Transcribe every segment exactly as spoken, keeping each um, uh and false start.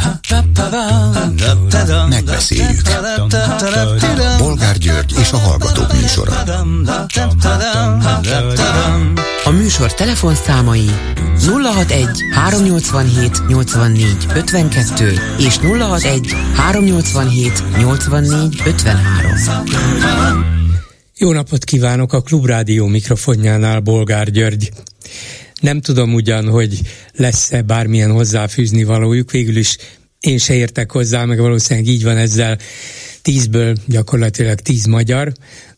Megbeszéljük. Bolgár György és a Hallgatók műsora. A műsor telefonszámai nulla hatvanegy háromnyolcvanhét nyolcvannégy ötvenkettő és nulla hatvanegy háromnyolcvanhét nyolcvannégy ötvenhárom. Jó napot kívánok, a Klubrádió mikrofonjánál Bolgár György. Nem tudom ugyan, hogy lesz-e bármilyen hozzáfűzni valójuk, végül is én se értek hozzá, meg valószínűleg így van ezzel tízből gyakorlatilag tíz magyar.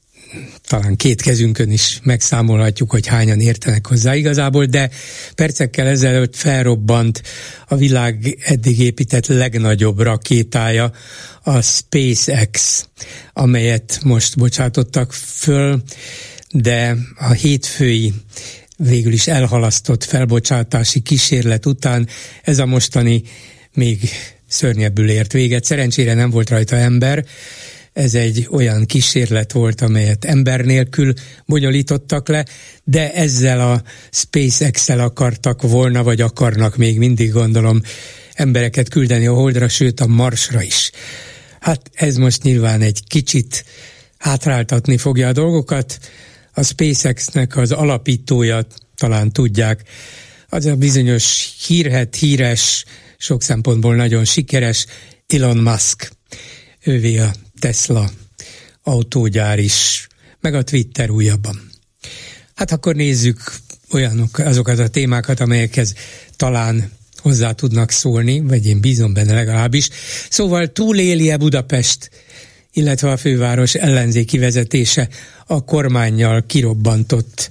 Talán két kezünkön is megszámolhatjuk, hogy hányan értenek hozzá igazából, de percekkel ezelőtt felrobbant a világ eddig épített legnagyobb rakétája, a SpaceX, amelyet most bocsátottak föl, de a hétfői végül is elhalasztott felbocsátási kísérlet után ez a mostani még szörnyebbül ért véget. Szerencsére nem volt rajta ember, ez egy olyan kísérlet volt, amelyet ember nélkül bonyolítottak le, de ezzel a SpaceX-el akartak volna, vagy akarnak még mindig, gondolom, embereket küldeni a Holdra, sőt a Marsra is. Hát ez most nyilván egy kicsit hátráltatni fogja a dolgokat. A SpaceX-nek az alapítója, talán tudják, az a bizonyos hírhedt, híres, sok szempontból nagyon sikeres Elon Musk. Ővé a Tesla autógyár is, meg a Twitter újabban. Hát akkor nézzük olyanok, azokat a témákat, amelyekhez talán hozzá tudnak szólni, vagy én bízom benne legalábbis. Szóval túléli-e Budapest, illetve a főváros ellenzéki vezetése a kormánnyal kirobbantott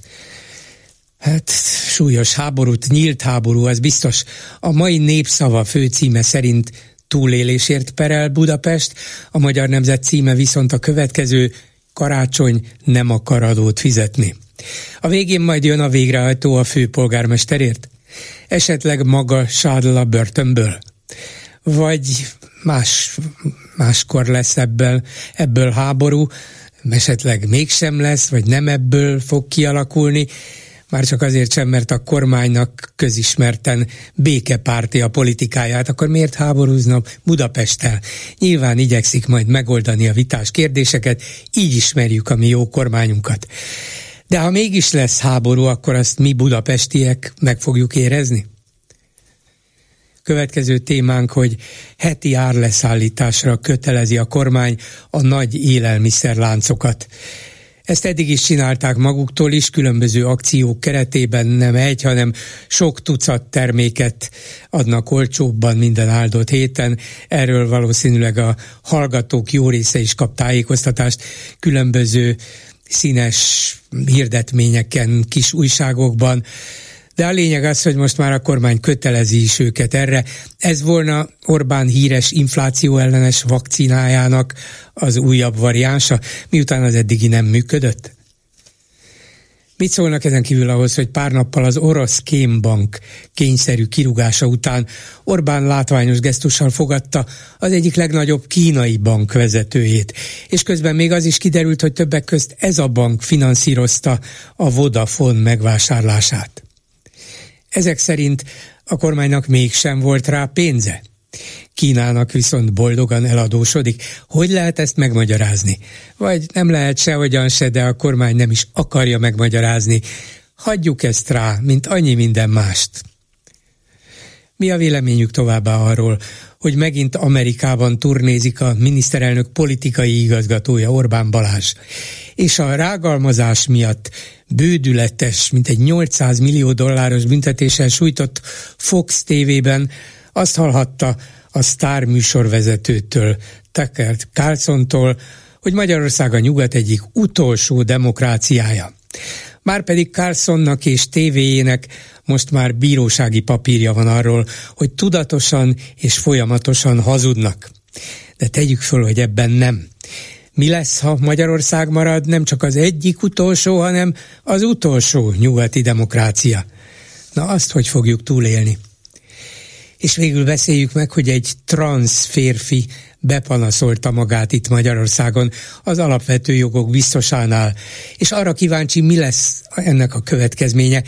hát súlyos háborút, nyílt háború, az biztos. A mai Népszava főcíme szerint túlélésért perel Budapest, a Magyar Nemzet címe viszont a következő: Karácsony nem akar adót fizetni. A végén majd jön a végrehajtó a főpolgármesterért? Esetleg maga Sádl a börtönből? Vagy más, máskor lesz ebből, ebből háború, esetleg mégsem lesz, vagy nem ebből fog kialakulni, már csak azért sem, mert a kormánynak közismerten békepárti a politikáját, akkor miért háborúzna Budapesttel? Nyilván igyekszik majd megoldani a vitás kérdéseket, így ismerjük a mi jó kormányunkat. De ha mégis lesz háború, akkor azt mi budapestiek meg fogjuk érezni? Következő témánk, hogy heti árleszállításra kötelezi a kormány a nagy élelmiszerláncokat. Ezt eddig is csinálták maguktól is, különböző akciók keretében nem egy, hanem sok tucat terméket adnak olcsóbban minden áldott héten. Erről valószínűleg a hallgatók jó része is kap tájékoztatást különböző színes hirdetményeken, kis újságokban. De a lényeg az, hogy most már a kormány kötelezi is őket erre. Ez volna Orbán híres infláció ellenes vakcinájának az újabb variánsa, miután az eddigi nem működött. Mit szólnak ezen kívül ahhoz, hogy pár nappal az orosz kémbank kényszerű kirúgása után Orbán látványos gesztussal fogadta az egyik legnagyobb kínai bank vezetőjét, és közben még az is kiderült, hogy többek közt ez a bank finanszírozta a Vodafone megvásárlását. Ezek szerint a kormánynak mégsem volt rá pénze. Kínának viszont boldogan eladósodik. Hogy lehet ezt megmagyarázni? Vagy nem lehet sehogyan se, de a kormány nem is akarja megmagyarázni. Hagyjuk ezt rá, mint annyi minden mást. Mi a véleményük továbbá arról, hogy megint Amerikában turnézik a miniszterelnök politikai igazgatója, Orbán Balázs, és a rágalmazás miatt bődületes, mint egy nyolcszáz millió dolláros büntetéssel sújtott Fox té vében azt hallhatta a sztár műsorvezetőtől, Tucker Carlsontól, hogy Magyarország a nyugat egyik utolsó demokráciája. Márpedig Carlsonnak és tévéjének most már bírósági papírja van arról, hogy tudatosan és folyamatosan hazudnak. De tegyük föl, hogy ebben nem. Mi lesz, ha Magyarország marad nem csak az egyik utolsó, hanem az utolsó nyugati demokrácia? Na azt hogy fogjuk túlélni? És végül beszéljük meg, hogy egy transz férfi bepanaszolta magát itt Magyarországon az alapvető jogok biztosánál, és arra kíváncsi, mi lesz ennek a következménye.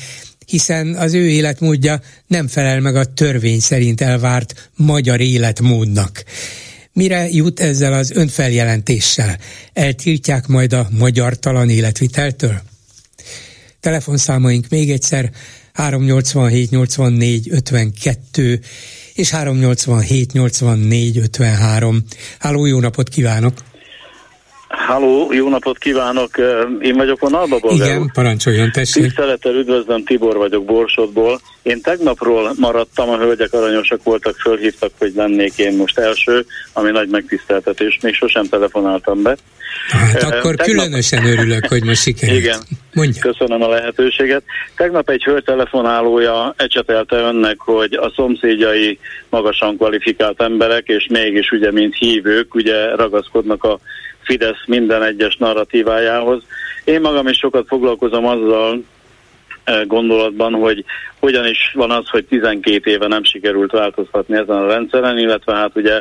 hiszen az ő életmódja nem felel meg a törvény szerint elvárt magyar életmódnak. Mire jut ezzel az önfeljelentéssel? Eltiltják majd a magyartalan életviteltől? Telefonszámaink még egyszer háromnyolcvanhét nyolcvannégy ötvenkettő és háromnyolcvanhét nyolcvannégy ötvenhárom. Háló, jó napot kívánok! Halló, jó napot kívánok! Én vagyok vonalba, Bolgár? Igen, parancsoljon, tessék. Tisztelettel üdvözlöm, Tibor vagyok Borsodból. Én tegnapról maradtam, a hölgyek aranyosak voltak, fölhívtak, hogy lennék én most első, ami nagy megtiszteltetés, még sosem telefonáltam be. Hát uh, akkor tegnap... különösen örülök, hogy most sikerült. Igen, mondja. Köszönöm a lehetőséget. Tegnap egy hölgy telefonálója ecsetelte önnek, hogy a szomszédjai magasan kvalifikált emberek, és mégis ugye, mint hívők, ugye ragaszkodnak a Fidesz minden egyes narratívájához. Én magam is sokat foglalkozom azzal gondolatban, hogy hogyan is van az, hogy tizenkét éve nem sikerült változtatni ezen a rendszeren, illetve hát ugye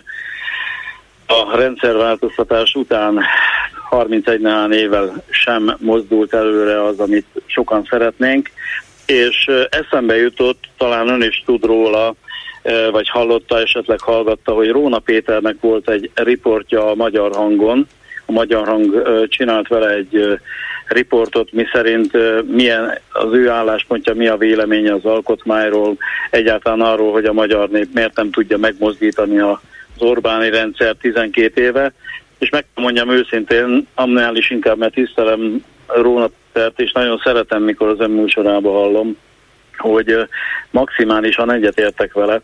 a rendszerváltoztatás után harmincegy néhány évvel sem mozdult előre az, amit sokan szeretnénk, és eszembe jutott, talán ön is tud róla, vagy hallotta, esetleg hallgatta, hogy Róna Péternek volt egy riportja a Magyar Hangon. A Magyar Hang csinált vele egy riportot, miszerint milyen az ő álláspontja, mi a véleménye az alkotmányról, egyáltalán arról, hogy a magyar nép miért nem tudja megmozdítani az Orbáni rendszer tizenkét éve, és megmondjam őszintén, annál is inkább, mert tisztelem Róna Pétert, és nagyon szeretem, mikor az ön műsorában hallom, hogy maximálisan egyetértek vele.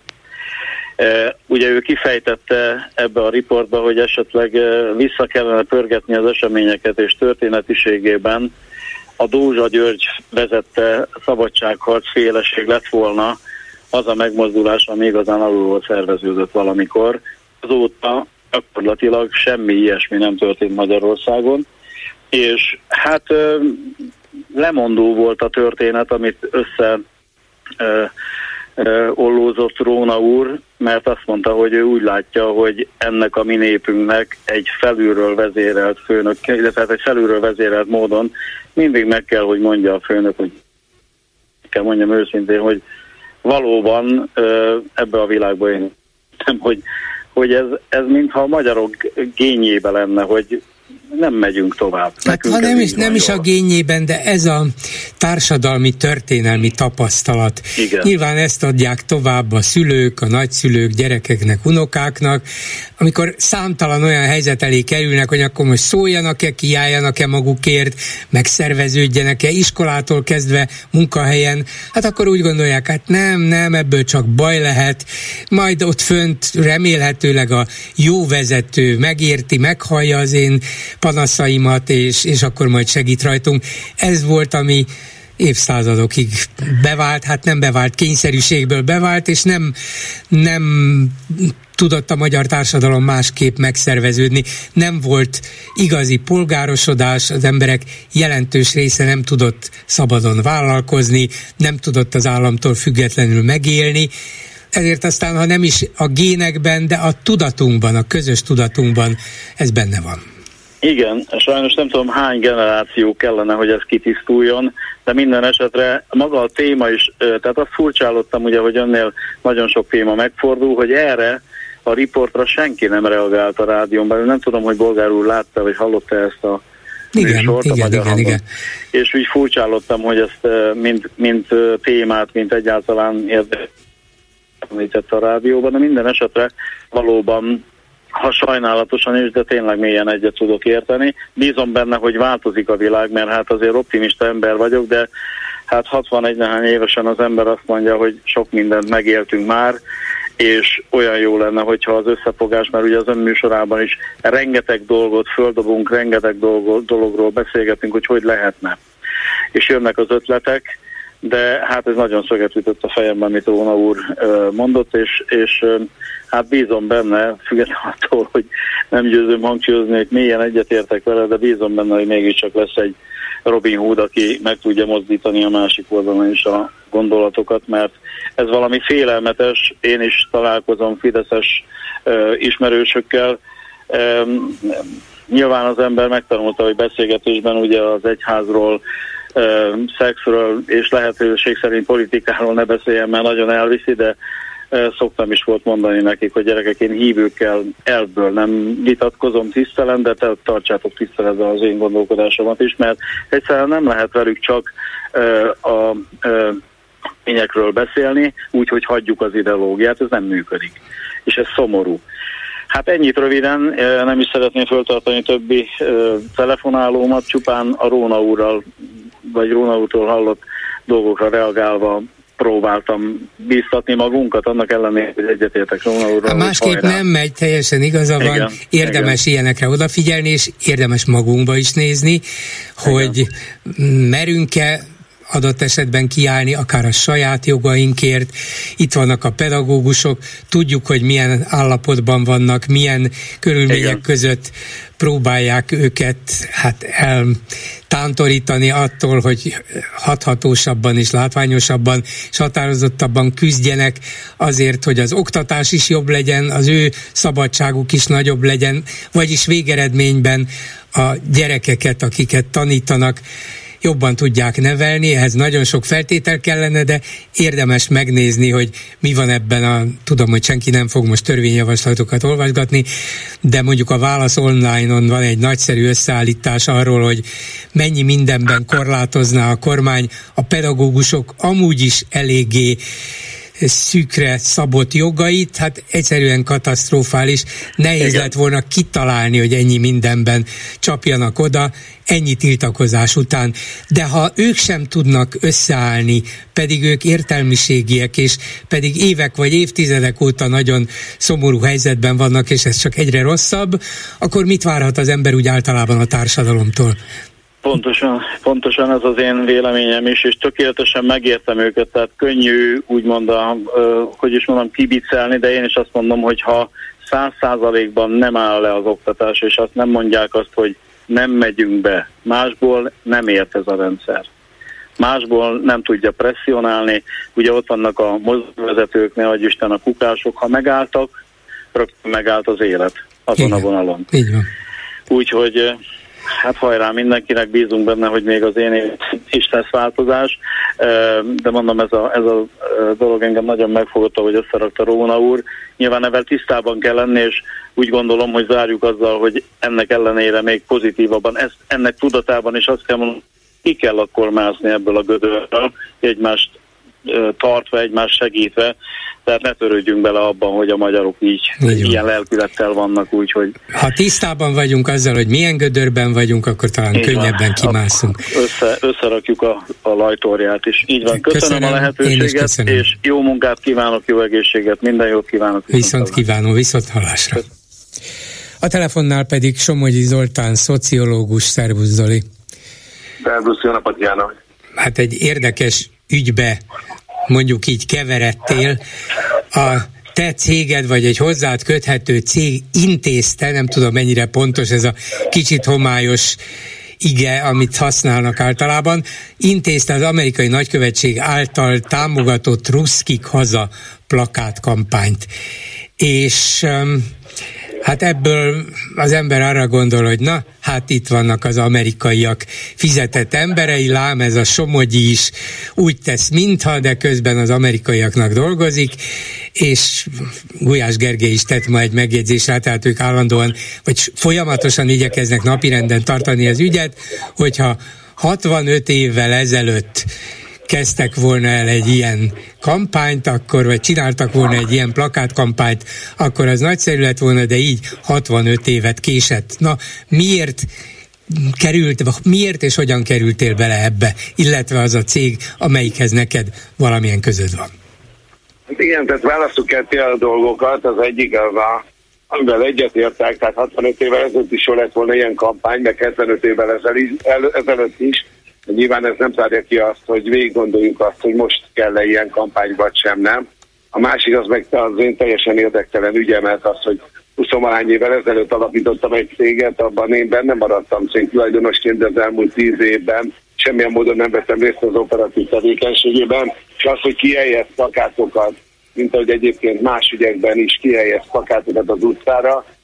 Uh, ugye ő kifejtette ebbe a riportba, hogy esetleg uh, vissza kellene pörgetni az eseményeket, és történetiségében a Dózsa György vezette szabadságharc féleség lett volna az a megmozdulás, ami igazán alulról szerveződött valamikor. Azóta gyakorlatilag semmi ilyesmi nem történt Magyarországon, és hát uh, lemondó volt a történet, amit össze uh, ollózott Róna úr, mert azt mondta, hogy ő úgy látja, hogy ennek a mi népünknek egy felülről vezérelt főnök, illetve egy felülről vezérelt módon mindig meg kell, hogy mondja a főnök, hogy kell mondjam őszintén, hogy valóban ebbe a világban én nem, hogy, hogy ez, ez mintha a magyarok gényébe lenne, hogy nem megyünk tovább. Hát, ha nem is, nem is a gényében, de ez a társadalmi, történelmi tapasztalat. Igen. Nyilván ezt adják tovább a szülők, a nagyszülők, gyerekeknek, unokáknak, amikor számtalan olyan helyzet elé kerülnek, hogy akkor most szóljanak-e, kiálljanak-e magukért, megszerveződjenek-e iskolától kezdve munkahelyen, hát akkor úgy gondolják, hát nem, nem, ebből csak baj lehet, majd ott fönt remélhetőleg a jó vezető megérti, meghallja az én panaszaimat, és, és akkor majd segít rajtunk. Ez volt, ami évszázadokig bevált, hát nem bevált, kényszerűségből bevált, és nem, nem tudott a magyar társadalom másképp megszerveződni. Nem volt igazi polgárosodás, az emberek jelentős része nem tudott szabadon vállalkozni, nem tudott az államtól függetlenül megélni, ezért aztán, ha nem is a génekben, de a tudatunkban, a közös tudatunkban ez benne van. Igen, sajnos nem tudom hány generáció kellene, hogy ez kitisztuljon, de minden esetre maga a téma is, tehát azt furcsálottam ugye, hogy önnél nagyon sok téma megfordul, hogy erre a riportra senki nem reagált a rádión belül. Nem tudom, hogy Bolgár úr látta, vagy hallotta ezt a igen, műsort igen, a Magyar igen, Hangon. igen. És úgy furcsálottam, hogy ezt mint, mint témát, mint egyáltalán érdekelt a rádióban, de minden esetre valóban, ha sajnálatosan is, de tényleg mélyen egyet tudok érteni. Bízom benne, hogy változik a világ, mert hát azért optimista ember vagyok, de hát hatvanegy néhány évesen az ember azt mondja, hogy sok mindent megéltünk már, és olyan jó lenne, hogyha az összefogás, mert ugye az ön műsorában is rengeteg dolgot földobunk, rengeteg dolgot, dologról beszélgetünk, hogy hogy lehetne. És jönnek az ötletek, de hát ez nagyon szöget ütött a fejemben, amit Róna úr mondott, és, és hát bízom benne, függetlenül attól, hogy nem győzöm hangsúlyozni, hogy mélyen egyetértek vele, de bízom benne, hogy mégiscsak lesz egy Robin Hood, aki meg tudja mozdítani a másik oldalon is a gondolatokat, mert ez valami félelmetes. Én is találkozom fideszes uh, ismerősökkel. Um, nyilván az ember megtanulta, hogy beszélgetésben ugye az egyházról szexről és lehetőség szerint politikáról ne beszéljen, mert nagyon elviszi, de szoktam is volt mondani nekik, hogy gyerekek, én hívőkkel elvből nem vitatkozom, tisztelem, de te tartsátok tiszteletben az én gondolkodásomat is, mert egyszerűen nem lehet velük csak uh, a uh, tényekről beszélni, úgyhogy hagyjuk az ideológiát, ez nem működik. És ez szomorú. Hát ennyit röviden, nem is szeretném föltartani többi uh, telefonálómat, csupán a Róna úrral, vagy Róna úrtól hallott dolgokra reagálva próbáltam bíztatni magunkat, annak ellenére, hogy egyetértek Róna úrral. Másképp nem megy, teljesen igaza van, igen, érdemes igen. ilyenekre odafigyelni, és érdemes magunkba is nézni, igen. hogy merünk-e adott esetben kiállni, akár a saját jogainkért. Itt vannak a pedagógusok, tudjuk, hogy milyen állapotban vannak, milyen körülmények igen. között próbálják őket hát eltántorítani attól, hogy hathatósabban és látványosabban és határozottabban küzdjenek azért, hogy az oktatás is jobb legyen, az ő szabadságuk is nagyobb legyen, vagyis végeredményben a gyerekeket, akiket tanítanak, jobban tudják nevelni, ehhez nagyon sok feltétel kellene, de érdemes megnézni, hogy mi van ebben a, tudom, hogy senki nem fog most törvényjavaslatokat olvasgatni, de mondjuk a Válasz online-on van egy nagyszerű összeállítás arról, hogy mennyi mindenben korlátozná a kormány a pedagógusok amúgy is eléggé szűkre szabott jogait, hát egyszerűen katasztrofális. Nehéz Igen. lett volna kitalálni, hogy ennyi mindenben csapjanak oda, ennyi tiltakozás után. De ha ők sem tudnak összeállni, pedig ők értelmiségiek, és pedig évek vagy évtizedek óta nagyon szomorú helyzetben vannak, és ez csak egyre rosszabb, akkor mit várhat az ember úgy általában a társadalomtól? Pontosan, pontosan ez az én véleményem is, és tökéletesen megértem őket, tehát könnyű úgymond, a, hogy is mondom, kibicelni, de én is azt mondom, hogy ha száz százalékban nem áll le az oktatás, és azt nem mondják azt, hogy nem megyünk be, másból nem ért ez a rendszer. Másból nem tudja presszionálni, ugye ott vannak a mozgóvezetők, ne adj Isten a kukások, ha megálltak, rögtön megállt az élet azon Igen. a vonalon. Így van. Úgyhogy hát hajrá, mindenkinek bízunk benne, hogy még az én is lesz változás, de mondom, ez a, ez a dolog engem nagyon megfogott, hogy összerakta Róna úr. Nyilván ebben tisztában kell lenni, és úgy gondolom, hogy zárjuk azzal, hogy ennek ellenére még pozitívabban, ez, ennek tudatában is azt kell mondani, ki kell akkor mászni ebből a gödörből, egymást tartva, egymást segítve, tehát ne törődjünk bele abban, hogy a magyarok így, így ilyen lelkülettel vannak, úgyhogy... Ha tisztában vagyunk azzal, hogy milyen gödörben vagyunk, akkor talán így könnyebben van. Kimászunk. Össze, összerakjuk a, a lajtorját is. Így van, köszönöm, köszönöm a lehetőséget, és jó munkát kívánok, jó egészséget, minden jót kívánok. Viszont kívánom, viszont hallásra. Köszönöm. A telefonnál pedig Somogyi Zoltán, szociológus. Szervusz, Zoli. Szervusz, jó napot kívánok. Hát egy érdekes ügybe mondjuk így keveredtél. A te céged, vagy egy hozzád köthető cég intézte, nem tudom mennyire pontos ez a kicsit homályos ige, amit használnak általában, intézte az amerikai nagykövetség által támogatott Ruszkik haza plakátkampányt. És hát ebből az ember arra gondol, hogy na, hát itt vannak az amerikaiak fizetett emberei, lám ez a Somogyi is úgy tesz, mintha, de közben az amerikaiaknak dolgozik, és Gulyás Gergely is tett ma egy megjegyzésre, tehát ők állandóan, vagy folyamatosan igyekeznek napirenden tartani az ügyet, hogyha hatvanöt évvel ezelőtt kezdtek volna el egy ilyen kampányt, akkor, vagy csináltak volna egy ilyen plakátkampányt, akkor az nagyszerű lett volna, de így hatvanöt évet késett. Na, miért került, miért és hogyan kerültél bele ebbe, illetve az a cég, amelyikhez neked valamilyen közöd van? Igen, tehát választjuk ketté a dolgokat, az egyik az a, amivel egyetértek, tehát hatvanöt évvel ezelőtt is jól lett volna ilyen kampány, de hetvenöt évvel ezelőtt is. Nyilván ez nem zárja ki azt, hogy végig gondoljuk azt, hogy most kell-e ilyen kampány, vagy sem nem. A másik az meg az én teljesen érdektelen ügyemet az, hogy huszonegy évvel ezelőtt alapítottam egy céget, abban én benne maradtam cégtulajdonosként, de az elmúlt tíz évben semmilyen módon nem vettem részt az operatív tevékenységében, és az, hogy kihelyez plakátokat, mint ahogy egyébként más ügyekben is kihelyez plakátokat az utcára,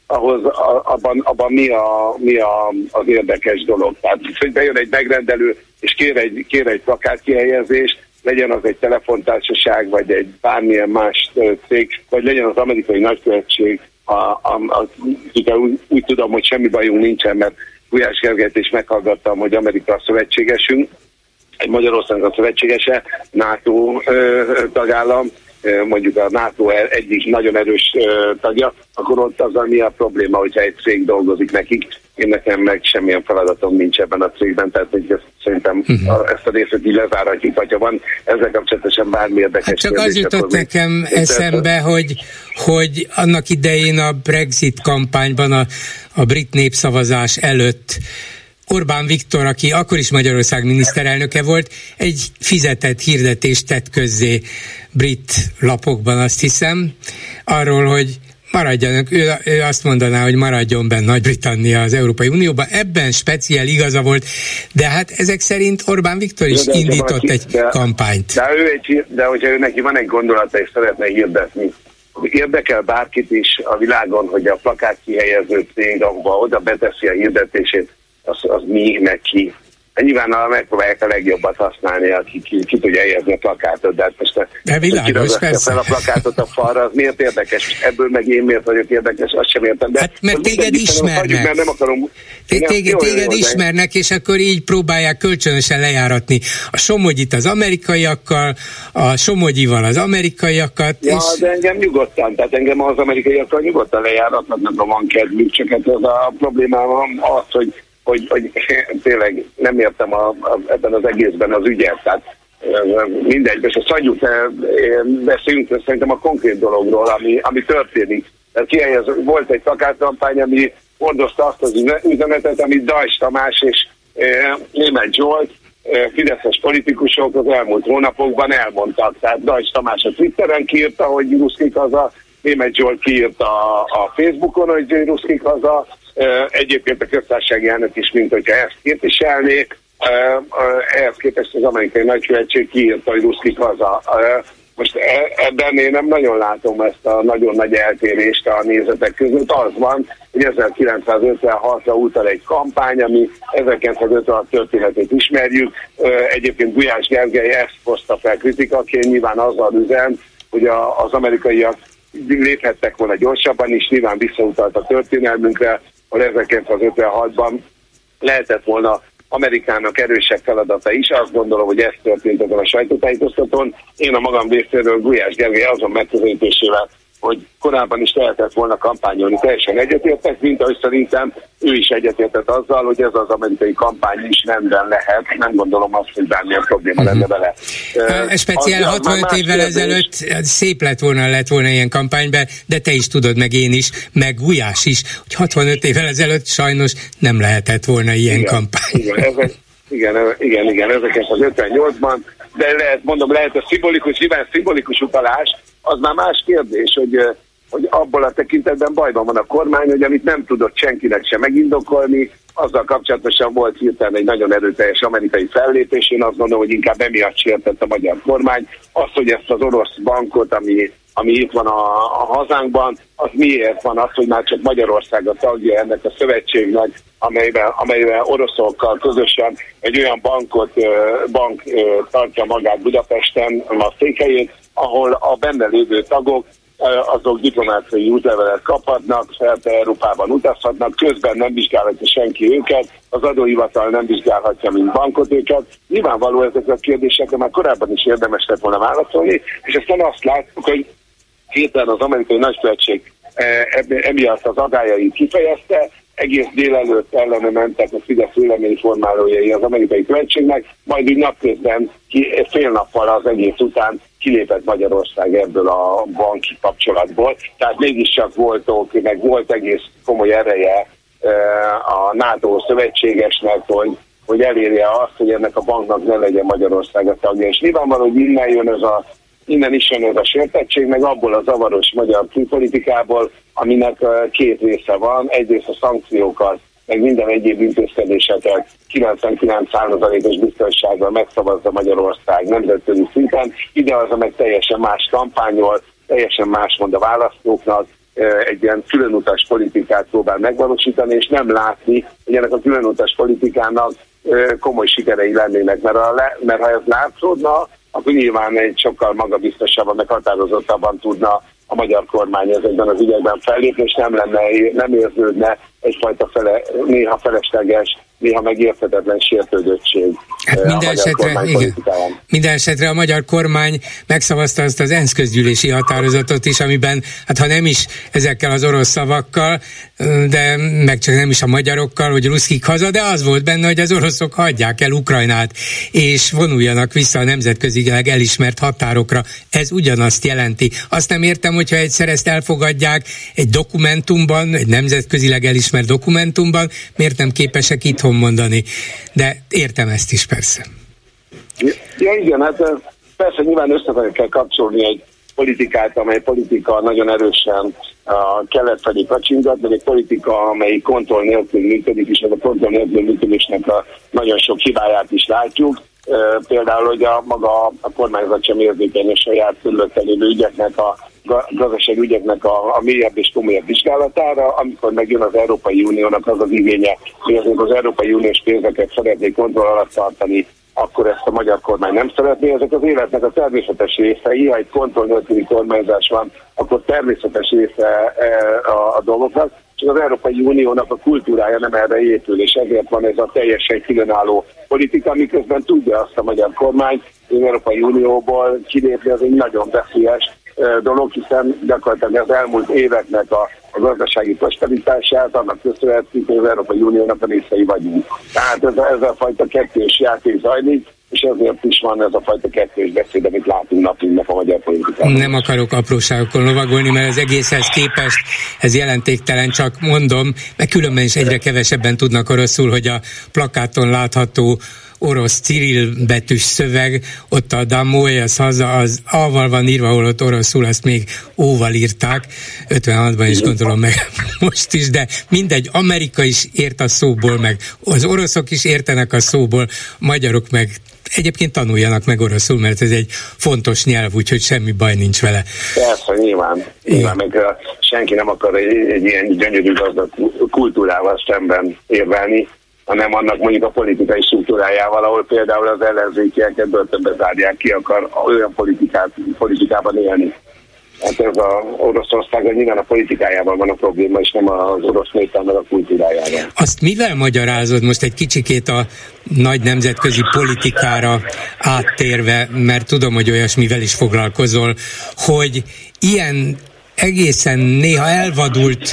ahhoz abban, abban mi, a, mi a, az érdekes dolog. Tehát, hogy bejön egy megrendelő, és kér egy, kér egy plakátkihelyezést, legyen az egy telefontársaság, vagy egy bármilyen más cég, vagy legyen az amerikai nagykövetség, a, a, a, úgy, úgy tudom, hogy semmi bajunk nincsen, mert Gulyás Gergelyt is meghallgattam, hogy Amerika a szövetségesünk, egy Magyarország a szövetségese, NATO ö, tagállam, mondjuk a NATO egyik nagyon erős tagja, akkor ott azzal mi a probléma, hogyha egy cég dolgozik nekik. Én nekem meg semmilyen feladatom nincs ebben a cégben, tehát hogy szerintem uh-huh. ezt a részét így lezárhatjuk, hogyha van ezzel kapcsolatosan bármi érdekes. Hát csak az jutott nekem eszembe, hogy, hogy annak idején a Brexit kampányban, a, a brit népszavazás előtt Orbán Viktor, aki akkor is Magyarország miniszterelnöke volt, egy fizetett hirdetést tett közzé brit lapokban, azt hiszem, arról, hogy maradjanak, ő, ő azt mondaná, hogy maradjon benne Nagy-Britannia az Európai Unióban, ebben speciál igaza volt, de hát ezek szerint Orbán Viktor is de, indított valaki, egy de, kampányt. De, ő egy, de hogyha ő neki van egy gondolata és szeretne hirdetni, érdekel bárkit is a világon, hogy a plakát kihelyező cég, ahova oda beteszi a hirdetését, az, az mi, meg ki. Nyilván megpróbálják a legjobbat használni, aki ki, ki tudja helyezni a plakátot, de hát most de világos, persze. fel a plakátot a falra, az miért érdekes? Ebből meg én miért vagyok érdekes, azt sem értem. De hát mert téged ismernek. Hagyjuk, mert nem akarom, téged téged, téged ismernek, és akkor így próbálják kölcsönösen lejáratni a Somogyit az amerikaiakkal, a Somogyival az amerikaiakat. Ja, és... de engem nyugodtan, tehát engem az amerikaiakkal nyugodtan lejáratnak, ha van kedvük, csak hát az a problémám az, hogy Hogy, hogy tényleg nem értem a, a, ebben az egészben az ügyet, tehát mindegy, és a szadjuk, beszéljünk szerintem a konkrét dologról, ami, ami történik. Tehát kihelyez, volt egy plakátkampány, ami hordozta azt az üzenetet, amit Dajs Tamás és e, Németh Zsolt, e, fideszes politikusok az elmúlt hónapokban elmondtak. Tehát Dajs Tamás a Twitteren kiírta, hogy ruszkik haza, Németh Zsolt kiírta a, a Facebookon, hogy ruszkik haza, egyébként a köztársasági elnök is, mint hogyha ezt képviselnék, ehhez képest az amerikai nagykövetség kiírta, hogy ruszkik haza. Most ebben én nem nagyon látom ezt a nagyon nagy eltérést a nézetek között. Az van, hogy ezerkilencszázötvenhatra utal egy kampány, ami ezerkilencszázötvenhat történetét ismerjük. Egyébként Gulyás Gergely ezt hozta fel kritikaként, nyilván azzal üzen, hogy az amerikaiak léphettek volna gyorsabban is, nyilván visszautalt a történelmünkre, hogy ezerkilencszázötvenhatban lehetett volna Amerikának erősebb feladata is. Azt gondolom, hogy ez történt ezen a sajtótájékoztatón. Én a magam részéről Gulyás Gergely azon megközelítésével, hogy korábban is lehetett volna kampányolni, teljesen egyetértek, mint ahogy szerintem ő is egyetértett azzal, hogy ez az amerikai kampány is rendben lehet. Nem gondolom azt, hogy bármilyen probléma uh-huh. lenne vele. Uh, Speciál hatvanöt évvel ezelőtt szép lett volna, lett volna ilyen kampányban, de te is tudod, meg én is, meg Gulyás is, hogy hatvanöt évvel ezelőtt sajnos nem lehetett volna ilyen igen, kampány. Igen, ezek, igen, igen, igen, ezeket az ötvennyolcban, de lehet, mondom, lehet a szimbolikus, nyilván szimbolikus utalás, az már más kérdés, hogy, hogy abból a tekintetben bajban van a kormány, hogy amit nem tudott senkinek sem megindokolni, azzal kapcsolatosan volt hirtelen egy nagyon erőteljes amerikai fellépés. Én azt gondolom, hogy inkább emiatt sértett a magyar kormány. Az, hogy ezt az orosz bankot, ami, ami itt van a, a hazánkban, az miért van az, hogy már csak Magyarország a tagja ennek a szövetségnek, amelyben, amelyben oroszokkal közösen egy olyan bankot, bank tartja magát Budapesten, a székhelyén, ahol a benne lévő tagok azok diplomáciai útlevelet kaphatnak, szerte Európában utazhatnak, közben nem vizsgálhatja senki őket, az adóhivatal nem vizsgálhatja, mint bankot őket. Nyilvánvaló ezek a kérdésekre már korábban is érdemes lett volna válaszolni, és aztán azt látjuk, hogy héten az amerikai nagykövetség emiatt az agályait kifejezte, egész délelőtt ellene mentek a Fidesz véleményformálójai az amerikai követségnek, majd úgy napközben, ki, fél nappal az egész után kilépett Magyarország ebből a banki kapcsolatból. Tehát mégiscsak voltok, meg volt egész komoly ereje a NATO szövetségesnek, hogy, hogy elérje azt, hogy ennek a banknak ne legyen Magyarország a tagja. És nyilvánvaló, hogy innen jön ez a Innen is jön ez a sértettség, meg abból a zavaros magyar külpolitikából, aminek két része van. Egyrészt a szankciókat, meg minden egyéb intézkedéseket kilencvenkilenc százalékos biztonsággal megszavazza Magyarország nemzetközi szinten. Ide az, meg teljesen más kampányol, teljesen más mond a választóknak, egy ilyen különutas politikát próbál megvalósítani, és nem látni, hogy ennek a különutas politikának komoly sikerei lennének, mert, a le, mert ha ez látszódna, akkor nyilván egy sokkal magabiztosabban, meg határozottabban tudna a magyar kormány ezekben az ügyekben fellépni, és nem lenne, nem érződne egyfajta fele, néha felesleges, néha megérthetetlen sértődöttség. Hát minden esetre, igen. minden esetre a magyar kormány megszavazta azt az ENSZ közgyűlési határozatot is, amiben, hát ha nem is ezekkel az orosz szavakkal, de meg csak nem is a magyarokkal, hogy ruszkik haza, de az volt benne, hogy az oroszok hagyják el Ukrajnát, és vonuljanak vissza a nemzetközileg elismert határokra. Ez ugyanazt jelenti. Azt nem értem, hogyha egyszer ezt elfogadják egy dokumentumban, egy nemzetközileg elismert dokumentumban, miért nem képesek itthon mondani. De értem ezt is persze. Ja, igen, hát persze nyilván össze kell kapcsolni egy politikát, amely politika nagyon erősen a kelet felé kacsingat, meg egy politika, amely kontroll nélkül működik, és ez a kontroll nélkül működésnek a nagyon sok hibáját is látjuk. Például, hogy a maga a kormányzat sem érzékeny a saját körülötte lévő ügyeknek, a gazdasági ügyeknek a, a mélyebb és komolyabb vizsgálatára, amikor megjön az Európai Uniónak az az igénye, hogy azért az Európai Uniós pénzeket szeretnék kontroll alatt tartani, akkor ezt a magyar kormány nem szeretné. Ezek az életnek a természetes részei, ha egy kontroll nélküli kormányzás van, akkor természetes része a, a dolgoknak, és az Európai Uniónak a kultúrája nem erre épül, és ezért van ez a teljesen különálló politika, miközben tudja azt a magyar kormány, hogy az Európai Unióból kilépni az egy nagyon veszélyes dolog, hiszen gyakorlatilag az elmúlt éveknek a, a gazdasági prosperitását annak köszönhetjük, hogy az Európai Uniónak a részei vagyunk. Tehát ez a, ez a fajta kettős játék zajlik, és ezért is van ez a fajta kettős beszéd, amit látunk napjainknak a magyar politikában. Nem akarok apróságokon lovagolni, mert az egészhez képest ez jelentéktelen, csak mondom, mert különben is egyre kevesebben tudnak oroszul, hogy a plakáton látható orosz Cirill betűs szöveg, ott a Damoy, az haza, az A-val van írva, ahol ott oroszul, azt még O-val írták, ötvenhatban is gondolom meg most is, de mindegy, Amerika is ért a szóból, meg az oroszok is értenek a szóból, magyarok meg egyébként tanuljanak meg oroszul, mert ez egy fontos nyelv, úgyhogy semmi baj nincs vele. Persze, nyilván. Nyilván meg senki nem akar egy, egy ilyen gyönyörű gazdag kultúrával szemben érvelni, hanem annak mondjuk a politikai struktúrájával, ahol például az ellenzékieket börtönbe zárják ki, akar olyan politikát, politikában élni. Hát ez az Oroszország nyilván a politikájával van a probléma, és nem az orosz néppel meg a kultúrájával. Azt mivel magyarázod most egy kicsikét a nagy nemzetközi politikára áttérve, mert tudom, hogy olyasmivel is foglalkozol, hogy ilyen egészen néha elvadult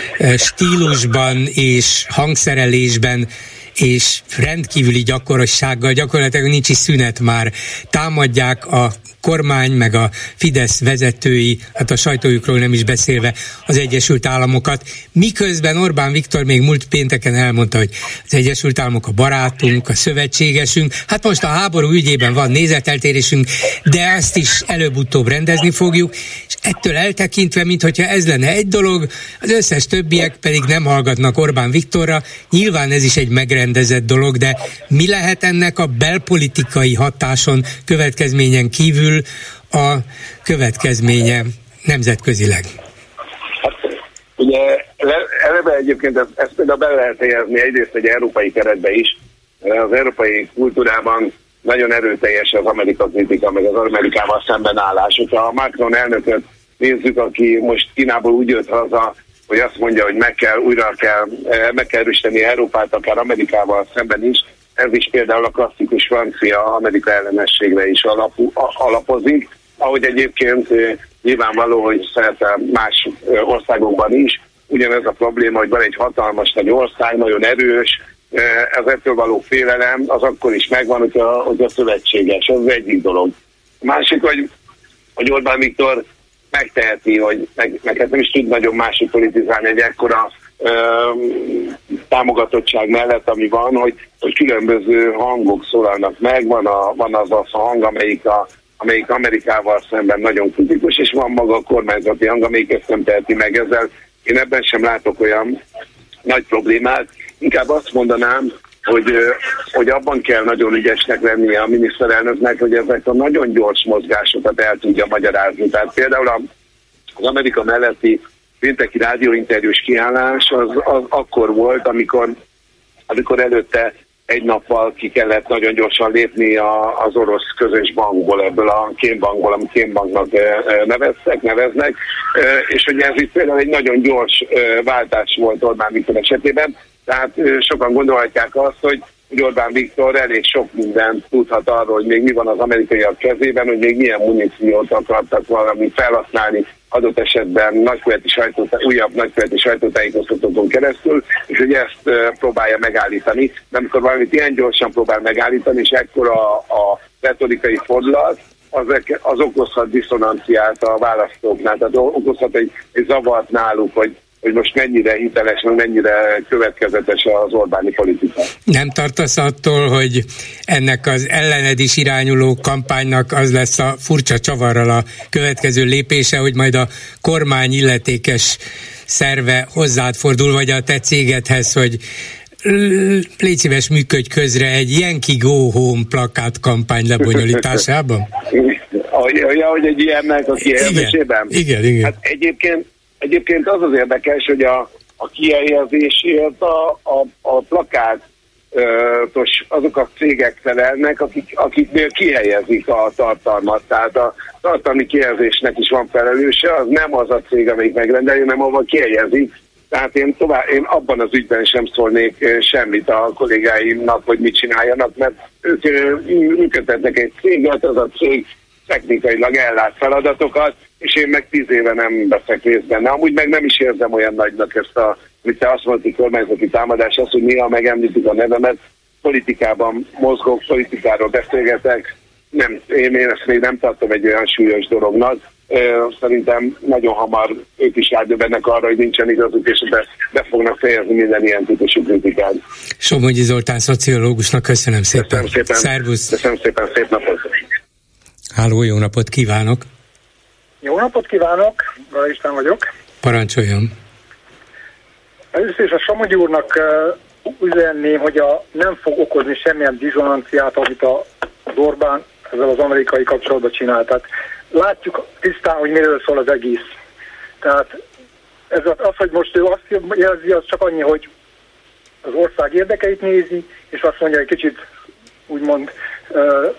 stílusban és hangszerelésben és rendkívüli gyakorossággal, gyakorlatilag nincs is szünet már, támadják a kormány, meg a Fidesz vezetői, hát a sajtójukról nem is beszélve, az Egyesült Államokat, miközben Orbán Viktor még múlt pénteken elmondta, hogy az Egyesült Államok a barátunk, a szövetségesünk, hát most a háború ügyében van nézeteltérésünk, de ezt is előbb-utóbb rendezni fogjuk, és ettől eltekintve, minthogyha ez lenne egy dolog, az összes többiek pedig nem hallgatnak Orbán Viktorra, nyilván ez is egy megrendezett dolog, de mi lehet ennek a belpolitikai hatáson, következményen kívül a következménye nemzetközileg? Hát, ugye eleve egyébként ezt, ezt például be lehet helyezni egyrészt egy európai keretbe is. Az európai kultúrában nagyon erőteljes az Amerika kritika, meg az Amerikával szemben állás. Hogyha a Macron elnököt nézzük, aki most Kínából úgy jött haza, hogy azt mondja, hogy meg kell, újra kell, meg kell erősíteni Európát, akár Amerikával szemben is. Ez is például a klasszikus francia Amerika ellenességre is alapu, alapozik, ahogy egyébként nyilvánvaló, hogy szerte más országokban is. Ugyanez a probléma, hogy van egy hatalmas nagy ország, nagyon erős, ez ettől való félelem, az akkor is megvan, hogy a, hogy a szövetséges, az egyik dolog. A másik, hogy, hogy Orbán Viktor megteheti, hogy meg, meg hát nem is tud nagyon másik politizálni egy ekkora ö, támogatottság mellett, ami van, hogy, hogy különböző hangok szólalnak meg, van, a, van az a hang, amelyik, a, amelyik Amerikával szemben nagyon kritikus, és van maga a kormányzati hang, amelyik ezt nem teheti meg. Ezzel én ebben sem látok olyan nagy problémát. Inkább azt mondanám, hogy, hogy abban kell nagyon ügyesnek lennie a miniszterelnöknek, hogy ezek a nagyon gyors mozgásokat el tudja magyarázni. Tehát például az Amerika melletti pénteki rádióinterjús kiállás az, az akkor volt, amikor, amikor előtte egy nappal ki kellett nagyon gyorsan lépni a, az orosz közös bankból, ebből a kémbankból, amit kémbanknak neveztek, neveznek, és hogy ez itt például egy nagyon gyors váltás volt Orbán Viktor esetében, tehát sokan gondolhatják azt, hogy hogy Orbán Viktor elég sok mindent tudhat arról, hogy még mi van az amerikaiak kezében, hogy még milyen muníciót akartak valami felhasználni adott esetben nagyköveti sajtótá, újabb nagyköveti sajtótájékoztatókon keresztül, és hogy ezt uh, próbálja megállítani. De amikor valamit ilyen gyorsan próbál megállítani, és ekkora a, a retorikai fordulat, az, az okozhat diszonanciát a választóknál, tehát okozhat egy, egy zavart náluk, hogy hogy most mennyire hiteles, mennyire következetes az Orbáni politika. Nem tartasz attól, hogy ennek az ellened is irányuló kampánynak az lesz a furcsa csavarral a következő lépése, hogy majd a kormány illetékes szerve hozzád fordul, vagy a te cégedhez, hogy légy szíves, működj közre egy Yankee Go Home plakát kampány lebonyolításában? Ja, hogy egy ilyennek a kihelyezésében? Igen, igen, igen. Hát egyébként Egyébként az az érdekes, hogy a, a kihelyezésért a, a, a plakátos azok a cégek felelnek, akik, akiknél kihelyezik a tartalmat. Tehát a tartalmi kihelyezésnek is van felelőse, az nem az a cég, amelyik megrendeli, hanem ahol kihelyezik. Tehát én, tovább, én abban az ügyben sem szólnék semmit a kollégáimnak, hogy mit csináljanak, mert ők működtetnek egy céget, az a cég technikailag ellát feladatokat, és én meg tíz éve nem veszek részt benne. Amúgy meg nem is érzem olyan nagynak ezt a, hogy te azt mondtad, kormányzati támadás, az, hogy néha megemlítik a nevemet, politikában mozgok, politikáról beszélgetek, nem, én, én ezt még nem tartom egy olyan súlyos dolognak. Szerintem nagyon hamar ők is rádöbbennek arra, hogy nincsen igazuk, és be, be fognak fejezni minden ilyen típusú kritikát. Somogyi Zoltán szociológusnak köszönöm szépen. Köszönöm szépen. Szervusz. Köszönöm szépen, szép napot. Háló, jó napot kívánok. Jó napot kívánok, Gala István vagyok. Parancsoljon. Először is a Somogyi úrnak uh, üzenném, hogy a, nem fog okozni semmilyen dizonanciát, amit a, az Orbán ezzel az amerikai kapcsolatban csinál. Tehát látjuk tisztán, hogy miről szól az egész. Tehát ez az, hogy most ő azt jelzi, az csak annyi, hogy az ország érdekeit nézi, és azt mondja, hogy kicsit úgymond uh,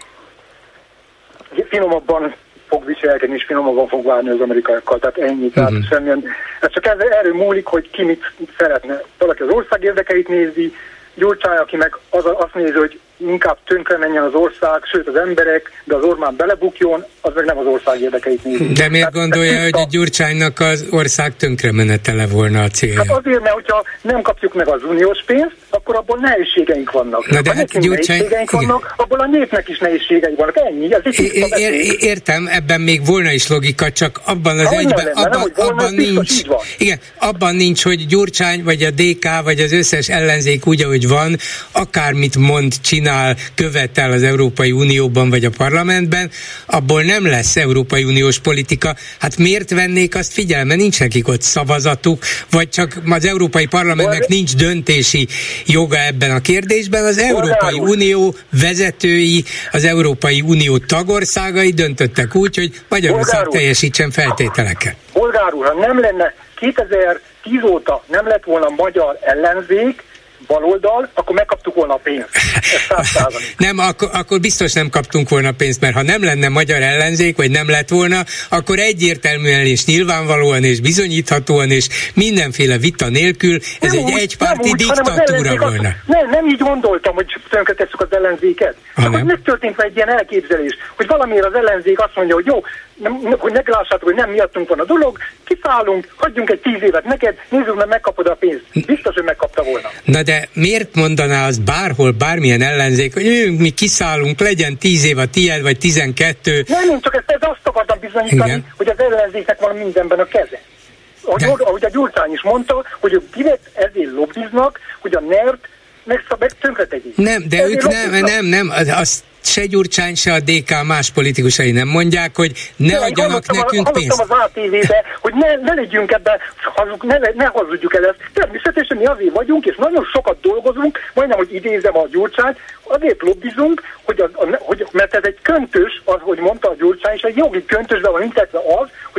finomabban fog viselkedni, és finomabban fog várni az amerikaiakkal. Tehát ennyi. Uh-huh. Tehát semmilyen, ez csak erről múlik, hogy ki mit szeretne. Valaki az ország érdekeit nézi, Gyurcsány, aki meg az, azt nézi, hogy inkább tönkre menjen az ország, sőt az emberek, de az Orbán belebukjon, az meg nem az ország érdekeit nézi. De miért tehát, gondolja, tehát, hogy a Gyurcsánynak az ország tönkremenetele volna a célja? Hát azért, mert hogyha nem kapjuk meg az uniós pénzt, akkor abból nehézségeink vannak. Na de ha hát Gyurcsány... nehézségeink vannak, abból a népnek is nehézségei vannak. Ennyi. Ez é- ér- értem, ebben még volna is logika, csak abban az ha egyben, lenne, abban, nem, volna, abban nincs. Igen, abban nincs, hogy Gyurcsány, vagy a dé ká, vagy az összes ellenzék úgy, ahogy van, akármit mond, csinál, követel az Európai Unióban, vagy a parlamentben, abból nem lesz Európai Uniós politika. Hát miért vennék azt figyelme? Nincs nekik ott szavazatuk, vagy csak az Európai Parlamentnek nincs döntési joga ebben a kérdésben. Az Európai Unió vezetői, az Európai Unió tagországai döntöttek úgy, hogy Magyarország teljesítsen feltételeket. Bolgár úr, ha nem lenne kétezer-tíz óta nem lett volna magyar ellenzék, baloldal, akkor megkaptuk volna a pénzt. Nem, akkor, akkor biztos nem kaptunk volna pénzt, mert ha nem lenne magyar ellenzék, vagy nem lett volna, akkor egyértelműen és nyilvánvalóan és bizonyíthatóan és mindenféle vita nélkül ez nem egy úgy, egypárti úgy, diktatúra volna. Az, nem, nem így gondoltam, hogy tönkretesszük az ellenzéket. Csak hogy megtörtént egy ilyen elképzelés, hogy valamiért az ellenzék azt mondja, hogy jó, nem, hogy meglássátok, hogy nem miattunk van a dolog, kiszállunk, hagyjunk egy tíz évet neked, nézzük, mert megkapod a pénzt. Biztos, hogy megkapta volna. Na de miért mondaná az bárhol, bármilyen ellenzék, hogy jöjjünk, mi kiszállunk, legyen tíz év a tiéd, vagy tizenkettő? Nem, nem, csak ezt, ezt azt akartam bizonyítani, igen, hogy az ellenzéknek van mindenben a keze. Ahogy, ahogy a Gyurcsány is mondta, hogy ők direkt ezért lobbiznak, hogy a NER-t meg, meg tönkretegyék. Nem, de ezért ők lobbiznak. nem, nem, nem, az, az se Gyurcsány, se a dé ká más politikusai nem mondják, hogy ne de adjanak nekünk a, pénzt. Hallottam az á té vé-be, hogy ne, ne legyünk ebben, ne, ne hazudjuk el ezt. Természetesen mi azért vagyunk, és nagyon sokat dolgozunk, majdnem, hogy idézem a Gyurcsányt, azért lobbizunk, hogy, az, a, hogy mert ez egy köntös, az, hogy mondta a Gyurcsány, és egy jogi köntösben van intetve az, hogy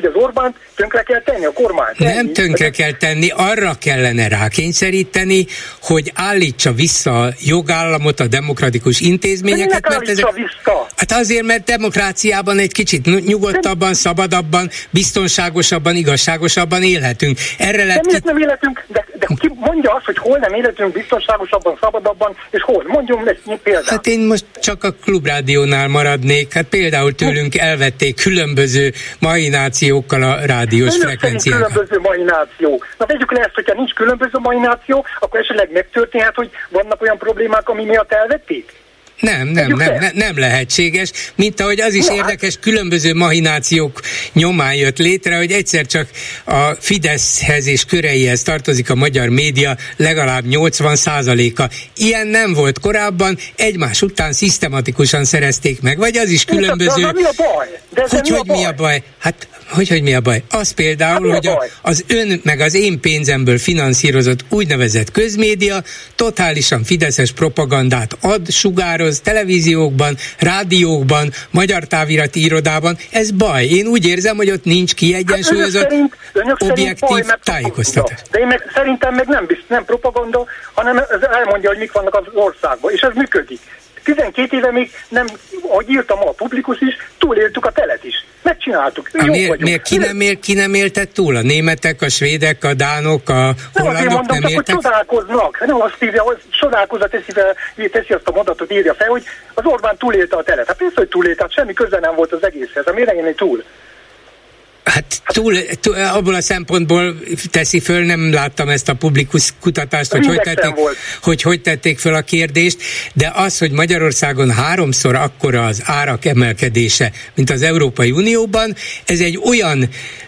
hogy az Orbánt tönkre kell tenni, a kormányt. Nem ennyi. tönkre kell tenni, arra kellene rákényszeríteni, hogy állítsa vissza a jogállamot, a demokratikus intézményeket. Mert ezek... vissza? Hát azért, mert demokráciában egy kicsit nyugodtabban, szabadabban, biztonságosabban, igazságosabban élhetünk. Erre lett... De miért nem életünk? De, de ki mondja azt, hogy hol nem életünk biztonságosabban, szabadabban, és hol? Mondjunk egy példát. Hát én most csak a Klubrádiónál maradnék. Hát például tőlünk elvették különböző mahinációkkal a rádiós frekvenciákat. Különböző mahináció. Na vegyük le ezt, hogyha nincs különböző mahináció, akkor esetleg megtörténhet, hogy vannak olyan problémák, ami miatt elvették? Nem, nem, nem, nem, nem lehetséges, mint ahogy az is ja, érdekes, különböző mahinációk nyomán jött létre, hogy egyszer csak a Fideszhez és köreihez tartozik a magyar média legalább nyolcvan százaléka. Ilyen nem volt korábban, egymás után szisztematikusan szerezték meg, vagy az is különböző... De, de mi a baj? De hogy, mi a hogy baj? mi a baj? Hát, hogy, hogy mi a baj? Az például, hát hogy a, az ön meg az én pénzemből finanszírozott úgynevezett közmédia totálisan fideszes propagandát ad, sugároz, televíziókban, rádiókban, magyar távirati irodában. Ez baj. Én úgy érzem, hogy ott nincs kiegyensúlyozott, hát önök szerint, önök objektív baj, tájékoztatás. De én meg, szerintem meg nem, nem propaganda, hanem ez elmondja, hogy mik vannak az országban, és ez működik. tizenkét éve még nem, ahogy írtam a Publikus is, túléltük a telet is. Megcsináltuk. Jó miért, miért, ki, nem él, ki nem éltet túl? A németek, a svédek, a dánok, a hollandok nem, nem éltek? Nem, csodálkoznak. Nem azt írja, hogy csodálkozza teszi, fel, teszi azt a mondatot, írja fel, hogy az Orbán túlélte a telet. Hát persze, hogy túlélte, hát semmi köze nem volt az egészhez. Hát miért legyen túl? Hát túl, túl, abból a szempontból teszi föl, nem láttam ezt a Publikus kutatást, hogy hogy tették, hogy hogy tették föl a kérdést, de az, hogy Magyarországon háromszor akkora az árak emelkedése, mint az Európai Unióban, ez egy olyan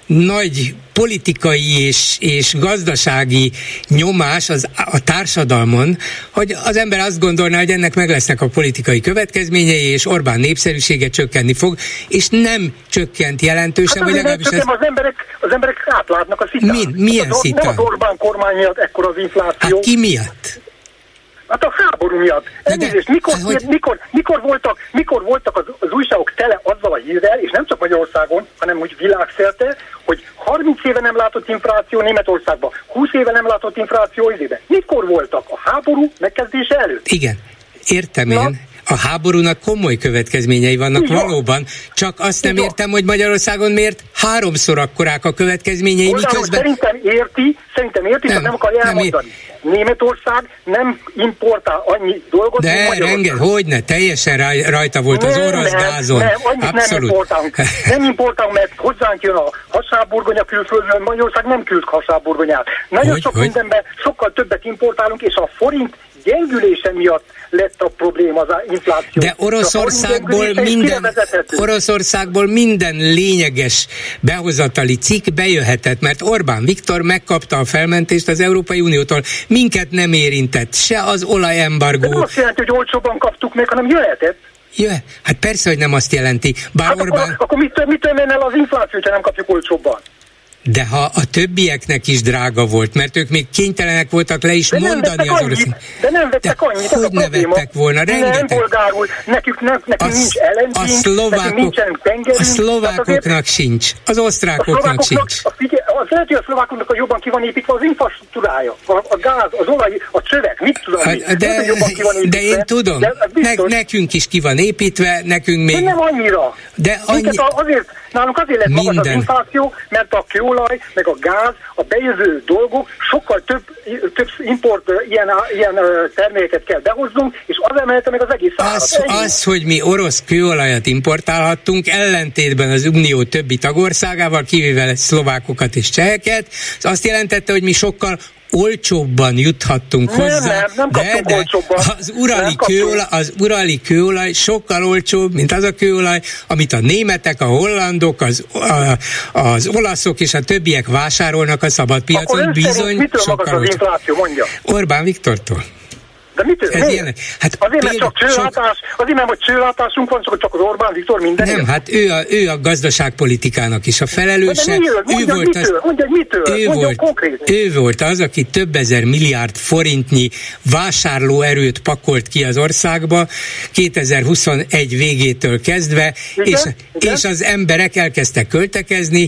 nagy politikai és, és gazdasági nyomás az, a társadalmon, hogy az ember azt gondolná, hogy ennek meg lesznek a politikai következményei, és Orbán népszerűsége csökkenni fog, és nem csökkent jelentősen, hát vagy legalábbis ez... az, emberek, az emberek átlátnak a szitán. Min, milyen az, szitán? Nem az Orbán kormány miatt ekkor az infláció. Hát ki miatt? Hát a háború miatt. Elnézést, mikor, hogy... mikor, mikor voltak, mikor voltak az, az újságok tele azzal a hírrel, és nem csak Magyarországon, hanem úgy világszerte, hogy harminc éve nem látott infláció Németországban, húsz éve nem látott infláció izében. Mikor voltak? A háború megkezdése előtt? Igen, értem Na? én. A háborúnak komoly következményei vannak Igen. valóban, csak azt nem Igen. értem, hogy Magyarországon miért háromszor akkorák a következményei, Oldalon miközben... Szerintem érti, szerintem érti, nem, nem akarja elmondani. Nem Németország nem importál annyi dolgot, de mint Magyarország. Renge, hogyne, teljesen raj, rajta volt nem, az orosz nem, gázon. Nem, annyit Abszolút. nem importálunk. Nem importálunk, mert hozzánk jön a hasábburgonya külföldről, Magyarország nem küld hasábburgonyát. Nagyon hogy, sok hogy? mindenben sokkal többet importálunk, és a forint gyengülése miatt lett a probléma az infláció. De Oroszországból minden, Oroszországból minden lényeges behozatali cikk bejöhetett, mert Orbán Viktor megkapta a felmentést az Európai Uniótól. Minket nem érintett, se az olajembargó. De nem azt jelenti, hogy olcsóban kaptuk meg, hanem jöhetett. Jöhet. Hát persze, hogy nem azt jelenti. Bár hát Orbán... akkor, akkor mitől, mitől menne el az infláció, ha nem kapjuk olcsóbban? De ha a többieknek is drága volt, mert ők még kénytelenek voltak le is de mondani az orosz. De nem vettek de annyit, hogy ne vettek volna, rengeteg. Nem bolgárul, nekünk, nem, nekünk a, nincs ellenzénk, a szlovákok, nincsen tengerünk. A szlovákoknak azért, sincs, az osztrákoknak a sincs. A figyel, az lehet, hogy a szlovákoknak a jobban ki van építve az infrastruktúrája, a, a gáz, az olaj, a csövek, mit tudom a, mi. De, lehet, de én tudom, de ne, nekünk is ki van építve, nekünk még... De nem annyira. De annyi... azért, nálunk azért lett magas az infláció, mert a kőolaj, meg a gáz, a bejövő dolgok, sokkal több, több import ilyen, ilyen termékeket kell behoznunk, és az emelte meg az egész árat. Az, az, hogy mi orosz kőolajat importálhattunk, ellentétben az Unió többi tagországával, kivéve szlovákokat és cseheket, az azt jelentette, hogy mi sokkal olcsóbban juthattunk nem, hozzá. Nem, nem de, de olcsóbban. Az urali, kőolaj, az urali kőolaj sokkal olcsóbb, mint az a kőolaj, amit a németek, a hollandok, az, a, az olaszok és a többiek vásárolnak a szabadpiacon. Akkor bizony mitől sokkal magas az infláció, mondja? Orbán Viktortól. De mitől? Ez ilyen, hát azért, mert például, csak csőlátás, sok... azért, mert csőlátásunk van, csak az Orbán Viktor minden. Nem, hát ő a, ő a gazdaságpolitikának is a felelőse. De mitől? Mondja, ő volt mitől? Az, mondja, mitől? Ő, mondja, volt, ő volt az, aki több ezer milliárd forintnyi vásárlóerőt pakolt ki az országba kétezer-huszonegy végétől kezdve, igen? És, igen? és az emberek elkezdtek költekezni,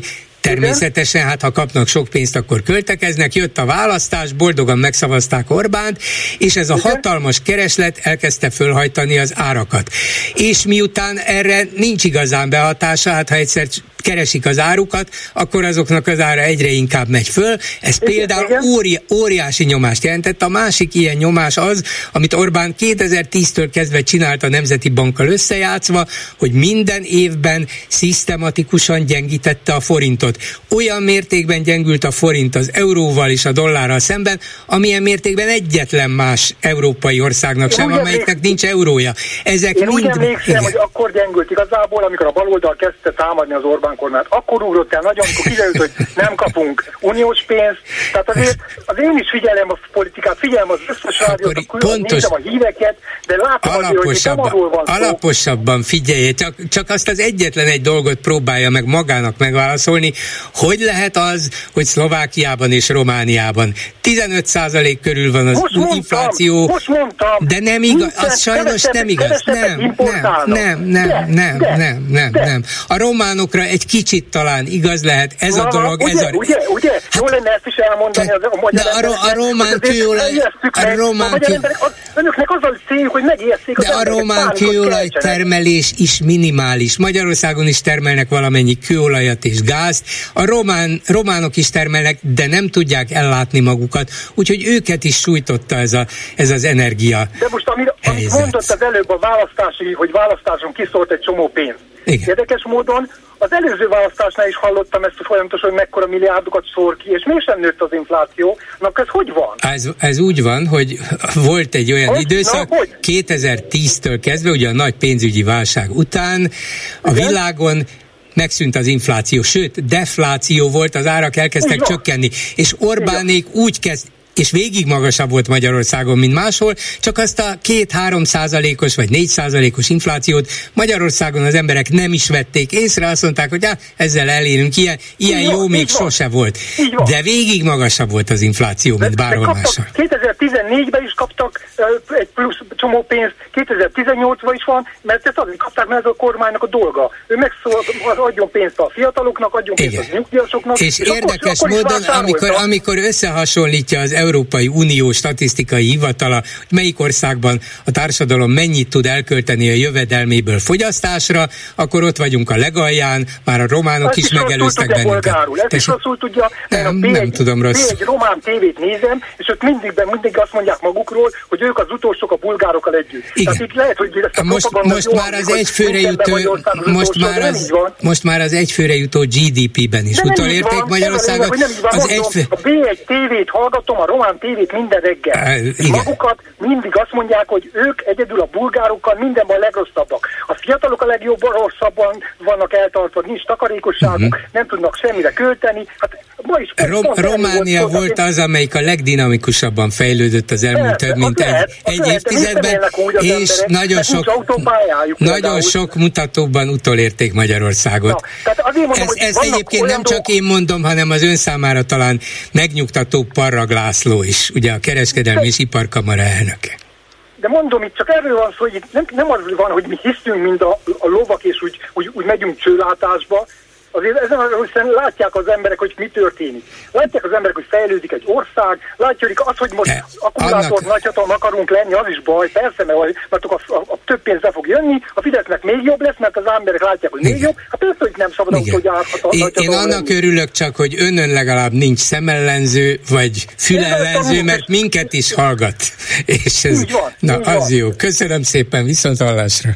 természetesen, hát ha kapnak sok pénzt, akkor költekeznek, jött a választás, boldogan megszavazták Orbánt, és ez a hatalmas kereslet elkezdte fölhajtani az árakat. És miután erre nincs igazán behatása, hát ha egyszer keresik az árukat, akkor azoknak az ára egyre inkább megy föl. Ez igen, például igen. Óri, óriási nyomást jelentett. A másik ilyen nyomás az, amit Orbán kétezer-tíztől kezdve csinált a Nemzeti Bankkal összejátszva, hogy minden évben szisztematikusan gyengítette a forintot. Olyan mértékben gyengült a forint az euróval és a dollárral szemben, amilyen mértékben egyetlen más európai országnak sem, amelyiknek nincs eurója. Ezek Én mind... úgy emlékszem, hogy akkor gyengült igazából, amikor a baloldal kezdte támadni az Orbán kormányt. Akkor ugrott el nagyon, amikor kiderült, hogy nem kapunk uniós pénzt. Tehát azért az én is figyelem a politikát, figyelem az összes rádiót, pontos... nézem a híreket, de látom azért, hogy nem arról van szó. Alaposabban figyelje, csak, csak azt az egyetlen egy dolgot próbálja meg magának megválaszolni, hogy lehet az, hogy Szlovákiában és Romániában tizenöt százalék körül van az most infláció, mondtam, most mondtam, de nem igaz, az sajnos nem igaz. Nem, nem, nem, nem, nem, nem, nem, nem. A románokra egy kicsit talán igaz lehet, ez na, a dolog, ugye, ez a... Ugye, ugye, hát, jó lenne ezt is elmondani az, a magyar de a, a román kőolaj... A román kő... Önöknek az a céljuk, hogy megérszék az de a román kőolaj termelés is minimális. Magyarországon is termelnek valamennyi kőolajat és gázt. A román, románok is termelnek, de nem tudják ellátni magukat, úgyhogy őket is sújtotta ez, a, ez az energia. De most, amit, amit mondott az előbb a választási, hogy választáson kiszólt egy csomó pénz. Igen. Érdekes módon az előző választásnál is hallottam ezt folyamatosan, hogy mekkora milliárdokat szór ki, és mégsem nőtt az infláció. Na, ez hogy van? Ez, ez úgy van, hogy volt egy olyan hogy? időszak, Na, kétezer-tíztől kezdve, ugye a nagy pénzügyi válság után a Igen? világon megszűnt az infláció, sőt, defláció volt, az árak elkezdtek csökkenni, és Orbánék úgy kezd, és végig magasabb volt Magyarországon, mint máshol, csak azt a két-három százalékos vagy négy százalékos inflációt Magyarországon az emberek nem is vették észre, azt mondták, hogy á, ezzel elérünk, ilyen, ilyen jó van, még sose volt. De végig magasabb volt az infláció, mint bárhol máshol. kétezer-tizennégyben is kaptak uh, egy plusz csomó pénzt, kétezer-tizennyolcban is van, mert ezt azért kapták, mert ez a kormánynak a dolga. Ő megszól, adjon pénzt a fiataloknak, adjon pénzt Igen. a nyugdíjasoknak. És, és érdekes akkor, akkor módon, amikor, amikor összehasonlítja az Európai Unió statisztikai hivatala, hogy melyik országban a társadalom mennyit tud elkölteni a jövedelméből fogyasztásra, akkor ott vagyunk a legalján, már a románok ezt is, is megelőztek bennünket. Ezt is rosszul tudja, nem, nem egy, tudom rosszul. egy román tévét nézem, és ott mindig, mindig azt mondják magukról, hogy ők az utolsók a bulgárokkal együtt. Igen. Tehát itt lehet, hogy ezt a most, most már az egyfőre jutó, most már az, most már az egyfőre jutó gé dé pé-ben is utolérték Magyarországot. Az egyfő... A bé egy tévét hallgatom, a román tévét minden reggel. Uh, magukat mindig azt mondják, hogy ők egyedül a bulgárokkal mindenben a legrosszabbak. A fiatalok a legjobb, rosszabban vannak eltartva, nincs takarékosságuk, uh-huh. nem tudnak semmire költeni. Hát ma is Rom- Románia volt, volt az, amelyik a legdinamikusabban fejlődött az elmúlt Persze, több mint egy, lehet, egy lehet, évtizedben, és emberek, nagyon sok, nagyon sok mutatóban utolérték Magyarországot. Na, mondom, ez ez egyébként nem csak dolgok... én mondom, hanem az ön számára talán megnyugtató Parrag László is, ugye a Kereskedelmi és Iparkamara elnöke. De mondom, itt csak erről van szó, hogy nem, nem az van, hogy mi hiszünk, mint a, a lovak, és úgy, úgy, úgy megyünk csőlátásba. Azért ezen hiszen látják az emberek, hogy mi történik. Látják az emberek, hogy fejlődik egy ország, látják azt, hogy most akkumulátor annak... nagyhatalom akarunk lenni, az is baj, persze, mert, mert a, a, a több pénz be fog jönni, a Fidesznek még jobb lesz, mert az emberek látják, hogy még jobb, hát persze, hogy nem szabad autó, hogy járhat. Én, én annak lenni. Örülök csak, hogy önön legalább nincs szemellenző, vagy fülellenző, mert minket is hallgat. És ez, van, na, az van. Jó. Köszönöm szépen, viszonthallásra.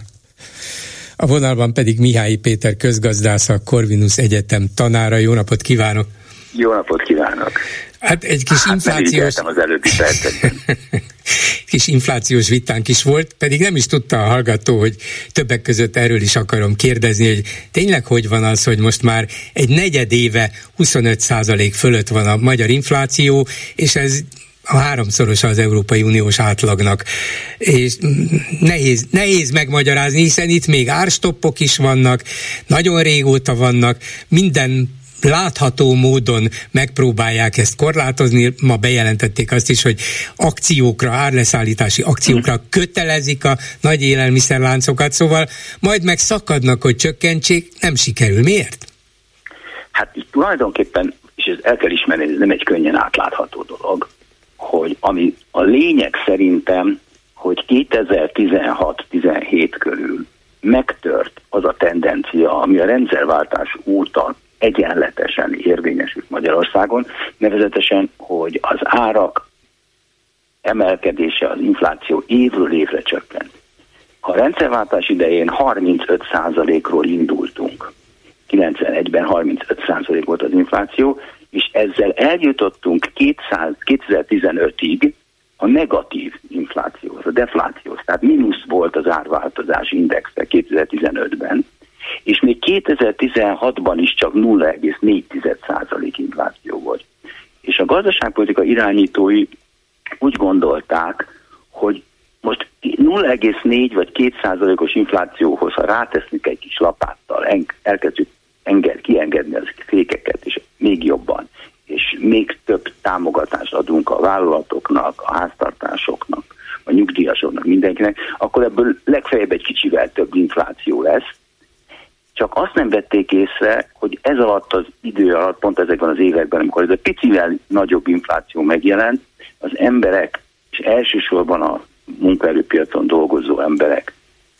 A vonalban pedig Mihály Péter közgazdász, a Corvinus Egyetem tanára. Jó napot kívánok! Jó napot kívánok! Hát egy kis hát inflációs... az előbbi percekben. kis inflációs vitánk is volt, pedig nem is tudta a hallgató, hogy többek között erről is akarom kérdezni, hogy tényleg hogy van az, hogy most már egy negyed éve huszonöt százalék fölött van a magyar infláció, és ez a háromszorosa az Európai Uniós átlagnak. És nehéz, nehéz megmagyarázni, hiszen itt még árstoppok is vannak, nagyon régóta vannak, minden látható módon megpróbálják ezt korlátozni. Ma bejelentették azt is, hogy akciókra, árleszállítási akciókra kötelezik a nagy élelmiszerláncokat, szóval majd meg szakadnak, hogy csökkentsék, nem sikerül. Miért? Hát itt tulajdonképpen, és ez el kell ismerni, ez nem egy könnyen átlátható dolog, hogy ami a lényeg szerintem, hogy kétezer-tizenhat-tizenhét körül megtört az a tendencia, ami a rendszerváltás óta egyenletesen érvényesült Magyarországon, nevezetesen, hogy az árak emelkedése, az infláció évről évre csökkent. A rendszerváltás idején harmincöt százalékról indultunk. kilencvenegyben harmincöt százalék volt az infláció, és ezzel eljutottunk kétezer-tizenötig a negatív inflációhoz, a deflációhoz. Tehát mínusz volt az árváltozás indexe kétezer-tizenötben, és még kétezer-tizenhatban is csak nulla egész négy százalék infláció volt. És a gazdaságpolitika irányítói úgy gondolták, hogy most nulla egész négy vagy két százalékos inflációhoz, ha ráteszünk egy kis lapáttal, elkezdjük enged, kiengedni az fékeket, és még jobban, és még több támogatást adunk a vállalatoknak, a háztartásoknak, a nyugdíjasoknak, mindenkinek, akkor ebből legfeljebb egy kicsivel több infláció lesz. Csak azt nem vették észre, hogy ez alatt az idő alatt, pont ezekben az években, amikor ez a picivel nagyobb infláció megjelent, az emberek, és elsősorban a munkaerőpiacon dolgozó emberek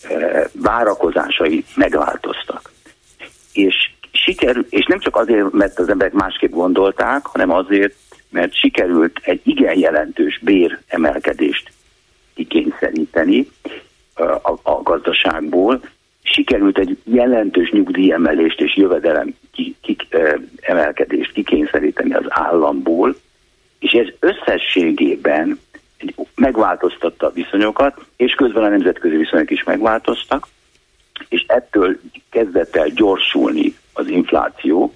várakozásai megváltoztak. És, sikerül, és nem csak azért, mert az emberek másképp gondolták, hanem azért, mert sikerült egy igen jelentős béremelkedést kikényszeríteni a, a gazdaságból, sikerült egy jelentős nyugdíjemelést és jövedelem ki, ki, emelkedést kikényszeríteni az államból, és ez összességében megváltoztatta a viszonyokat, és közben a nemzetközi viszonyok is megváltoztak, és ettől kezdett el gyorsulni az infláció,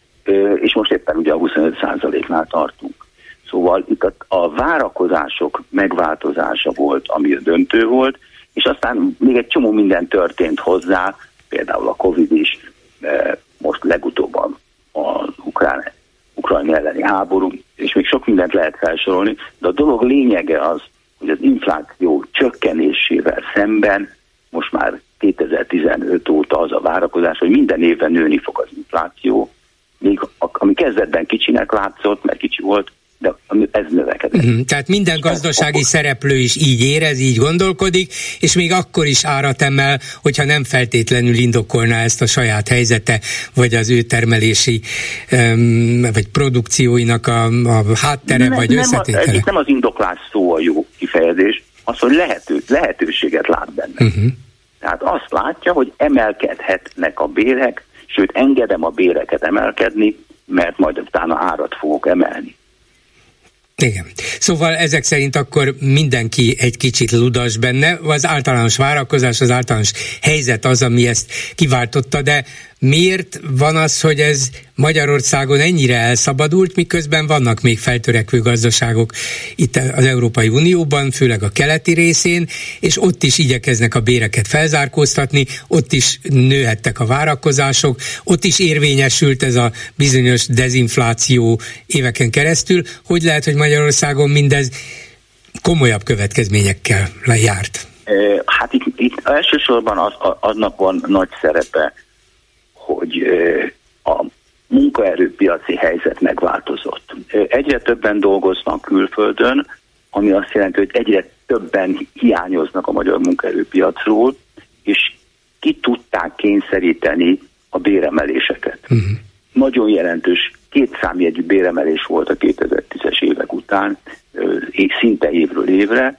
és most éppen ugye a huszonöt százaléknál tartunk. Szóval itt a, a várakozások megváltozása volt, ami a döntő volt, és aztán még egy csomó minden történt hozzá, például a Covid is, most legutóbb az ukrán, ukrán elleni háború, és még sok mindent lehet felsorolni, de a dolog lényege az, hogy az infláció csökkenésével szemben most már kétezer-tizenöt óta az a várakozás, hogy minden évben nőni fog az infláció, még ami kezdetben kicsinek látszott, mert kicsi volt, de ez növekedett. Uh-huh. Tehát minden gazdasági és szereplő is így érez, így gondolkodik, és még akkor is árat emel, hogyha nem feltétlenül indokolná ezt a saját helyzete, vagy az ő termelési, um, vagy produkcióinak a, a háttere, nem, vagy nem összetétele. A, nem az indoklás szó a jó kifejezés, az, hogy lehető, lehetőséget lát benne. Uh-huh. Tehát azt látja, hogy emelkedhetnek a bérek, sőt engedem a béreket emelkedni, mert majd utána árat fogok emelni. Igen. Szóval ezek szerint akkor mindenki egy kicsit ludas benne, az általános várakozás, az általános helyzet az, ami ezt kiváltotta, de miért van az, hogy ez Magyarországon ennyire elszabadult, miközben vannak még feltörekvő gazdaságok itt az Európai Unióban, főleg a keleti részén, és ott is igyekeznek a béreket felzárkóztatni, ott is nőhettek a várakozások, ott is érvényesült ez a bizonyos dezinfláció éveken keresztül. Hogy lehet, hogy Magyarországon mindez komolyabb következményekkel lejárt? Hát itt, itt elsősorban az, aznak van nagy szerepe, hogy a munkaerőpiaci helyzet megváltozott. Egyre többen dolgoznak külföldön, ami azt jelenti, hogy egyre többen hiányoznak a magyar munkaerőpiacról, és ki tudták kényszeríteni a béremeléseket. Uh-huh. Nagyon jelentős kétszámjegyű béremelés volt a kétezer-tízes évek után, szinte évről évre,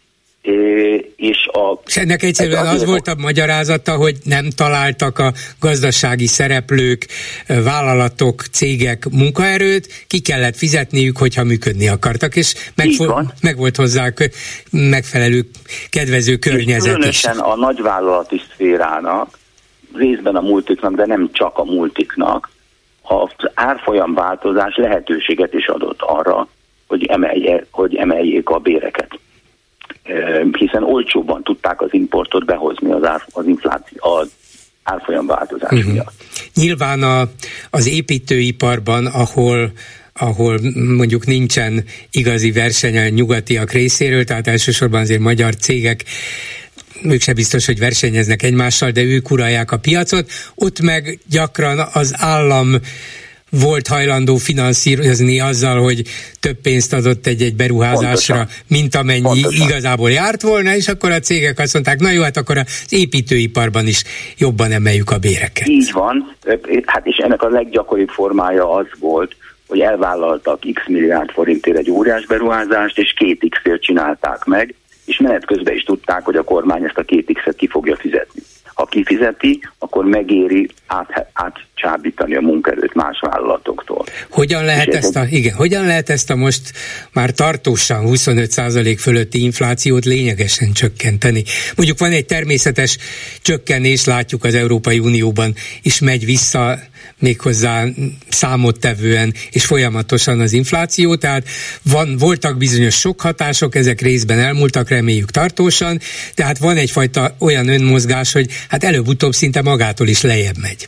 és, a, és ennek egyszerűen az volt a magyarázata, hogy nem találtak a gazdasági szereplők, vállalatok, cégek munkaerőt, ki kellett fizetniük, hogyha működni akartak, és meg, meg volt hozzá megfelelő, kedvező környezet is. Különösen a nagyvállalati szférának, részben a multiknak, de nem csak a multiknak, az árfolyamváltozás lehetőséget is adott arra, hogy, emelje, hogy emeljék a béreket. Hiszen olcsóbban tudták az importot behozni az, ár, az infláció, az árfolyamváltozás uh-huh. miatt. Nyilván a, az építőiparban, ahol ahol mondjuk nincsen igazi verseny a nyugatiak részéről, tehát elsősorban azért magyar cégek, ők se biztos, hogy versenyeznek egymással, de ők uralják a piacot, ott meg gyakran az állam volt hajlandó finanszírozni azzal, hogy több pénzt adott egy-egy beruházásra, pontosan, mint amennyi pontosan igazából járt volna, és akkor a cégek azt mondták, na jó, hát akkor az építőiparban is jobban emeljük a béreket. Így van, hát és ennek a leggyakoribb formája az volt, hogy elvállaltak x milliárd forintért egy óriás beruházást, és két x-ért csinálták meg, és menet közben is tudták, hogy a kormány ezt a két x-et ki fogja fizetni. Ha kifizeti, akkor megéri át, átcsábítani a munkaerőt más vállalatoktól. Hogyan lehet, ezt a, igen, hogyan lehet ezt a most már tartósan huszonöt százalék fölötti inflációt lényegesen csökkenteni? Mondjuk van egy természetes csökkenés, látjuk az Európai Unióban is megy vissza, méghozzá számottevően és folyamatosan az infláció, tehát van, voltak bizonyos sok hatások, ezek részben elmúltak, reméljük tartósan, tehát van egyfajta olyan önmozgás, hogy hát előbb-utóbb szinte magától is lejjebb megy.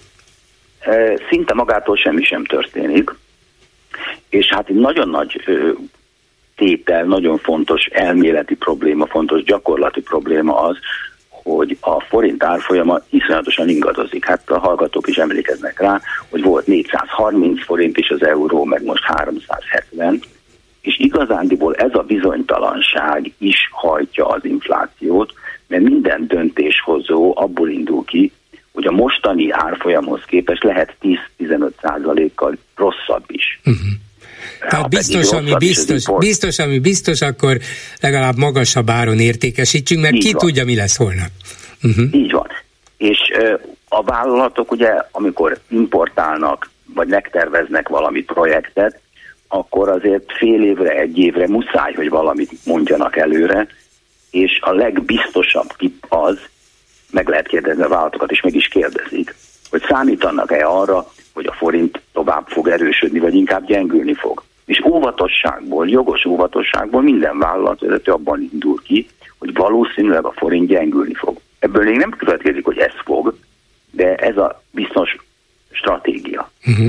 Szinte magától semmi sem történik, és hát egy nagyon nagy tétel, nagyon fontos elméleti probléma, fontos gyakorlati probléma az, hogy a forint árfolyama iszonyatosan ingadozik. Hát a hallgatók is emlékeznek rá, hogy volt négyszázharminc forint is az euró, meg most háromszázhetven, és igazándiból ez a bizonytalanság is hajtja az inflációt, mert minden döntéshozó abból indul ki, hogy a mostani árfolyamhoz képest lehet tíz-tizenöt százalékkal rosszabb is. Uh-huh. Tehát biztos ami biztos, biztos, ami biztos, akkor legalább magasabb áron értékesítsünk, mert így ki van. Tudja, mi lesz holnap. Uh-huh. Így van. És uh, a vállalatok ugye, amikor importálnak, vagy megterveznek valami projektet, akkor azért fél évre, egy évre muszáj, hogy valamit mondjanak előre, és a legbiztosabb tipp az, meg lehet kérdezni a vállalatokat, és meg is kérdezik, hogy számítanak-e arra, hogy a forint tovább fog erősödni, vagy inkább gyengülni fog. És óvatosságból, jogos óvatosságból minden vállalatvezető abban indul ki, hogy valószínűleg a forint gyengülni fog. Ebből még nem következik, hogy ez fog, de ez a biztos stratégia. Uh-huh.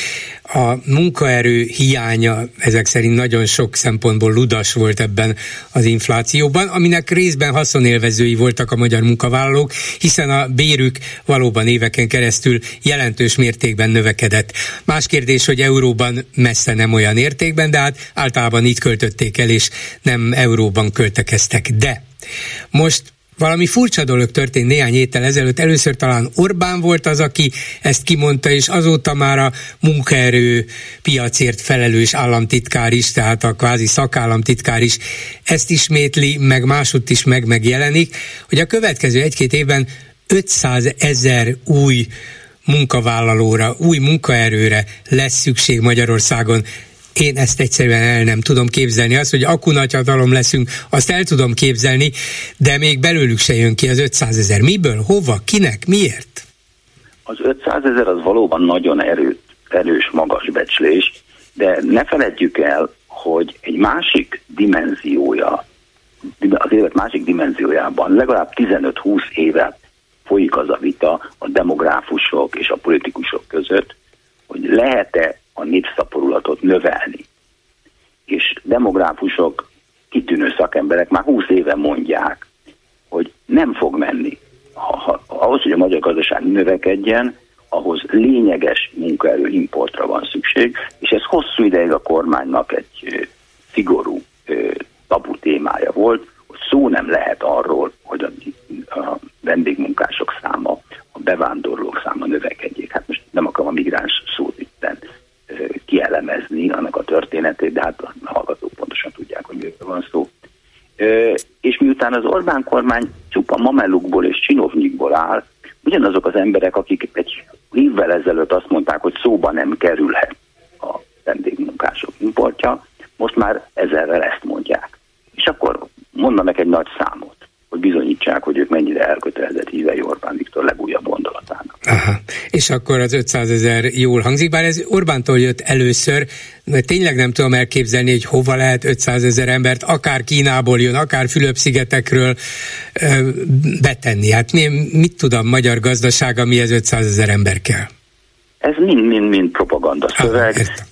A munkaerő hiánya ezek szerint nagyon sok szempontból ludas volt ebben az inflációban, aminek részben haszonélvezői voltak a magyar munkavállalók, hiszen a bérük valóban éveken keresztül jelentős mértékben növekedett. Más kérdés, hogy euróban messze nem olyan értékben, de hát általában így költötték el, és nem euróban költekeztek. De most valami furcsa dolog történt néhány héttel ezelőtt. Először talán Orbán volt az, aki ezt kimondta, és azóta már a munkaerő piacért felelős államtitkár is, tehát a kvázi szakállamtitkár is ezt ismétli, meg másutt is meg megjelenik, hogy a következő egy-két évben ötszázezer új munkavállalóra, új munkaerőre lesz szükség Magyarországon. Én ezt egyszerűen el nem tudom képzelni. Az, hogy akku nagyhatalom leszünk, azt el tudom képzelni, de még belőlük se jön ki az ötszázezer. Miből, hova, kinek, miért? Az ötszázezer az valóban nagyon erő, erős, magas becslés, de ne feledjük el, hogy egy másik dimenziója, az élet másik dimenziójában legalább tizenöt-húsz éve folyik az a vita a demográfusok és a politikusok között, hogy lehet-e a népszaporulatot növelni. És demográfusok, kitűnő szakemberek már húsz éve mondják, hogy nem fog menni. Ha, ha, ahhoz, hogy a magyar gazdaság növekedjen, ahhoz lényeges munkaerő importra van szükség, és ez hosszú ideig a kormánynak egy ö, szigorú ö, tabu témája volt, hogy szó nem lehet arról, hogy a, a vendégmunkások száma, a bevándorlók száma növekedjék. Hát most nem akarom a migráns szót itten kielemezni annak a történetét, de hát a hallgatók pontosan tudják, hogy miről van szó. És miután az Orbán kormány csupa mamellukból és csinovnyikból áll, ugyanazok az emberek, akik egy évvel ezelőtt azt mondták, hogy szóba nem kerülhet a vendégmunkások importja, most már ezerrel ezt mondják. És akkor mondanak egy nagy számot, hogy bizonyítsák, hogy ők mennyire elkötelezett hívei Orbán Viktor legújabb gondolatának. Aha. És akkor az ötszázezer jól hangzik, bár ez Orbántól jött először, mert tényleg nem tudom elképzelni, hogy hova lehet ötszázezer embert, akár Kínából jön, akár Fülöp-szigetekről ö, betenni. Hát mi, mit tud a magyar gazdaság, amihez ötszázezer ember kell? Ez mind-mind-mind propaganda szöveg, és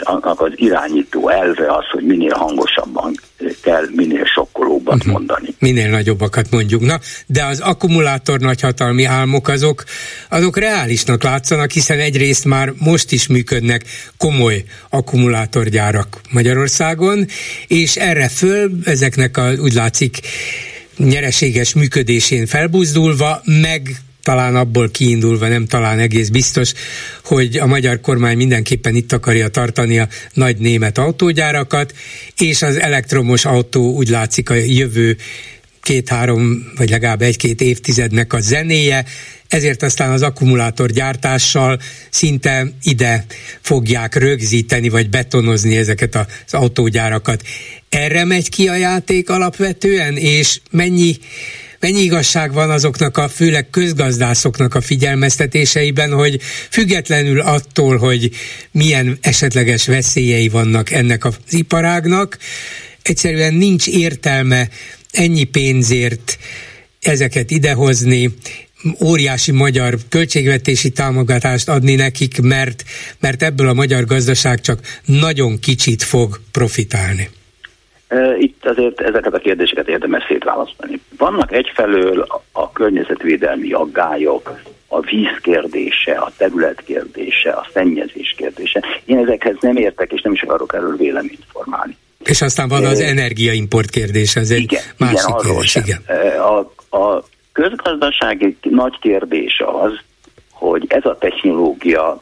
annak az irányító elve az, hogy minél hangosabban kell, minél sokkolóbbat uh-huh. mondani. Minél nagyobbakat mondjuk. Na, de az akkumulátor nagyhatalmi álmok azok, azok reálisnak látszanak, hiszen egyrészt már most is működnek komoly akkumulátorgyárak Magyarországon, és erre föl ezeknek a, úgy látszik, nyereséges működésén felbuzdulva, meg talán abból kiindulva, nem talán egész biztos, hogy a magyar kormány mindenképpen itt akarja tartani a nagy német autógyárakat, és az elektromos autó úgy látszik a jövő két-három, vagy legalább egy-két évtizednek a zenéje, ezért aztán az akkumulátorgyártással szinte ide fogják rögzíteni, vagy betonozni ezeket az autógyárakat. Erre megy ki a játék alapvetően, és mennyi Mennyi igazság van azoknak a főleg közgazdászoknak a figyelmeztetéseiben, hogy függetlenül attól, hogy milyen esetleges veszélyei vannak ennek az iparágnak, egyszerűen nincs értelme ennyi pénzért ezeket idehozni, óriási magyar költségvetési támogatást adni nekik, mert, mert ebből a magyar gazdaság csak nagyon kicsit fog profitálni. Itt azért ezeket a kérdéseket érdemes szétválasztani. Vannak egyfelől a környezetvédelmi aggályok, a víz kérdése, a terület kérdése, a szennyezés kérdése. Én ezekhez nem értek, és nem is akarok erről véleményt formálni. És aztán van az energiaimport kérdése, ez egy igen, másik igen, kérdés. Igen. A, a közgazdasági nagy kérdés az, hogy ez a technológia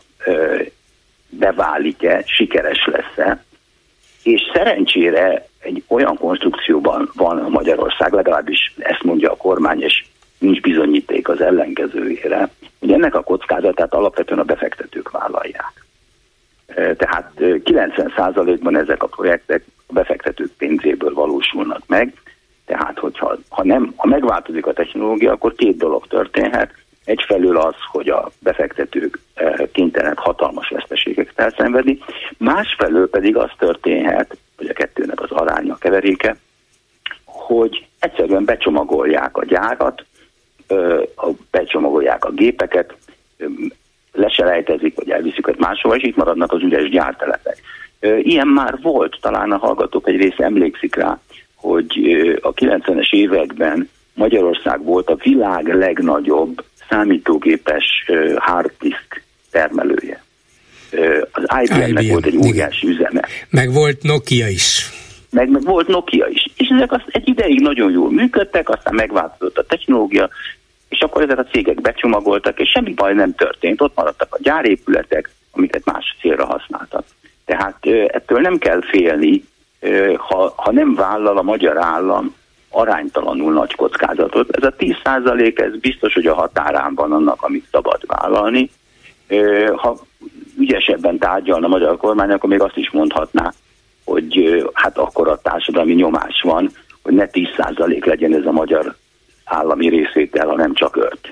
beválik-e, sikeres lesz-e, és szerencsére egy olyan konstrukcióban van a Magyarország, legalábbis ezt mondja a kormány, és nincs bizonyíték az ellenkezőjére, hogy ennek a kockázatát alapvetően a befektetők vállalják. Tehát kilencven százalékban ezek a projektek a befektetők pénzéből valósulnak meg, tehát hogyha ha nem, ha megváltozik a technológia, akkor két dolog történhet. Egyfelől az, hogy a befektetők kénytelenek hatalmas veszteségeket elszenvedni, másfelől pedig az történhet, hogy a kettőnek az aránya, keveréke, hogy egyszerűen becsomagolják a gyárat, becsomagolják a gépeket, leselejtezik, vagy elviszik őket máshova, és itt maradnak az üres gyártelepek. Ilyen már volt, talán a hallgatók egy része emlékszik rá, hogy a kilencvenes években Magyarország volt a világ legnagyobb számítógépes hard disk termelője. Az I B M-nek volt egy óriási üzeme. Meg volt Nokia is. Meg, meg volt Nokia is. És ezek az egy ideig nagyon jól működtek, aztán megváltozott a technológia, és akkor ezek a cégek becsomagoltak, és semmi baj nem történt. Ott maradtak a gyárépületek, amiket más célra használtak. Tehát ettől nem kell félni, ha, ha nem vállal a magyar állam aránytalanul nagy kockázatot. Ez a tíz százalék, ez biztos, hogy a határán van annak, amit szabad vállalni. Ha ügyesebben tárgyalna a magyar kormány, akkor még azt is mondhatná, hogy hát akkor a társadalmi nyomás van, hogy ne tíz százalék legyen ez a magyar állami részvétel, hanem csak öt.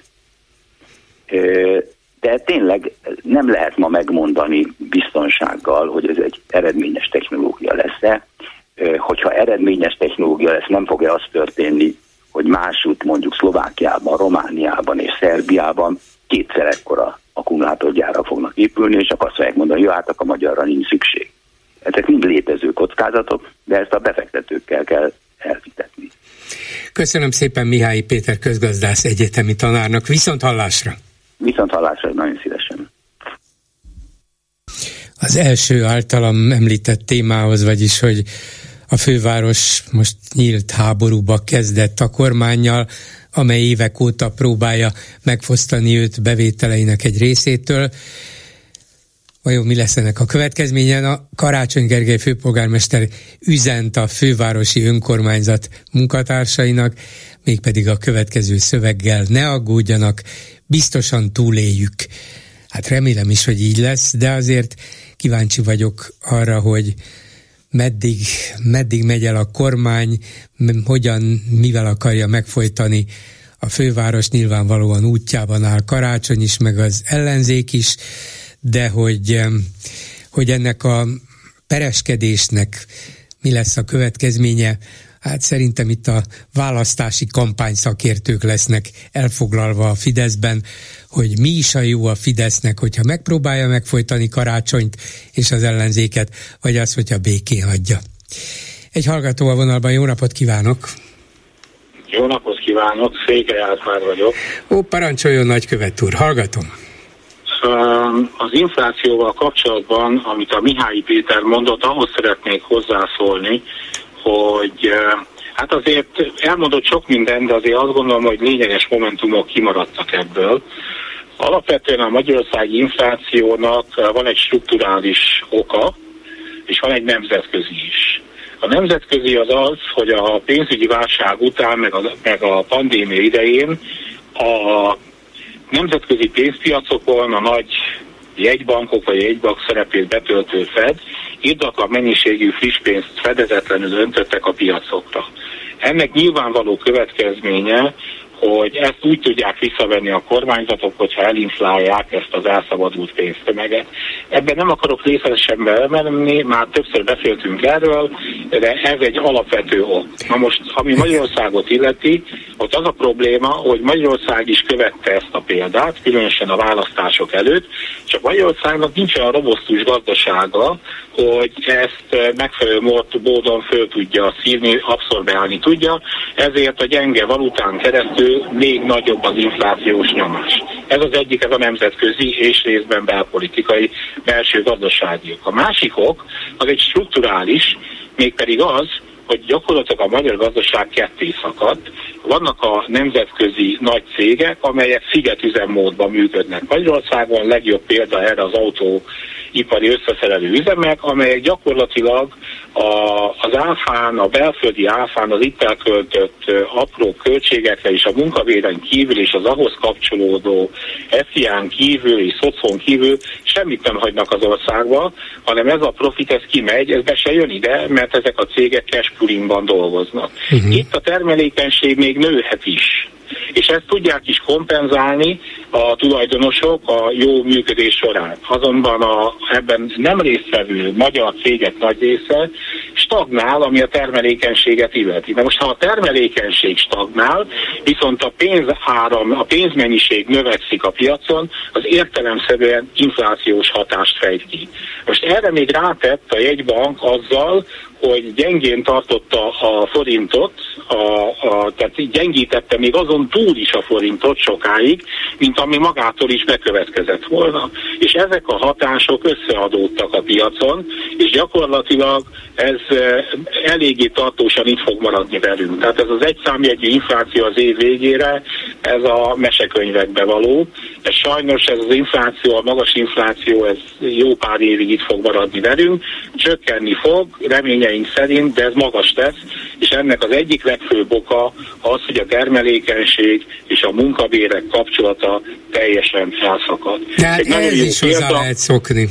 De tényleg nem lehet ma megmondani biztonsággal, hogy ez egy eredményes technológia lesz-e. Hogyha eredményes technológia lesz, nem fog-e az történni, hogy másút mondjuk Szlovákiában, Romániában és Szerbiában kétszer ekkora akkumulátorgyára fognak épülni, és akkor azt fogják mondani, hogy jó, hát a magyarra nincs szükség. Ezek mind létező kockázatok, de ezt a befektetőkkel kell elvitetni. Köszönöm szépen Mihály Péter közgazdász egyetemi tanárnak. Viszont hallásra! Viszont hallásra, nagyon szívesen. Az első általam említett témához, vagyis, hogy a főváros most nyílt háborúba kezdett a kormánnyal, amely évek óta próbálja megfosztani őt bevételeinek egy részétől. Vajon mi lesz ennek a következményen? A Karácsony Gergely főpolgármester üzent a fővárosi önkormányzat munkatársainak, mégpedig a következő szöveggel: ne aggódjanak, biztosan túléljük. Hát remélem is, hogy így lesz, de azért kíváncsi vagyok arra, hogy meddig, meddig megy el a kormány, hogyan, mivel akarja megfojtani a főváros. Nyilvánvalóan útjában áll Karácsony is, meg az ellenzék is, de hogy, hogy ennek a pereskedésnek mi lesz a következménye, Hát szerintem itt a választási kampányszakértők lesznek elfoglalva a Fideszben, hogy mi is a jó a Fidesznek, hogyha megpróbálja megfojtani Karácsonyt és az ellenzéket, vagy az, hogyha békén hagyja. Egy hallgató a vonalban, jó napot kívánok! Jó napot kívánok, Székely Árpád vagyok. Ó, parancsoljon, nagykövet úr, hallgatom. Az inflációval kapcsolatban, amit a Mihály Péter mondott, ahhoz szeretnék hozzászólni, hogy hát azért elmondott sok mindent, de azért azt gondolom, hogy lényeges momentumok kimaradtak ebből. Alapvetően a magyarországi inflációnak van egy strukturális oka, és van egy nemzetközi is. A nemzetközi az az, hogy a pénzügyi válság után, meg a, meg a pandémia idején a nemzetközi pénzpiacokon a nagy jegybankok vagy jegybank szerepét betöltő Fed irdatlan mennyiségű friss pénzt fedezetlenül öntöttek a piacokra. Ennek nyilvánvaló következménye, hogy ezt úgy tudják visszavenni a kormányzatok, hogyha elinflálják ezt az elszabadult pénztömeget. Ebben nem akarok részletesen belemenni, már többször beszéltünk erről, de ez egy alapvető ok. Na most, ami Magyarországot illeti, ott az a probléma, hogy Magyarország is követte ezt a példát, különösen a választások előtt, csak Magyarországnak nincs olyan robosztus gazdasága, hogy ezt megfelelő módon föl tudja szívni, abszorbálni tudja, ezért a gyenge valután keresztül még nagyobb az inflációs nyomás. Ez az egyik, ez a nemzetközi és részben belpolitikai belső gazdasági ok. A másik ok az egy strukturális, mégpedig az, hogy gyakorlatilag a magyar gazdaság ketté szakadt. Vannak a nemzetközi nagy cégek, amelyek szigetüzemmódban működnek. Magyarországon legjobb példa erre az autóipari összeszerelő üzemek, amelyek gyakorlatilag a, az áfán, a belföldi áfán, az itt elköltött apró költségekre és a munkabéren kívül és az ahhoz kapcsolódó efián kívül és szocon kívül semmit nem hagynak az országba, hanem ez a profit, ez kimegy, ez be se jön ide, mert ezek a cégek cash poolingban dolgoznak. Uh-huh. Itt a termelékenység még nőhet is. És ezt tudják is kompenzálni a tulajdonosok a jó működés során. Azonban a, ebben nem résztvevő magyar cégek nagy része stagnál, ami a termelékenységet illeti. De most, ha a termelékenység stagnál, viszont a pénzáram, a pénzmennyiség növekszik a piacon, az értelemszerűen inflációs hatást fejt ki. Most erre még rátett a jegybank azzal, hogy gyengén tartotta a forintot, a, a, tehát gyengítette még azon túl is a forintot sokáig, mint ami magától is bekövetkezett volna. És ezek a hatások összeadódtak a piacon, és gyakorlatilag ez eléggé tartósan itt fog maradni velünk. Tehát ez az egyszámjegyű infláció az év végére, ez a mesekönyvekbe való. Ez sajnos ez az infláció, a magas infláció, ez jó pár évig itt fog maradni velünk. Csökkenni fog, reményeink szerint, de ez magas lesz, és ennek az egyik legfőbb oka az, hogy a termelékenység és a munkabérek kapcsolata teljesen elszakad. De hát ez is hozzá példa, lehet szokni.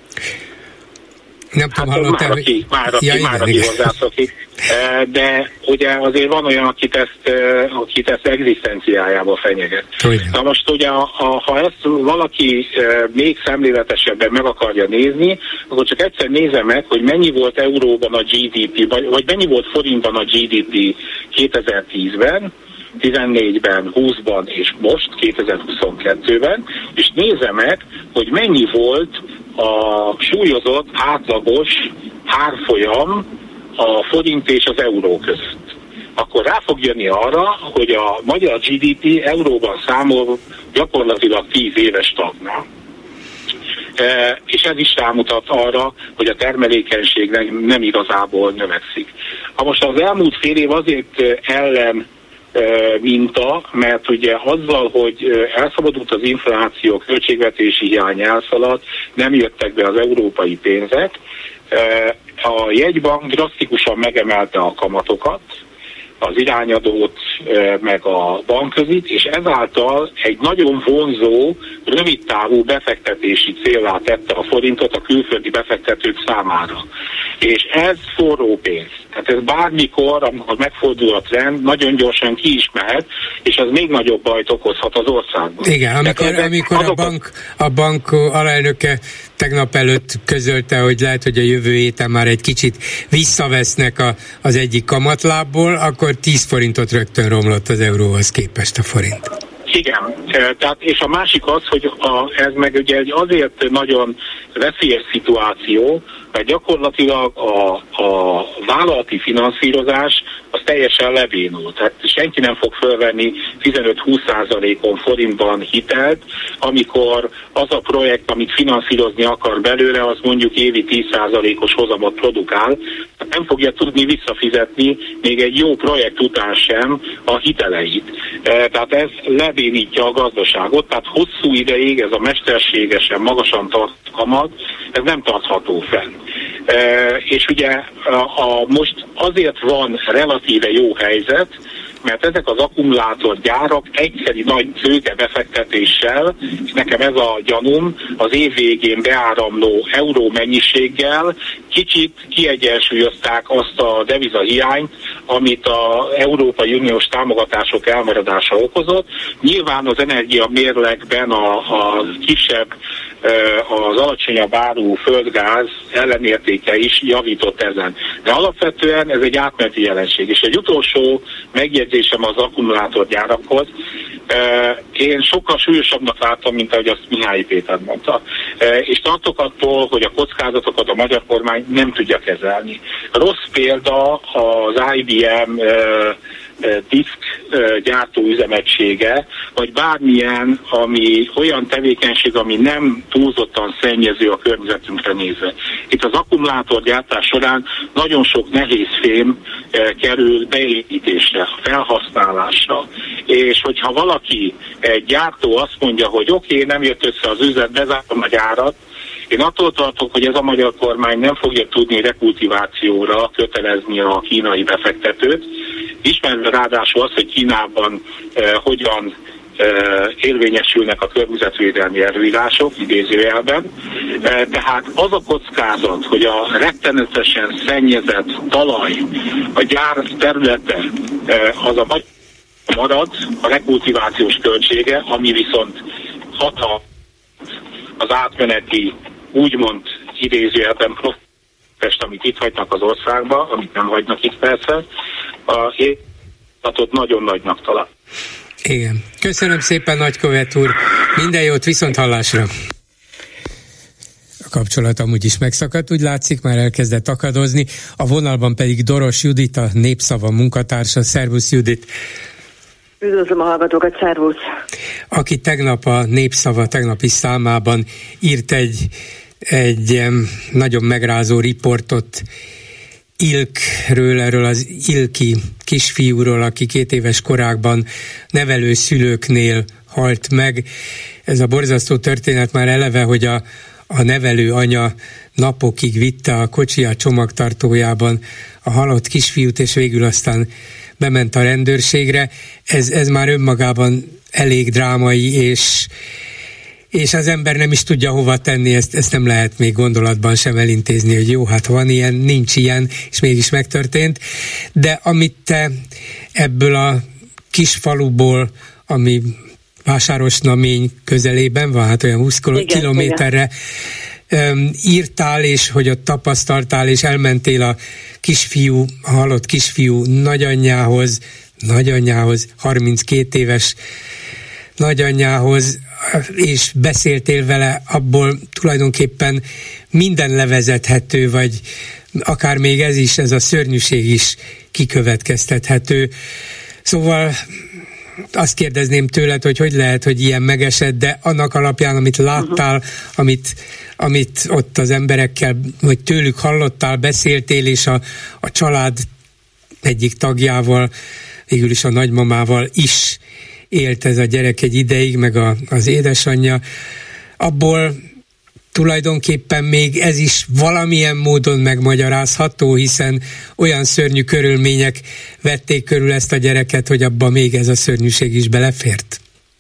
Nem tudom, hát hallottam, már aki, már aki, ja, már aki hozzászokik. De ugye azért van olyan, akit ezt, akit ezt egzisztenciájába fenyeget. Ugyan. Na most ugye, a, a, ha ezt valaki még szemléletesebben meg akarja nézni, akkor csak egyszer nézze meg, hogy mennyi volt euróban a gé dé pé, vagy, vagy mennyi volt forintban a gé dé pé kétezer-tízben, tizennégyben, húszban és most kétezer-huszonkettőben, és nézze meg, hogy mennyi volt a súlyozott, átlagos árfolyam a forint és az euró között. Akkor rá fog jönni arra, hogy a magyar gé dé pé euróban számol gyakorlatilag tíz éves stagnál. E, és ez is rámutat arra, hogy a termelékenység nem, nem igazából növekszik. Ha most az elmúlt fél év azért ellen minta, mert ugye azzal, hogy elszabadult az infláció, költségvetési hiány elszaladt, nem jöttek be az európai pénzek. A jegybank drasztikusan megemelte a kamatokat, az irányadót, meg a bankközit, és ezáltal egy nagyon vonzó, rövidtávú befektetési céllá tette a forintot a külföldi befektetők számára. És ez forró pénz. Tehát ez bármikor, amikor megfordul a trend, nagyon gyorsan ki is mehet, és az még nagyobb bajt okozhat az országban. Igen, amikor, amikor a bank, a bank alelnöke tegnap előtt közölte, hogy lehet, hogy a jövő héten már egy kicsit visszavesznek a, az egyik kamatlábból, akkor tíz forintot rögtön romlott az euróhoz képest a forint. Igen, tehát és a másik az, hogy a, ez meg ugye egy azért nagyon veszélyes szituáció, mert gyakorlatilag a, a vállalati finanszírozás az teljesen lebénul. Tehát senki nem fog fölvenni tizenöt-húsz százalékon forintban hitelt, amikor az a projekt, amit finanszírozni akar belőle, az mondjuk évi tíz százalékos hozamot produkál. Nem fogja tudni visszafizetni még egy jó projekt után sem a hiteleit. Tehát ez lebénítja a gazdaságot, tehát hosszú ideig ez a mesterségesen magasan tart kamat, ez nem tartható fenn. E, és ugye a, a, most azért van relatíve jó helyzet, mert ezek az akkumulátorgyárak egyszeri nagy tőkebefektetéssel, és nekem ez a gyanúm, az év végén beáramló euró mennyiséggel kicsit kiegyensúlyozták azt a devizahiányt, amit az Európai Uniós támogatások elmaradása okozott. Nyilván az energia mérlegben a, a kisebb, az alacsonyabb áru földgáz ellenértéke is javított ezen. De alapvetően ez egy átmeneti jelenség. És egy utolsó megjegyzésem az akkumulátorgyárakhoz. Én sokkal súlyosabbnak láttam, mint ahogy azt Mihály Péter mondta. És tartok attól, hogy a kockázatokat a magyar kormány nem tudja kezelni. Rossz példa az I B M diszk gyártóüzemegysége, vagy bármilyen ami, olyan tevékenység, ami nem túlzottan szennyező a környezetünkre nézve. Itt az akkumulátorgyártás során nagyon sok nehéz fém kerül beépítésre, felhasználásra. És hogyha valaki, egy gyártó azt mondja, hogy oké, okay, nem jött össze az üzlet, bezártam a gyárat, én attól tartok, hogy ez a magyar kormány nem fogja tudni rekultivációra kötelezni a kínai befektetőt, ismerve ráadásul az, hogy Kínában eh, hogyan eh, érvényesülnek a környezetvédelmi előírások, idézőjelben. Eh, tehát az a kockázat, hogy a rettenetesen szennyezett talaj, a gyár területe, eh, az a magyar marad, a rekultivációs költsége, ami viszont hatal az átmeneti, úgymond idézőjelben profest, amit itt hagynak az országba, amit nem hagynak itt persze, a éjszatot nagyon nagynak talál. Igen. Köszönöm szépen, nagykövet úr. Minden jót, viszont hallásra. A kapcsolat amúgy is megszakadt, úgy látszik, már elkezdett akadozni. A vonalban pedig Doros Judit, a Népszava munkatársa. Szervusz, Judit! Üdvözlöm a hallgatókat, szervusz! Aki tegnap a Népszava tegnapi számában írt egy, egy nagyon megrázó riportot Ilkről, erről az ilki kisfiúról, aki két éves korákban nevelőszülőknél halt meg. Ez a borzasztó történet már eleve, hogy a, a nevelő anya napokig vitte a kocsija csomagtartójában a halott kisfiút, és végül aztán bement a rendőrségre. Ez, ez már önmagában elég drámai, és, és az ember nem is tudja hova tenni, ezt, ezt nem lehet még gondolatban sem elintézni, hogy jó, hát van ilyen, nincs ilyen, és mégis megtörtént. De amit te ebből a kis faluból, ami Vásárosnamény közelében van, hát olyan húsz igen, kilométerre igen. írtál, és hogy ott tapasztaltál, és elmentél a kisfiú, a halott kisfiú nagyanyjához, nagyanyjához, harminckét éves nagyanyjához, és beszéltél vele, abból tulajdonképpen minden levezethető, vagy akár még ez is, ez a szörnyűség is kikövetkeztethető. Szóval azt kérdezném tőled, hogy hogy lehet, hogy ilyen megesett, de annak alapján, amit láttál, uh-huh. amit, amit ott az emberekkel, vagy tőlük hallottál, beszéltél, és a, a család egyik tagjával, végül is a nagymamával is élt ez a gyerek egy ideig, meg a, az édesanyja, abból tulajdonképpen még ez is valamilyen módon megmagyarázható, hiszen olyan szörnyű körülmények vették körül ezt a gyereket, hogy abba még ez a szörnyűség is belefért.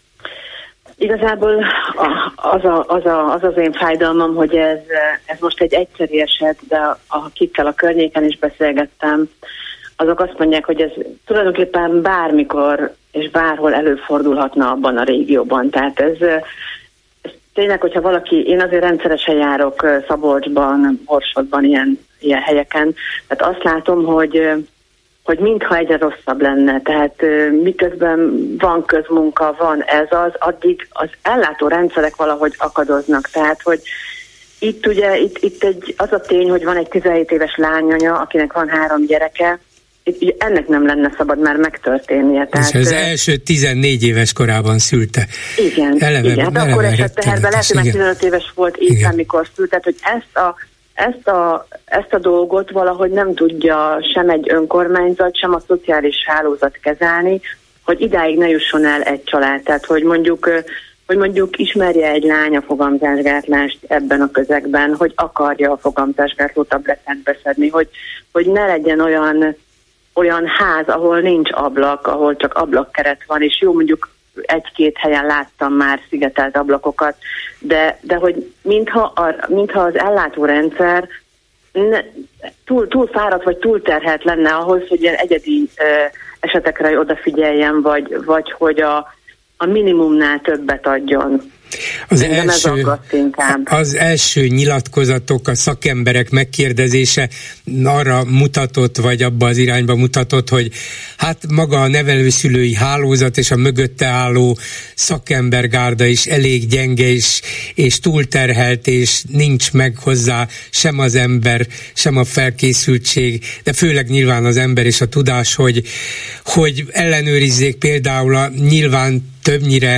Igazából az, a, az, a, az az én fájdalmam, hogy ez, ez most egy egyszeri eset, de akikkel a környéken is beszélgettem, azok azt mondják, hogy ez tulajdonképpen bármikor és bárhol előfordulhatna abban a régióban. Tehát ez tényleg, hogyha valaki, én azért rendszeresen járok Szabolcsban, Borsodban, ilyen, ilyen helyeken, tehát azt látom, hogy, hogy mintha egyre rosszabb lenne, tehát miközben van közmunka, van ez az, addig az ellátórendszerek valahogy akadoznak, tehát hogy itt ugye, itt, itt egy, az a tény, hogy van egy tizenhét éves lányanya, akinek van három gyereke, itt, ennek nem lenne szabad már megtörténnie. Tehát, és az első tizennégy éves korában szülte. Igen, eleve, igen. Hát akkor esett teherbe, lehet, hogy már tizenöt éves volt éppen, amikor szült, tehát hogy ezt a, ezt, a, ezt a dolgot valahogy nem tudja sem egy önkormányzat, sem a szociális hálózat kezelni, hogy idáig ne jusson el egy család. Tehát, hogy mondjuk hogy mondjuk ismerje egy lány a fogamzásgátlást ebben a közegben, hogy akarja a fogamzásgátló tablettát beszedni, hogy, hogy ne legyen olyan, olyan ház, ahol nincs ablak, ahol csak ablakkeret van, és jó, mondjuk egy-két helyen láttam már szigetelt ablakokat, de, de hogy mintha, a, mintha az ellátórendszer ne, túl, túl fáradt vagy túl terhelt lenne ahhoz, hogy ilyen egyedi ö, esetekre odafigyeljen, vagy, vagy hogy a a minimumnál többet adjon. Az első, az első nyilatkozatok, a szakemberek megkérdezése arra mutatott, vagy abba az irányba mutatott, hogy hát maga a nevelőszülői hálózat és a mögötte álló szakembergárda is elég gyenge és, és túlterhelt, és nincs meg hozzá sem az ember, sem a felkészültség, de főleg nyilván az ember és a tudás, hogy, hogy ellenőrizzék például a nyilván többnyire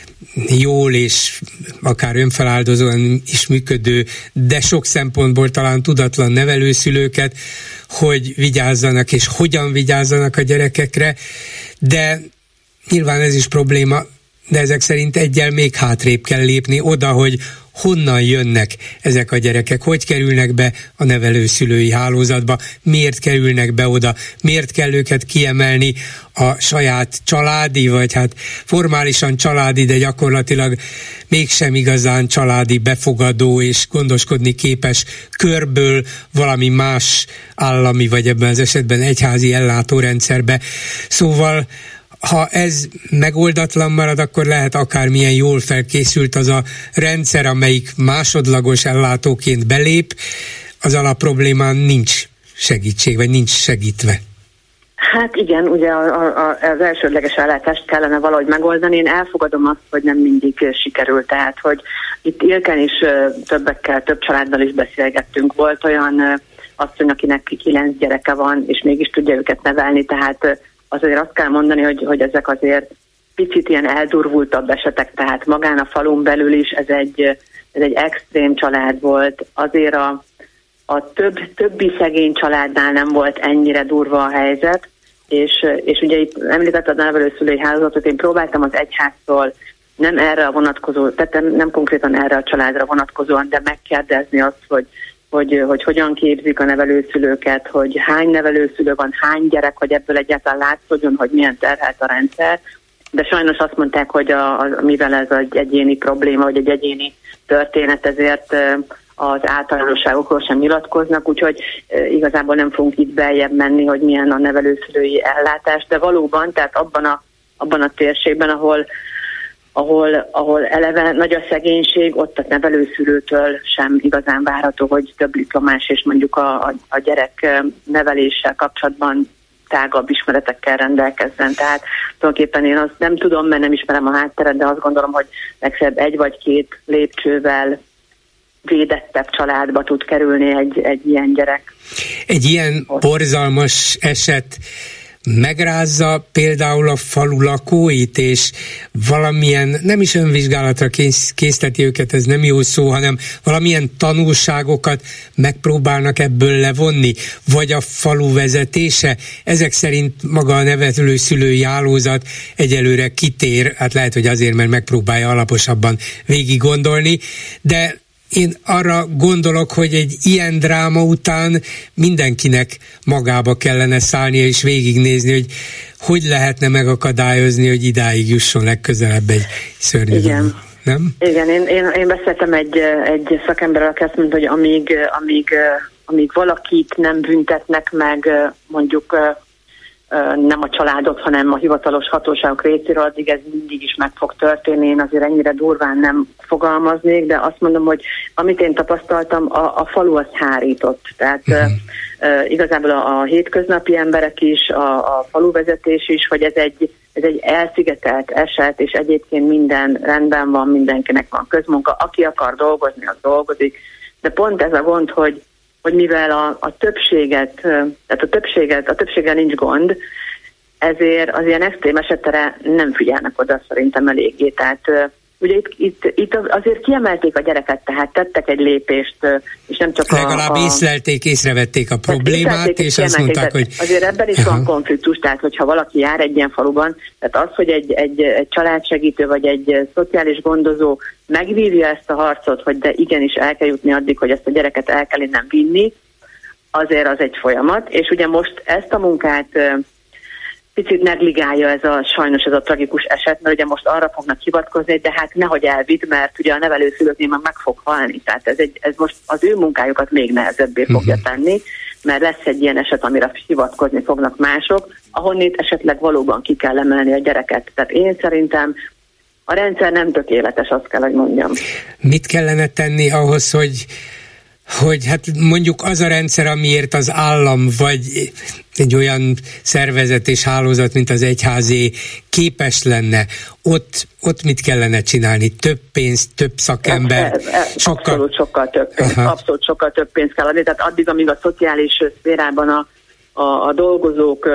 jól és akár önfeláldozóan is működő, de sok szempontból talán tudatlan nevelőszülőket, hogy vigyázzanak és hogyan vigyázzanak a gyerekekre, de nyilván ez is probléma, de ezek szerint egyel még hátrébb kell lépni oda, hogy honnan jönnek ezek a gyerekek, hogy kerülnek be a nevelőszülői hálózatba, miért kerülnek be oda, miért kell őket kiemelni a saját családi, vagy hát formálisan családi, de gyakorlatilag mégsem igazán családi, befogadó és gondoskodni képes körből valami más állami, vagy ebben az esetben egyházi ellátórendszerbe. Szóval ha ez megoldatlan marad, akkor lehet akármilyen jól felkészült az a rendszer, amelyik másodlagos ellátóként belép, az alapproblémán nincs segítség, vagy nincs segítve. Hát igen, ugye a, a, az elsődleges ellátást kellene valahogy megoldani. Én elfogadom azt, hogy nem mindig sikerül, tehát hogy itt Ilken is többekkel, több családdal is beszélgettünk. Volt olyan asszony, akinek kilenc gyereke van, és mégis tudja őket nevelni, tehát azért azt kell mondani, hogy, hogy ezek azért picit ilyen eldurvultabb esetek, tehát magán a falun belül is ez egy, ez egy extrém család volt. Azért a, a több, többi szegény családnál nem volt ennyire durva a helyzet, és, és ugye itt említetted a nevelőszülői hálózatot, én próbáltam az egyháztól nem erre a vonatkozó, tehát nem, nem konkrétan erre a családra vonatkozóan, de megkérdezni azt, hogy Hogy, hogy hogyan képzik a nevelőszülőket, hogy hány nevelőszülő van, hány gyerek, hogy ebből egyáltalán látszódjon, hogy milyen terhelt a rendszer. De sajnos azt mondták, hogy a, a, mivel ez egy egyéni probléma, vagy egy egyéni történet, ezért az általánosságokról sem nyilatkoznak, úgyhogy igazából nem fogunk itt beljebb menni, hogy milyen a nevelőszülői ellátás, de valóban, tehát abban a, abban a térségben, ahol Ahol, ahol eleve nagy a szegénység, ott a nevelőszülőtől sem igazán várható, hogy több diplomás és mondjuk a, a, a gyerek neveléssel kapcsolatban tágabb ismeretekkel rendelkezzen. Tehát tulajdonképpen én azt nem tudom, mert nem ismerem a hátteret, de azt gondolom, hogy legfeljebb egy vagy két lépcsővel védettebb családba tud kerülni egy, egy ilyen gyerek. Egy ilyen borzalmas eset megrázza például a falu lakóit, és valamilyen, nem is önvizsgálatra kész, készteti őket, ez nem jó szó, hanem valamilyen tanulságokat megpróbálnak ebből levonni, vagy a falu vezetése. Ezek szerint maga a nevelőszülői hálózat egyelőre kitér, hát lehet, hogy azért, mert megpróbálja alaposabban végig gondolni, de én arra gondolok, hogy egy ilyen dráma után mindenkinek magába kellene szállnia és végignézni, hogy hogy lehetne megakadályozni, hogy idáig jusson legközelebb egy szörnyű. Igen. Nem? Igen, én, én, én beszéltem egy, egy szakemberrel, aki azt mondta, hogy amíg, amíg, amíg valakit nem büntetnek meg mondjuk nem a családot, hanem a hivatalos hatóságok részéről, addig ez mindig is meg fog történni. Én azért ennyire durván nem fogalmaznék, de azt mondom, hogy amit én tapasztaltam, a, a falu az hárított. Tehát uh-huh. uh, igazából a, a hétköznapi emberek is, a, a faluvezetés is, hogy ez egy, ez egy elszigetelt eset, és egyébként minden rendben van, mindenkinek van közmunka, aki akar dolgozni, az dolgozik. De pont ez a gond, hogy hogy mivel a, a többséget, tehát a többséget, a többséggel nincs gond, ezért az ilyen extrém esetre nem figyelnek oda szerintem eléggé. Tehát ugye itt, itt, itt azért kiemelték a gyereket, tehát tettek egy lépést, és nem csak legalább a... Legalább észlelték, észrevették a problémát, és, és azt mondták, hogy... Azért ebben is van konfliktus, tehát hogyha valaki jár egy ilyen faluban, tehát az, hogy egy, egy, egy családsegítő, vagy egy szociális gondozó megvívja ezt a harcot, hogy de igenis el kell jutni addig, hogy ezt a gyereket el kell innen vinni, azért az egy folyamat, és ugye most ezt a munkát picit negligálja ez a, sajnos ez a tragikus eset, mert ugye most arra fognak hivatkozni, de hát nehogy elvidd, mert ugye a nevelőszülőknél meg meg fog halni. Tehát ez, egy, ez most az ő munkájukat még nehezebbé fogja tenni, mert lesz egy ilyen eset, amire hivatkozni fognak mások, ahonnét esetleg valóban ki kell emelni a gyereket. Tehát én szerintem a rendszer nem tökéletes, azt kell, hogy mondjam. Mit kellene tenni ahhoz, hogy hogy hát mondjuk az a rendszer, amiért az állam vagy egy olyan szervezet és hálózat, mint az egyházé képes lenne, ott, ott mit kellene csinálni? Több pénzt, több szakember? Ez, ez, sokkal... Abszolút sokkal több pénzt, abszolút sokkal több pénzt kell adni, tehát addig, amíg a szociális szférában a, a, a dolgozók,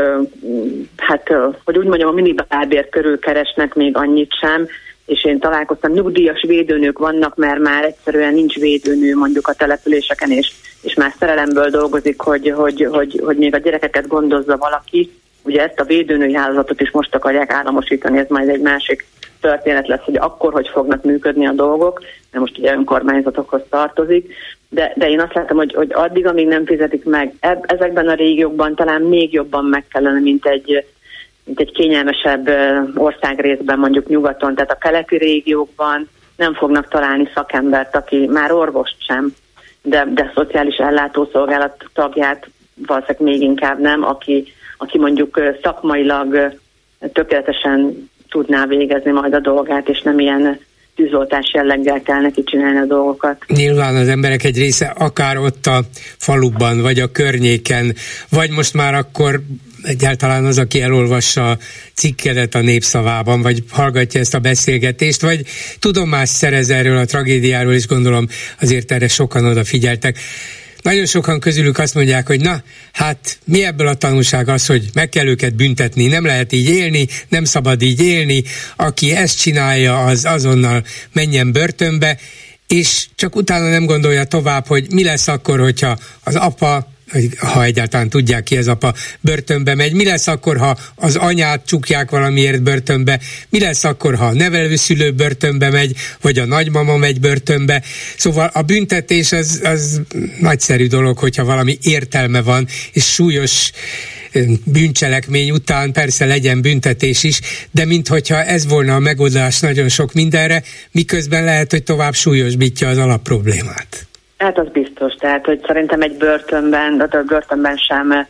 hát, hogy úgy mondjam, a minimálbér körül keresnek még annyit sem, és én találkoztam, nyugdíjas védőnők vannak, mert már egyszerűen nincs védőnő mondjuk a településeken, és, és már szerelemből dolgozik, hogy, hogy, hogy, hogy még a gyerekeket gondozza valaki. Ugye ezt a védőnői hálózatot is most akarják államosítani, ez majd egy másik történet lesz, hogy akkor, hogy fognak működni a dolgok, mert most ugye önkormányzatokhoz tartozik, de, de én azt látom, hogy, hogy addig, amíg nem fizetik meg, eb, ezekben a régiókban talán még jobban meg kellene, mint egy mint egy kényelmesebb országrészben, mondjuk nyugaton, tehát a keleti régiókban nem fognak találni szakembert, aki már orvost sem, de, de szociális ellátószolgálat tagját valószínűleg még inkább nem, aki, aki mondjuk szakmailag tökéletesen tudná végezni majd a dolgát, és nem ilyen tűzoltás jelleggel kell neki csinálni a dolgokat. Nyilván az emberek egy része akár ott a faluban, vagy a környéken, vagy most már akkor egyáltalán az, aki elolvassa a cikkedet a Népszavában, vagy hallgatja ezt a beszélgetést, vagy tudomást szerez erről a tragédiáról, és gondolom azért erre sokan odafigyeltek. Nagyon sokan közülük azt mondják, hogy na, hát mi ebből a tanulság az, hogy meg kell őket büntetni, nem lehet így élni, nem szabad így élni, aki ezt csinálja, az azonnal menjen börtönbe, és csak utána nem gondolja tovább, hogy mi lesz akkor, hogyha az apa, ha egyáltalán tudják ki, ez apa börtönbe megy. Mi lesz akkor, ha az anyát csukják valamiért börtönbe? Mi lesz akkor, ha a nevelőszülő börtönbe megy, vagy a nagymama megy börtönbe? Szóval a büntetés az, az nagyszerű dolog, hogyha valami értelme van, és súlyos bűncselekmény után persze legyen büntetés is, de minthogyha ez volna a megoldás nagyon sok mindenre, miközben lehet, hogy tovább súlyosbítja az alapproblémát. Hát az biztos, tehát hogy szerintem egy börtönben, de a börtönben sem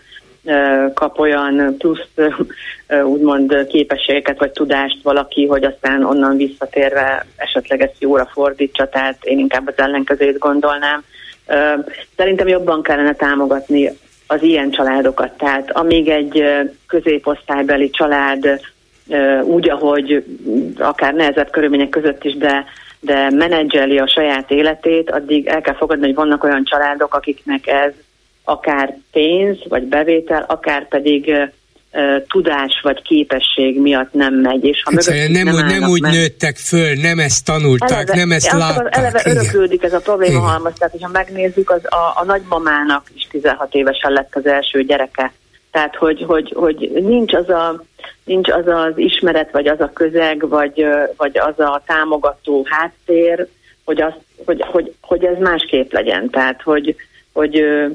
kap olyan plusz úgymond képességeket vagy tudást valaki, hogy aztán onnan visszatérve esetleg ezt jóra fordítsa, tehát én inkább az ellenkezőjét gondolnám. Szerintem jobban kellene támogatni az ilyen családokat, tehát amíg egy középosztálybeli család úgy, ahogy akár nehezebb körülmények között is, de de menedzseli a saját életét, addig el kell fogadni, hogy vannak olyan családok, akiknek ez akár pénz, vagy bevétel, akár pedig uh, tudás, vagy képesség miatt nem megy. És ha nem, nem, úgy, nem úgy nőttek föl, nem ezt tanulták, eleve, nem ezt látták. Eleve öröklődik ez a probléma halmaz, tehát hogyha megnézzük, az a, a nagymamának is tizenhat évesen lett az első gyereke. Tehát, hogy, hogy, hogy nincs az a nincs az az ismeret, vagy az a közeg, vagy, vagy az a támogató háttér, hogy, az, hogy, hogy, hogy ez másképp legyen. Tehát, hogy, hogy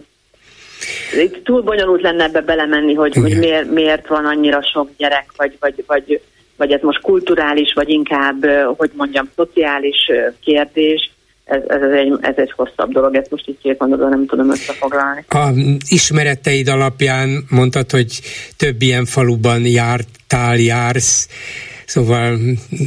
itt túl bonyolult lenne ebbe belemenni, hogy, hogy miért, miért van annyira sok gyerek, vagy, vagy, vagy, vagy ez most kulturális, vagy inkább, hogy mondjam, szociális kérdés, ez, ez, egy, ez egy hosszabb dolog, ezt most így két mondatban nem tudom összefoglalni. A ismereteid alapján mondtad, hogy több ilyen faluban jártál, jársz, szóval,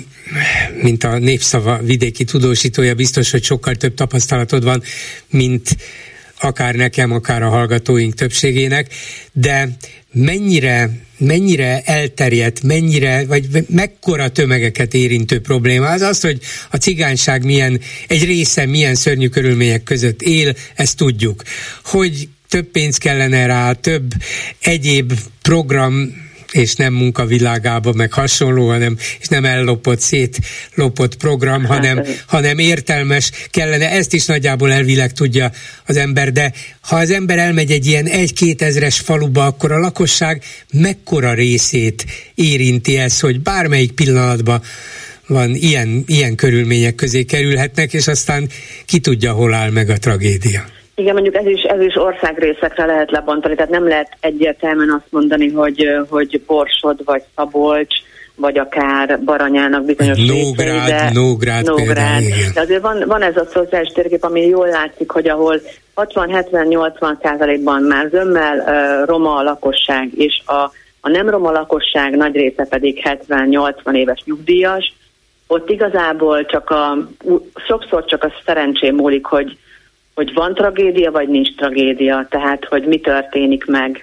mint a Népszava vidéki tudósítója, biztos, hogy sokkal több tapasztalatod van, mint akár nekem, akár a hallgatóink többségének, de mennyire, mennyire elterjedt, mennyire, vagy mekkora tömegeket érintő probléma az az, hogy a cigányság milyen, egy része milyen szörnyű körülmények között él, ezt tudjuk. Hogy több pénz kellene rá, több egyéb program, és nem munkavilágába, meg hasonló, hanem, és nem ellopott, szétlopott program, hanem, hanem értelmes kellene, ezt is nagyjából elvileg tudja az ember, de ha az ember elmegy egy ilyen egy-két ezres faluba, akkor a lakosság mekkora részét érinti ez, hogy bármelyik pillanatban van ilyen, ilyen körülmények közé kerülhetnek, és aztán ki tudja, hol áll meg a tragédia. Igen, mondjuk ez is, ez is országrészekre lehet lebontani, tehát nem lehet egyértelműen azt mondani, hogy, hogy Borsod, vagy Szabolcs, vagy akár Baranyának bizonyos Nógrád, részei, de Nógrád, Nógrád például, de azért van, van ez a szociális térkép, ami jól látszik, hogy ahol hatvan-hetven-nyolcvan százalékban már zömmel uh, roma a lakosság, és a, a nem roma lakosság nagy része pedig hetven-nyolcvan éves nyugdíjas, ott igazából csak a, sokszor csak a szerencsém múlik, hogy hogy van tragédia, vagy nincs tragédia, tehát, hogy mi történik meg.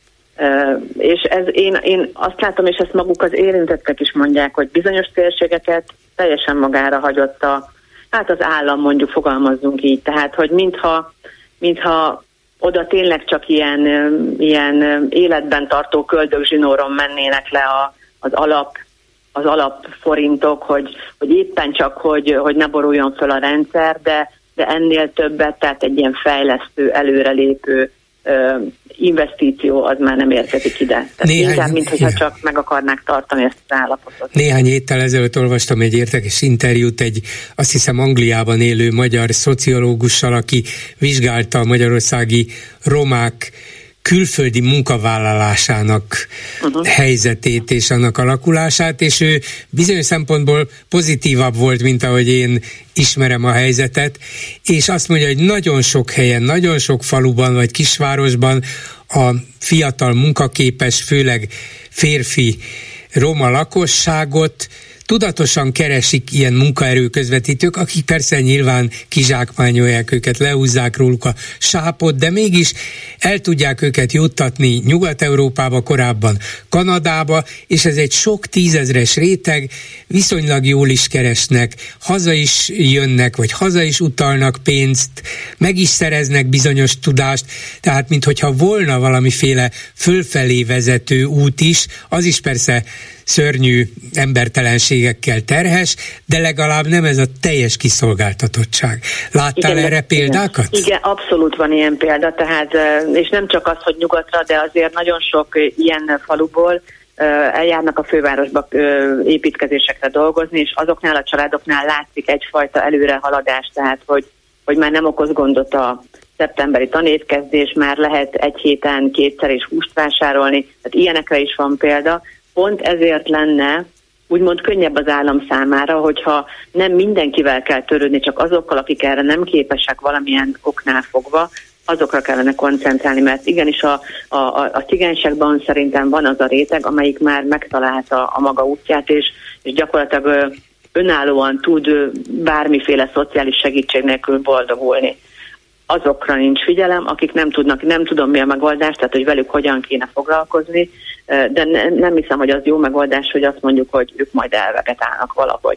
Uh, és ez én, én azt látom, és ezt maguk az érintettek is mondják, hogy bizonyos térségeket teljesen magára hagyott a, hát az állam, mondjuk fogalmazzunk így, tehát, hogy mintha, mintha oda tényleg csak ilyen, ilyen életben tartó köldögzsinóron mennének le a, az alap, az alapforintok, hogy, hogy éppen csak, hogy, hogy ne boruljon föl a rendszer, de de ennél többet, tehát egy ilyen fejlesztő, előrelépő ö, investíció az már nem érkezik ide. Tehát Néhány, inkább, mint hogyha csak meg akarnák tartani ezt az állapotot. Néhány héttel ezelőtt olvastam egy érdekes interjút egy, azt hiszem, Angliában élő magyar szociológussal, aki vizsgálta a magyarországi romák külföldi munkavállalásának uh-huh. helyzetét és annak alakulását, és ő bizonyos szempontból pozitívabb volt, mint ahogy én ismerem a helyzetet, és azt mondja, hogy nagyon sok helyen, nagyon sok faluban vagy kisvárosban a fiatal munkaképes, főleg férfi roma lakosságot tudatosan keresik ilyen munkaerőközvetítők, akik persze nyilván kizsákmányolják őket, lehúzzák róluk a sápot, de mégis el tudják őket juttatni Nyugat-Európába, korábban Kanadába, és ez egy sok tízezres réteg, viszonylag jól is keresnek, haza is jönnek, vagy haza is utalnak pénzt, meg is szereznek bizonyos tudást, tehát minthogyha volna valamiféle fölfelé vezető út is, az is persze szörnyű embertelenségekkel terhes, de legalább nem ez a teljes kiszolgáltatottság. Láttál igen, erre példákat? Igen, igen, abszolút van ilyen példa, tehát, és nem csak az, hogy nyugatra, de azért nagyon sok ilyen faluból eljárnak a fővárosba építkezésekre dolgozni, és azoknál a családoknál látszik egyfajta előrehaladás, tehát hogy, hogy már nem okoz gondot a szeptemberi tanévkezdés, már lehet egy héten kétszer is húst vásárolni, tehát ilyenekre is van példa. Pont ezért lenne úgymond könnyebb az állam számára, hogyha nem mindenkivel kell törődni, csak azokkal, akik erre nem képesek valamilyen oknál fogva, azokra kellene koncentrálni, mert igenis a, a, a cigányságban szerintem van az a réteg, amelyik már megtalálta a maga útját, és, és gyakorlatilag önállóan tud bármiféle szociális segítség nélkül boldogulni. Azokra nincs figyelem, akik nem tudnak, nem tudom mi a megoldás, tehát hogy velük hogyan kéne foglalkozni, de ne, nem hiszem, hogy az jó megoldás, hogy azt mondjuk, hogy ők majd elvegetálnak valahogy.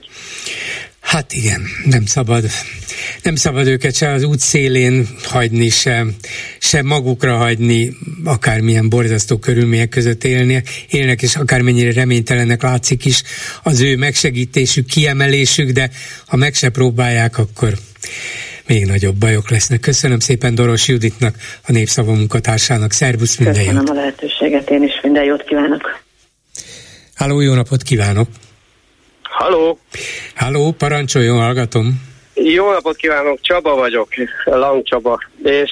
Hát igen, nem szabad, nem szabad őket se az út szélén hagyni, se, se magukra hagyni, akármilyen borzasztó körülmények között élni, élnek, és akármennyire reménytelennek látszik is az ő megsegítésük, kiemelésük, de ha meg se próbálják, akkor még nagyobb bajok lesznek. Köszönöm szépen Doros Juditnak, a Népszava munkatársának. Szervusz, minden jót! Köszönöm a lehetőséget, én is minden jót kívánok! Halló, jó napot kívánok! Halló! Halló, parancsoljon, hallgatom! Jó napot kívánok, Csaba vagyok, Lang Csaba. És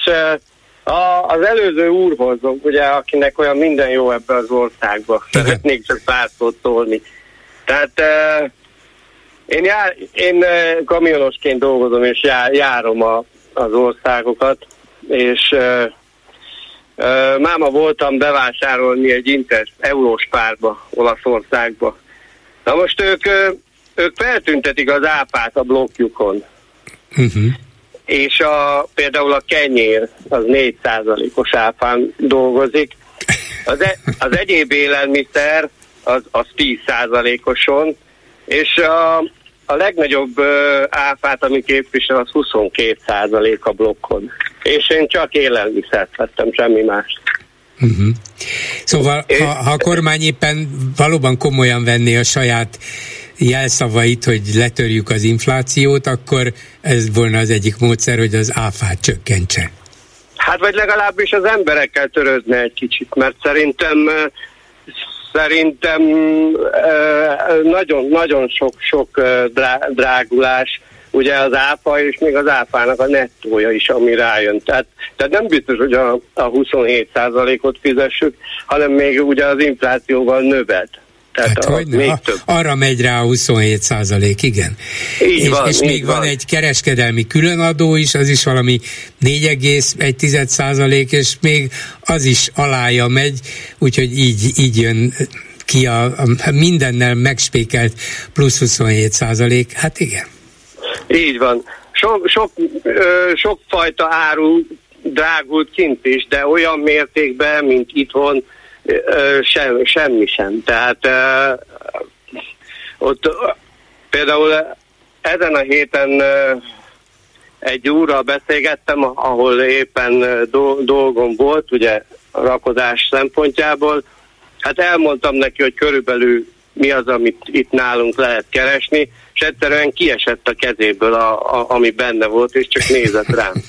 a, az előző úrhoz, ugye, akinek olyan minden jó ebbe az országba, szeretnék csak pár szót szólni. Tehát Én, jár, én kamionosként dolgozom, és jár, járom a, az országokat, és uh, uh, máma voltam bevásárolni egy Inter eurós párba, Olaszországba. Na most ők, ők feltüntetik az áfát a blokkjukon. Uh-huh. És a, például a kenyér az négy százalékos áfán dolgozik. Az, e, az egyéb élelmiszer az, az tíz százalékoson, és a, a legnagyobb uh, áfát, ami képvisel, az huszonkét százalék a blokkon. És én csak élelmiszert vettem, semmi más. Uh-huh. Szóval, ha, ha a kormány éppen valóban komolyan venné a saját jelszavait, hogy letörjük az inflációt, akkor ez volna az egyik módszer, hogy az áfát csökkentse. Hát vagy legalábbis az emberekkel törődne egy kicsit, mert szerintem szerintem nagyon-nagyon sok-sok drágulás, ugye az áfa, és még az áfának a nettója is, ami rájön. Tehát, tehát nem biztos, hogy a, a huszonhét százalékot fizessük, hanem még ugye az inflációval növet. Tehát hát a, hogy még a, több. Arra megy rá a huszonhét százalék, igen. Így és van, és így még van. van egy kereskedelmi különadó is, az is valami négy egész egy százalék, és még az is alája megy, úgyhogy így, így jön ki a, a mindennel megspékelt plusz huszonhét százalék. Hát igen. Így van. Sok, sok, ö, sokfajta áru drágult kint is, de olyan mértékben, mint itthon, ö, sem, semmi sem. Tehát ö, ott ö, például ezen a héten ö, egy úrral beszélgettem, ahol éppen do, dolgom volt, ugye a rakodás szempontjából. Hát elmondtam neki, hogy körülbelül mi az, amit itt nálunk lehet keresni, és egyszerűen kiesett a kezéből, a, a, ami benne volt, és csak nézett rám.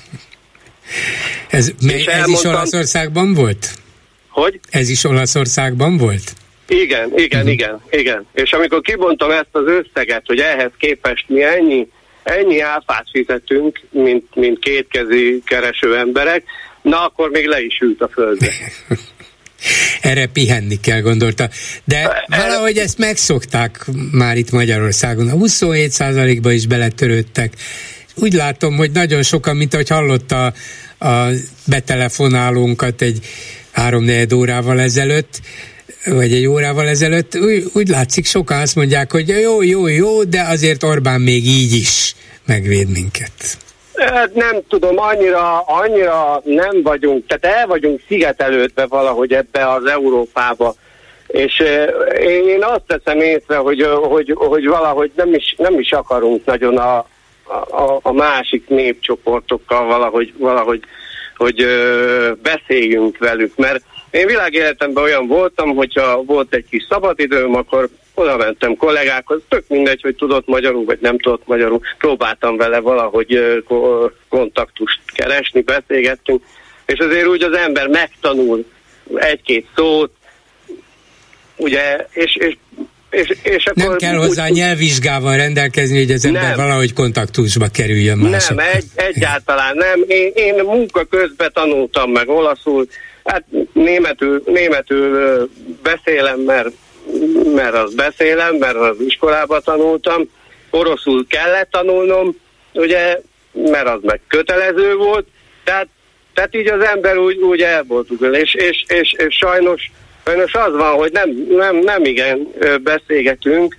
Ez, ez elmondtam, is Olaszországban volt? Hogy? Ez is Olaszországban volt? Igen, igen, uh-huh. igen, igen. És amikor kibontam ezt az összeget, hogy ehhez képest mi ennyi, ennyi áfát fizetünk, mint, mint kétkezi kereső emberek, na akkor még le is ült a földre. Erre pihenni kell, gondolta. De valahogy ezt megszokták már itt Magyarországon. A huszonhét százalékba is beletörődtek. Úgy látom, hogy nagyon sokan, mint ahogy hallotta a betelefonálónkat egy háromnegyed órával ezelőtt, vagy egy órával ezelőtt, úgy, úgy látszik, sokan azt mondják, hogy jó, jó, jó, de azért Orbán még így is megvéd minket. Hát nem tudom, annyira, annyira nem vagyunk, tehát el vagyunk szigetelődve valahogy ebbe az Európába, és én, én azt teszem észre, hogy, hogy, hogy valahogy nem is, nem is akarunk nagyon a, a, a másik népcsoportokkal valahogy, valahogy hogy ö, beszéljünk velük, mert én világéletemben olyan voltam, hogyha volt egy kis szabadidőm, akkor oda mentem kollégákhoz, tök mindegy, hogy tudott magyarul, vagy nem tudott magyarul, próbáltam vele valahogy ö, kontaktust keresni, beszélgettünk, és azért úgy az ember megtanul egy-két szót, ugye, és, és És, és akkor nem kell hozzá úgy, nyelvvizsgával rendelkezni, hogy az ember nem, valahogy kontaktusba kerüljön másokkal. Nem, egy, egyáltalán nem. Én, én munka közben tanultam meg olaszul, hát németül, németül beszélem, mert, mert az beszélem, mert az iskolában tanultam, oroszul kellett tanulnom, ugye, mert az meg kötelező volt, tehát, tehát így az ember úgy, úgy el volt, és, és, és, és sajnos Sajnos az van, hogy nem, nem, nem igen beszélgetünk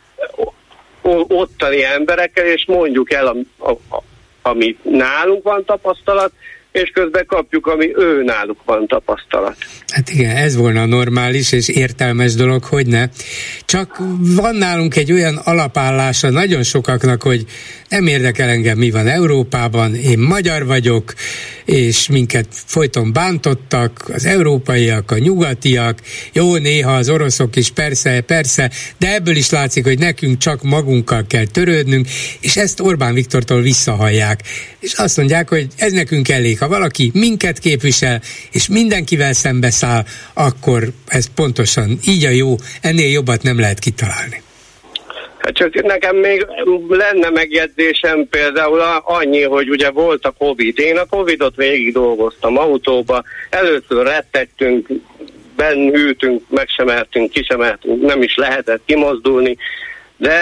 ottani emberekkel, és mondjuk el, a, a, a, ami nálunk van tapasztalat, és közben kapjuk, ami ő náluk van tapasztalat. Hát igen, ez volna normális és értelmes dolog, hogy ne. Csak van nálunk egy olyan alapállása nagyon sokaknak, hogy nem érdekel engem, mi van Európában, én magyar vagyok, és minket folyton bántottak, az európaiak, a nyugatiak, jó, néha az oroszok is, persze, persze, de ebből is látszik, hogy nekünk csak magunkkal kell törődnünk, és ezt Orbán Viktortól visszahallják. És azt mondják, hogy ez nekünk elég. Ha valaki minket képvisel, és mindenkivel szembeszáll, akkor ez pontosan így a jó, ennél jobbat nem lehet kitalálni. Hát csak nekem még lenne megjegyzésem például annyi, hogy ugye volt a Covid. Én a Covidot végig dolgoztam autóba, először rettegtünk, benn ültünk, meg sem emeltünk, ki sem emeltünk, nem is lehetett kimozdulni, de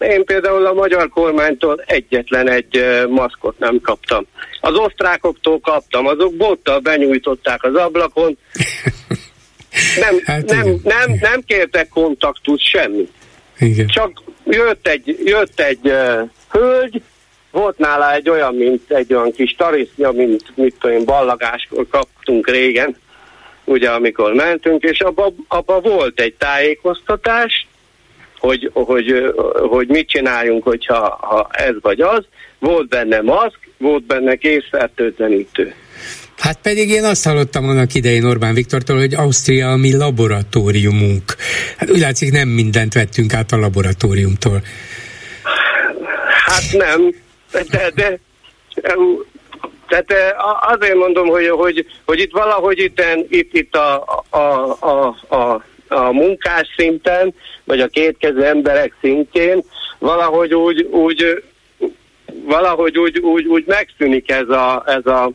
én például a magyar kormánytól egyetlen egy maszkot nem kaptam. Az osztrákoktól kaptam, azok bottal benyújtották az ablakon. Nem, hát nem, nem, nem kértek kontaktust, semmi. Igen. Csak jött egy, jött egy uh, hölgy, volt nála egy olyan, mint egy olyan kis tarisznya, mint mit tudom én, ballagáskor kaptunk régen, ugye amikor mentünk, és abban abba volt egy tájékoztatás, hogy, hogy, hogy mit csináljunk, hogyha ha ez vagy az. Volt benne maszk, volt benne készfertőtlenítő. Hát pedig én azt hallottam annak idején Orbán Viktortól, hogy Ausztria a mi laboratóriumunk. Hát úgy látszik, nem mindent vettünk át a laboratóriumtól. Hát nem, de, de tehát azért mondom, hogy, hogy, hogy itt valahogy itten, itt, itt a, a, a, a, a munkás szinten, vagy a kétkezű emberek szintjén valahogy úgy, úgy valahogy úgy, úgy, úgy megszűnik ez a, ez a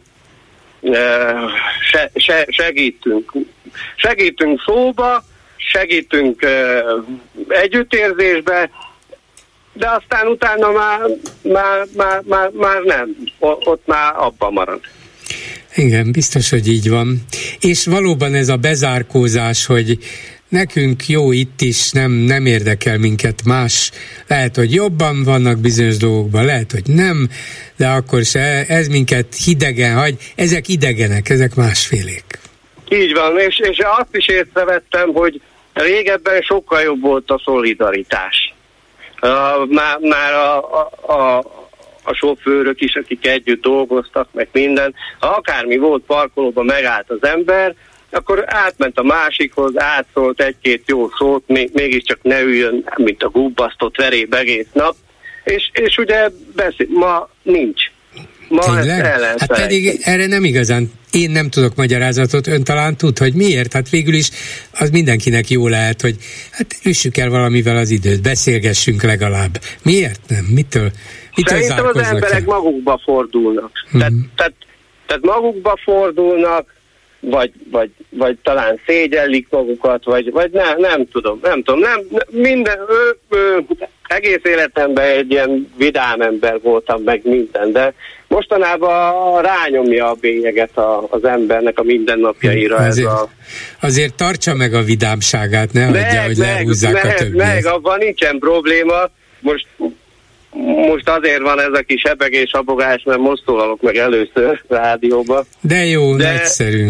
se, se, segítünk. Segítünk szóba, segítünk együttérzésbe, de aztán utána már, már, már, már, már nem. Ott már abban marad. Igen, biztos, hogy így van. És valóban ez a bezárkózás, hogy nekünk jó itt is, nem, nem érdekel minket más. Lehet, hogy jobban vannak bizonyos dolgokban, lehet, hogy nem, de akkor se, ez minket hidegen hagy. Ezek idegenek, ezek másfélék. Így van, és, és azt is észrevettem, hogy régebben sokkal jobb volt a szolidaritás. Uh, már már a, a, a, a sofőrök is, akik együtt dolgoztak, meg minden. Ha akármi volt, parkolóban megállt az ember, akkor átment a másikhoz, átszólt egy-két jó szót, még, mégiscsak ne üljön, mint a gubbasztott veréb egész nap, és, és ugye beszél, ma nincs. Ma hát pedig erre nem igazán, én nem tudok magyarázatot, ön talán tud, hogy miért? Hát végül is az mindenkinek jó lehet, hogy hát üssük el valamivel az időt, beszélgessünk legalább. Miért nem? Mitől? Mitől Szerintem az emberek el? magukba fordulnak. Hmm. Tehát, tehát, tehát magukba fordulnak, vagy, vagy, vagy talán szégyellik magukat, vagy, vagy nem, nem tudom, nem tudom, nem, minden, ő, ő, egész életemben egy ilyen vidám ember voltam, meg minden, de mostanában rányomja a bélyeget a, az embernek a mindennapjaira. Azért, ez a... azért tartsa meg a vidámságát, ne meg, hagyja, hogy meg, lehúzzák meg, a többiek. Meg, abban nincsen probléma, most Most azért van ez a kis hebegés, habogás, mert most szólalok meg először rádióba. De jó, de, nagyszerű.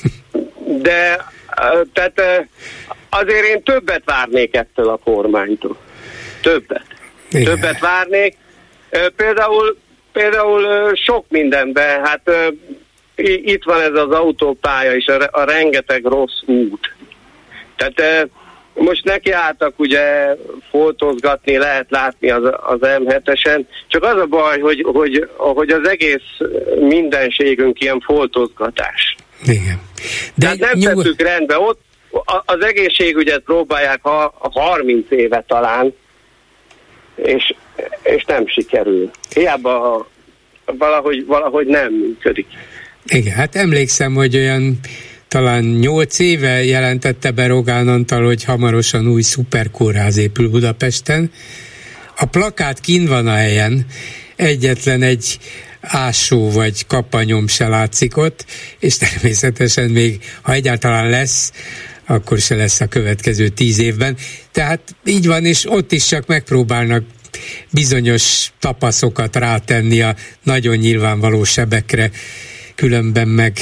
De tehát azért én többet várnék ettől a kormánytól. Többet. Igen. Többet várnék. Például, például sok mindenben, hát itt van ez az autópálya és a, a rengeteg rossz út. Tehát most nekiálltak ugye fotózgatni, lehet látni az, az em hetesen, csak az a baj, hogy, hogy, hogy az egész mindenségünk ilyen fotózgatás. Igen. De tehát nem nyug... tettük rendbe, ott az egészségügyet próbálják ha, harminc éve talán, és, és nem sikerül. Hiába valahogy, valahogy nem működik. Igen, hát emlékszem, hogy olyan talán nyolc éve jelentette be Rogán Antal, hogy hamarosan új szuperkórház épül Budapesten. A plakát kint van a helyen, egyetlen egy ásó vagy kapanyom se látszik ott, és természetesen még, ha egyáltalán lesz, akkor se lesz a következő tíz évben. Tehát így van, és ott is csak megpróbálnak bizonyos tapaszokat rátenni a nagyon nyilvánvaló sebekre, különben meg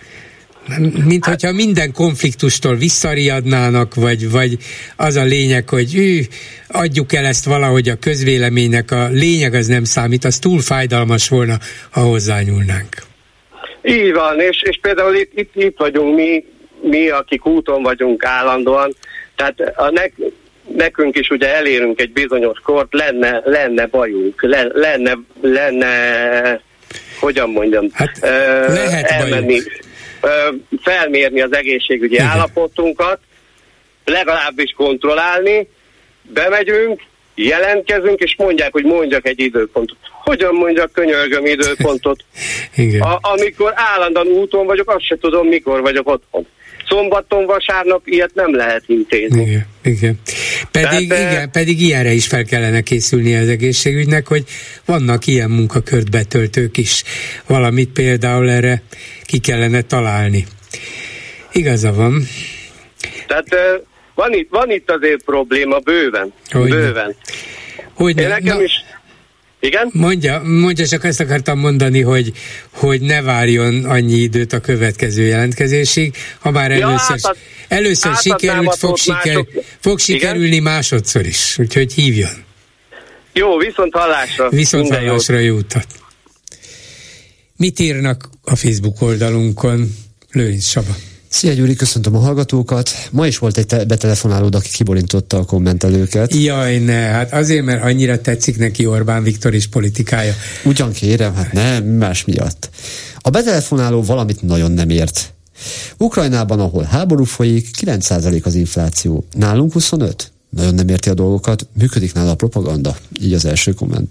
mint hogyha minden konfliktustól visszariadnának, vagy, vagy az a lényeg, hogy ő, adjuk el ezt valahogy a közvéleménynek, a lényeg az nem számít, az túl fájdalmas volna, ha hozzányúlnánk. Így van, és, és például itt, itt, itt vagyunk mi, mi, akik úton vagyunk állandóan, tehát a nek, nekünk is ugye elérünk egy bizonyos kort, lenne, lenne bajunk, lenne, lenne, hogyan mondjam, hát, uh, lehet elmenni. Bajunk. Felmérni az egészségügyi igen. állapotunkat, legalábbis kontrollálni, bemegyünk, jelentkezünk, és mondják, hogy mondjak egy időpontot. Hogyan mondjak, könyörgöm időpontot? A, amikor állandóan úton vagyok, azt se tudom, mikor vagyok otthon. Szombaton, vasárnap ilyet nem lehet intézni. Igen, igen. Pedig, Tehát, igen, pedig ilyenre is fel kellene készülni az egészségügynek, hogy vannak ilyen munkakört betöltők is. Valamit például erre ki kellene találni. Igaza van. Tehát van itt, van itt azért probléma bőven. Hogy bőven. Hogy ne, nekem na, is... Igen? Mondja, mondja, csak ezt akartam mondani, hogy, hogy ne várjon annyi időt a következő jelentkezésig, ha már először, ja, átad, először sikerült, fog, siker, mások... fog sikerülni Igen? másodszor is, úgyhogy hívjon. Jó, viszont hallásra. Viszont hallásra jó utat. Mit írnak a Facebook oldalunkon? Lőrinc Saba. Szia Gyuri, köszöntöm a hallgatókat. Ma is volt egy te- betelefonálód, aki kiborintotta a kommentelőket. Jaj, ne, hát azért, mert annyira tetszik neki Orbán Viktor és politikája. Ugyan kérem, hát nem, más miatt. A betelefonáló valamit nagyon nem ért. Ukrajnában, ahol háború folyik, kilenc százalék az infláció. Nálunk huszonöt? Nagyon nem érti a dolgokat, működik nála a propaganda. Így az első komment.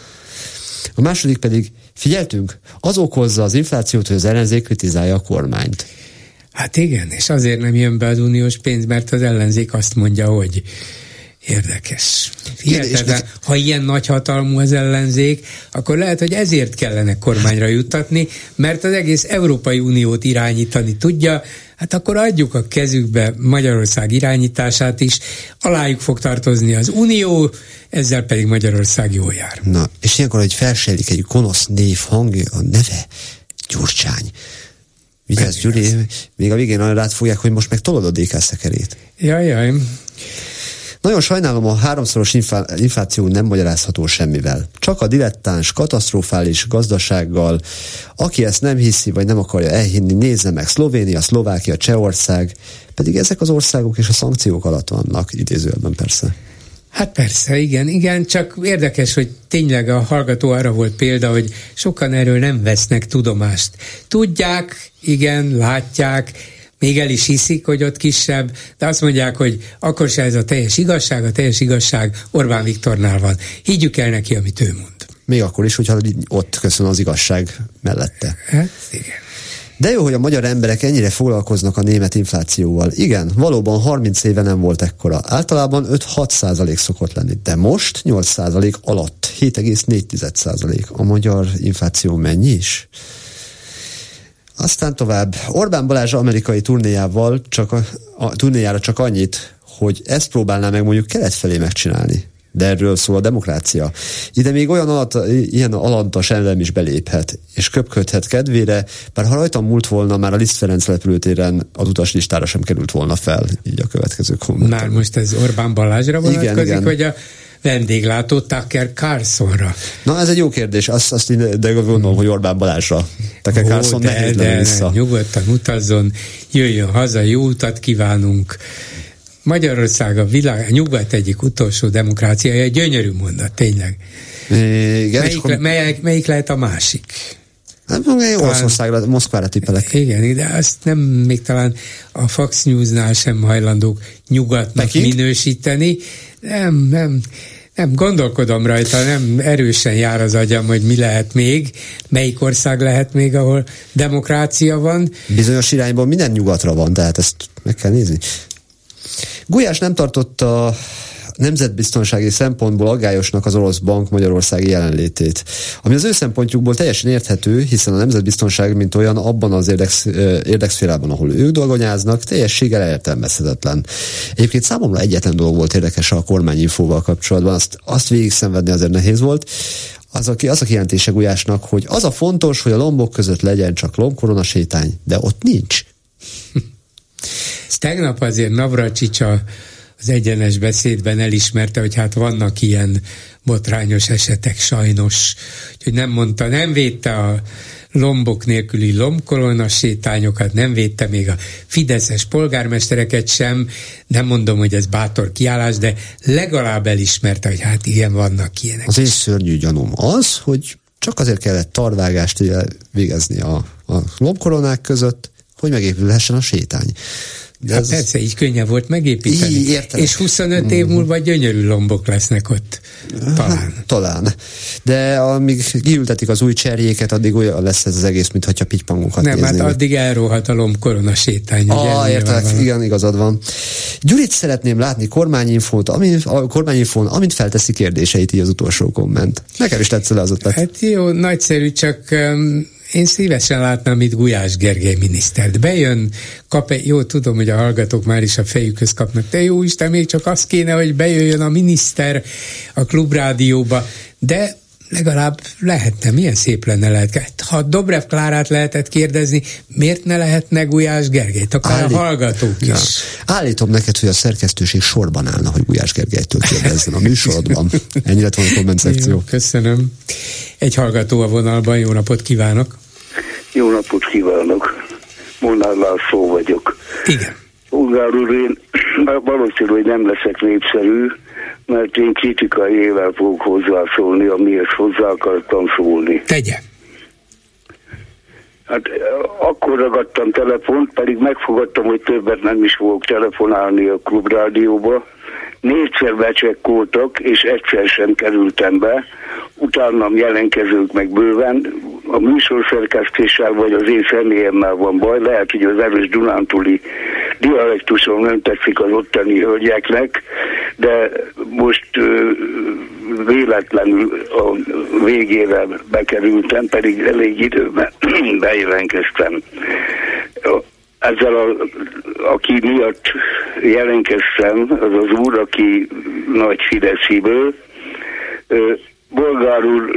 A második pedig, figyeltünk, az okozza az inflációt, hogy az ellenzék kritizálja a kormányt. Hát igen, és azért nem jön be az uniós pénz, mert az ellenzék azt mondja, hogy érdekes. Hihetetlen, ha ilyen nagyhatalmú az ellenzék, akkor lehet, hogy ezért kellene kormányra juttatni, mert az egész Európai Uniót irányítani tudja, hát akkor adjuk a kezükbe Magyarország irányítását is, alájuk fog tartozni az Unió, ezzel pedig Magyarország jól jár. Na, és ilyenkor, hogy felsejlik egy gonosz név hangja, a neve Gyurcsány. Vigyázz, Gyuri, még a végén arra rád fogják, hogy most meg tolod a dé ká szekerét. Jaj, jaj. Nagyon sajnálom, a háromszoros infá- infláció nem magyarázható semmivel. Csak a dilettáns, katasztrofális gazdasággal. Aki ezt nem hiszi, vagy nem akarja elhinni, nézze meg Szlovénia, Szlovákia, Csehország. Pedig ezek az országok és a szankciók alatt vannak, idézőjelben persze. Hát persze, igen, igen, csak érdekes, hogy tényleg a hallgató arra volt példa, hogy sokan erről nem vesznek tudomást. Tudják, igen, látják, még el is hiszik, hogy ott kisebb, de azt mondják, hogy akkor se ez a teljes igazság, a teljes igazság Orbán Viktornál van. Higgyük el neki, amit ő mond. Még akkor is, hogyha ott köszön az igazság mellette. Hát igen. De jó, hogy a magyar emberek ennyire foglalkoznak a német inflációval. Igen, valóban harminc éve nem volt ekkora. Általában öt-hat százalék szokott lenni, de most nyolc százalék alatt, hét egész négy százalék. A magyar infláció mennyi is? Aztán tovább. Orbán Balázs amerikai turnéjával csak a, a turnéjára csak annyit, hogy ezt próbálná meg mondjuk kelet felé megcsinálni. De erről szól a demokrácia. Ide még olyan alata, ilyen alantas elem is beléphet, és köpködhet kedvére, bár ha rajtam múlt volna, már a Liszt Ferenc repülőtéren az utaslistára sem került volna fel, így a következő komment. Már most ez Orbán Balázsra vonatkozik, vagy a vendéglátó Tucker Carlsonra? Na, ez egy jó kérdés, azt, azt én, de gondolom, hogy Orbán Balázsra. Tucker Carlson nehéz lenne vissza. Nyugodtan utazzon, jöjjön haza, jó utat kívánunk. Magyarország a világ, a nyugat egyik utolsó demokráciája, gyönyörű mondat, tényleg. Igen, melyik, le, melyik, melyik lehet a másik? Hát Oroszországra, Moszkvára tippelek. Igen, de azt nem még talán a Fox News-nál sem hajlandók nyugatnak Peking? minősíteni. Nem, nem, nem, gondolkodom rajta, nem erősen jár az agyam, hogy mi lehet még, melyik ország lehet még, ahol demokrácia van. Bizonyos irányban minden nyugatra van, tehát ezt meg kell nézni. Gulyás nem tartotta nemzetbiztonsági szempontból aggályosnak az orosz bank magyarországi jelenlétét. Ami az ő szempontjukból teljesen érthető, hiszen a nemzetbiztonság, mint olyan, abban az érdeksz, érdekszférában, ahol ők dolgonyáznak, teljességgel értelmezhetetlen. Egyébként számomra egyetlen dolog volt érdekes a kormányinfóval kapcsolatban, azt, azt végig szenvedni azért nehéz volt. Az a, az a kijelentése Gulyásnak, hogy az a fontos, hogy a lombok között legyen csak lombkoronasétány, de ott nincs. Tegnap azért Navracsics az Egyenes Beszédben elismerte, hogy hát vannak ilyen botrányos esetek sajnos, hogy nem mondta, nem védte a lombok nélküli lombkolonna sétányokat, nem védte még a fideszes polgármestereket sem, nem mondom, hogy ez bátor kiállás, de legalább elismerte, hogy hát igen, vannak ilyenek. Az én szörnyű gyanúm az, hogy csak azért kellett tarvágást végezni a, a lombkoronák között, hogy megépülhessen a sétány. Hát ez... persze, így könnyebb volt megépíteni. Így, és huszonöt év múlva gyönyörű lombok lesznek ott. Talán. Hát, talán. De amíg kiültetik az új cserjéket, addig olyan lesz ez az egész, mintha pitypangokat néznék. Nem, hát addig elróhat a lombkorona sétány. Ah, értelek, igen, igazad van. Gyurit szeretném látni kormányinfót, amin, a kormányinfón, amint felteszi kérdéseit, így az utolsó komment. Nekem is tetszett az ötlet. Hát jó, nagyszerű, csak um, én szívesen látnám itt Gulyás Gergely minisztert. Bejön, kap egy, jó, tudom, hogy a hallgatók már is a fejükhöz kapnak, de jó Isten, még csak az kéne, hogy bejöjjön a miniszter a Klubrádióba, de legalább lehetne, milyen szép lenne lehet. Ha Dobrev Klárát lehetett kérdezni, miért ne lehetne Gulyás Gergelyt? Akár Állít... a hallgatók is. Ja. Állítom neked, hogy a szerkesztőség sorban állna, hogy Gulyás Gergelytől kérdezzen a műsorodban. Ennyi lett volna a komment szekció. Jó, köszönöm. Egy hallgató a vonalban, jó napot kívánok! Jó napot kívánok! Molnár László vagyok. Igen. Ungár úr, én valószínű, hogy nem leszek népszerű, mert én kritikai ével fogok hozzászólni, amihez hozzá akartam szólni. Tegye! Hát akkor ragadtam telefont, pedig megfogadtam, hogy többet nem is fogok telefonálni a Klubrádióba. Négyszer becsekkoltak, és egyszer sem kerültem be. Utánam jelenkezők meg bőven. A műsorszerkesztéssel vagy az én személyemmel van baj. Lehet, hogy az erős dunántúli dialektuson nem tetszik az ottani hölgyeknek, de most ö, véletlenül a végére bekerültem, pedig elég időben bejelentkeztem. Ezzel, a, aki miatt jelentkeztem, az az úr, aki nagy Fidesziből, Bolgár úr,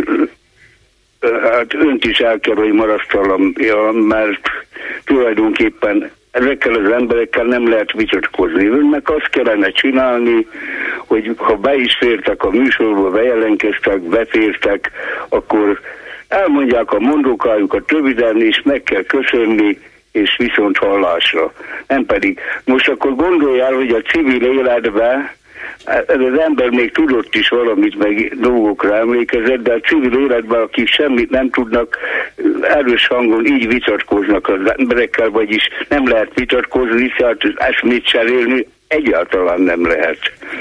hát önt is el kell, hogy marasztalam, ja, mert tulajdonképpen ezekkel az emberekkel nem lehet vitatkozni. Önnek azt kellene csinálni, hogy ha be is fértek a műsorba, bejelentkeztek, befértek, akkor elmondják a mondókájukat röviden, és meg kell köszönni, és viszont hallásra. Nem pedig. Most akkor gondolj el, hogy a civil életben ez az ember még tudott is valamit, meg dolgokra emlékezett, de a civil életben, akik semmit nem tudnak, erős hangon így vitatkoznak az emberekkel, vagyis nem lehet vitatkozni, tehát eszmét cserélni egyáltalán nem lehet.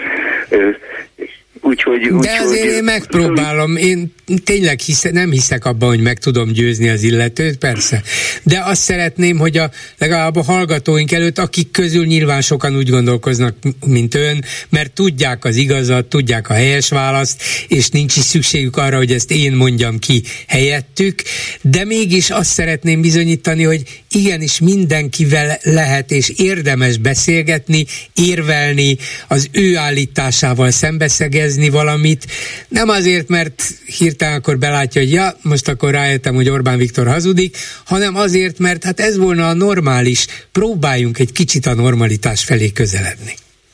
Úgyhogy, de úgy, azért hogy... én megpróbálom, én tényleg hisze, nem hiszek abban, hogy meg tudom győzni az illetőt, persze. De azt szeretném, hogy a, legalább a hallgatóink előtt, akik közül nyilván sokan úgy gondolkoznak, mint ön, mert tudják az igazat, tudják a helyes választ, és nincs is szükségük arra, hogy ezt én mondjam ki helyettük, de mégis azt szeretném bizonyítani, hogy igenis mindenkivel lehet és érdemes beszélgetni, érvelni, az ő állításával szembeszegezni valamit, nem azért, mert hirtelen akkor belátja, hogy ja, most akkor rájöttem, hogy Orbán Viktor hazudik, hanem azért, mert hát ez volna a normális, próbáljunk egy kicsit a normalitás felé közeledni.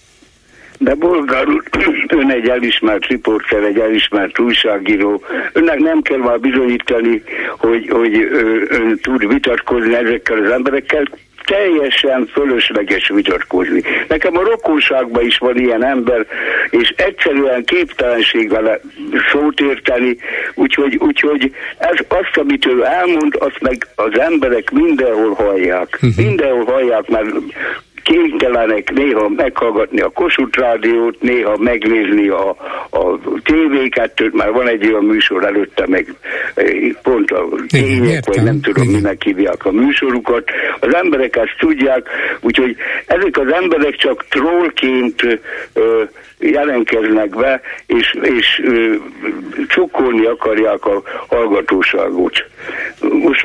De Bolgár úr, ön egy elismert riporter, egy elismert újságíró, önnek nem kell már bizonyítani, hogy, hogy ön tud vitatkozni ezekkel az emberekkel, teljesen fölösleges vitatkozni. Nekem a rokonságban is van ilyen ember, és egyszerűen képtelenség vele szót érteni, úgyhogy, úgyhogy ez azt, amit ő elmond, azt meg az emberek mindenhol hallják. Mindenhol hallják, mert kénytelenek néha meghallgatni a Kossuth Rádiót, néha megnézni a, a té vé kettőt, már van egy olyan műsor előtte, meg pont a tények, vagy nem tudom, minek hívják a műsorukat. Az emberek ezt tudják, úgyhogy ezek az emberek csak trollként ö, jelentkeznek be, és, és ö, csukkolni akarják a hallgatóságot. Most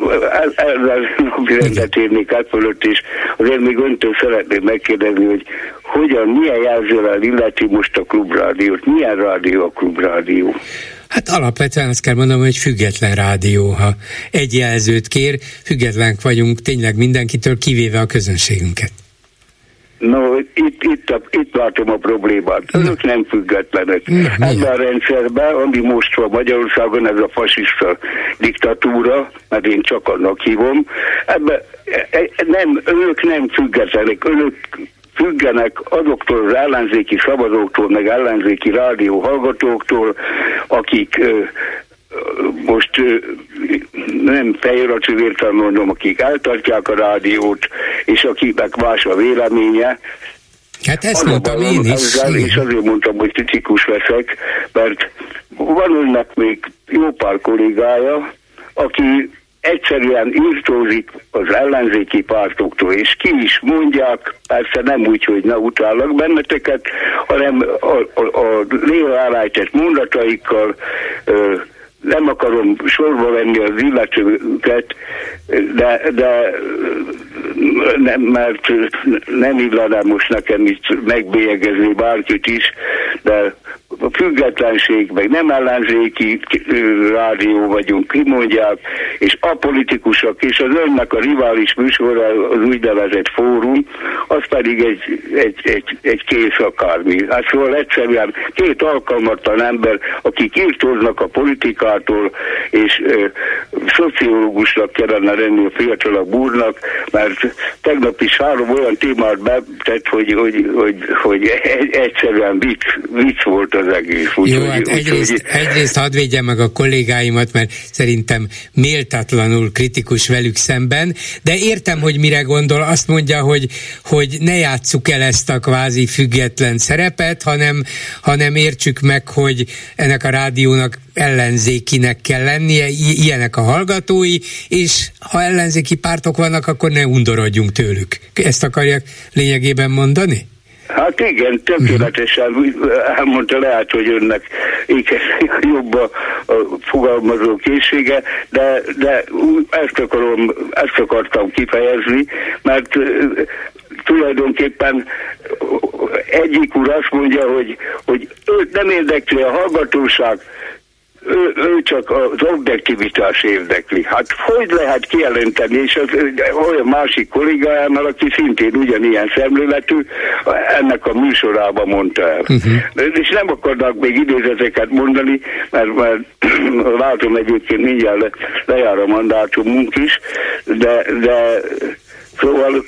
ezzel napirendet érnék át fölött, és azért még öntől szeretném megkérdezni, hogy hogyan, milyen jelzővel illeti most a Klubrádiót, milyen rádió a Klubrádió? Hát alapvetően azt kell mondanom, hogy független rádió, ha egy jelzőt kér, függetlenek vagyunk tényleg mindenkitől, kivéve a közönségünket. No, itt, itt, a, itt látom a problémát. Önök nem függetlenek. Na, ebben a rendszerben, ami most van Magyarországon, ez a fasiszta diktatúra, mert én csak annak hívom, ebben nem, önök nem függetlenek, önök függenek azoktól az ellenzéki szavazóktól, meg ellenzéki rádió hallgatóktól, akik ö, most ö, nem fejératú értelme mondom, akik eltartják a rádiót, és akinek más a véleménye. Hát ezt mondtam én is. Ezzel, és azért mondtam, hogy kritikus leszek, mert van önnek még jó pár kollégája, aki egyszerűen írtózik az ellenzéki pártoktól, és ki is mondják, persze nem úgy, hogy ne utállak benneteket, hanem a, a, a néha elejtett mondataikkal, ö, nem akarom sorba venni az illetőket, de, de nem, mert nem illene most nekem itt megbélyegezni bárkit is, de a függetlenség, meg nem ellenzéki rádió vagyunk, kimondják, és apolitikusok, és az önnek a rivális műsora, az úgynevezett fórum, az pedig egy, egy, egy, egy kész akármi. Hát szóval egyszerűen két alkalmatlan ember, akik írtóznak a politikától, és ö, szociológusnak kellene lenni a fiatalabb úrnak, mert tegnap is három olyan témát betett, hogy, hogy, hogy, hogy egyszerűen vicc, vicc volt az egész. Úgy, Jó, hogy, hát egyrészt, úgy, egyrészt hadd védjem meg a kollégáimat, mert szerintem méltatlanul kritikus velük szemben, de értem, hogy mire gondol, azt mondja, hogy, hogy ne játsszuk el ezt a kvázi független szerepet, hanem, hanem értsük meg, hogy ennek a rádiónak ellenzékinek kell lennie, i- ilyenek a hallgatói, és ha ellenzéki pártok vannak, akkor ne undorodjunk tőlük. Ezt akarják lényegében mondani? Hát igen, tökéletesen elmondta, lehet, hogy önnek igen, jobb a, a fogalmazó készsége, de, de ezt, akarom, ezt akartam kifejezni, mert tulajdonképpen egyik úr azt mondja, hogy, hogy őt nem érdekli a hallgatóság, Ő, ő csak az objektivitás érdekli. Hát hogy lehet kijelenteni, és az olyan másik kollégájával, aki szintén ugyanilyen szemléletű, ennek a műsorában mondta el. Uh-huh. És nem akarnak még idézeteket mondani, mert, mert látom egyébként mindjárt le, lejár a mandátumunk is, de, de szóval...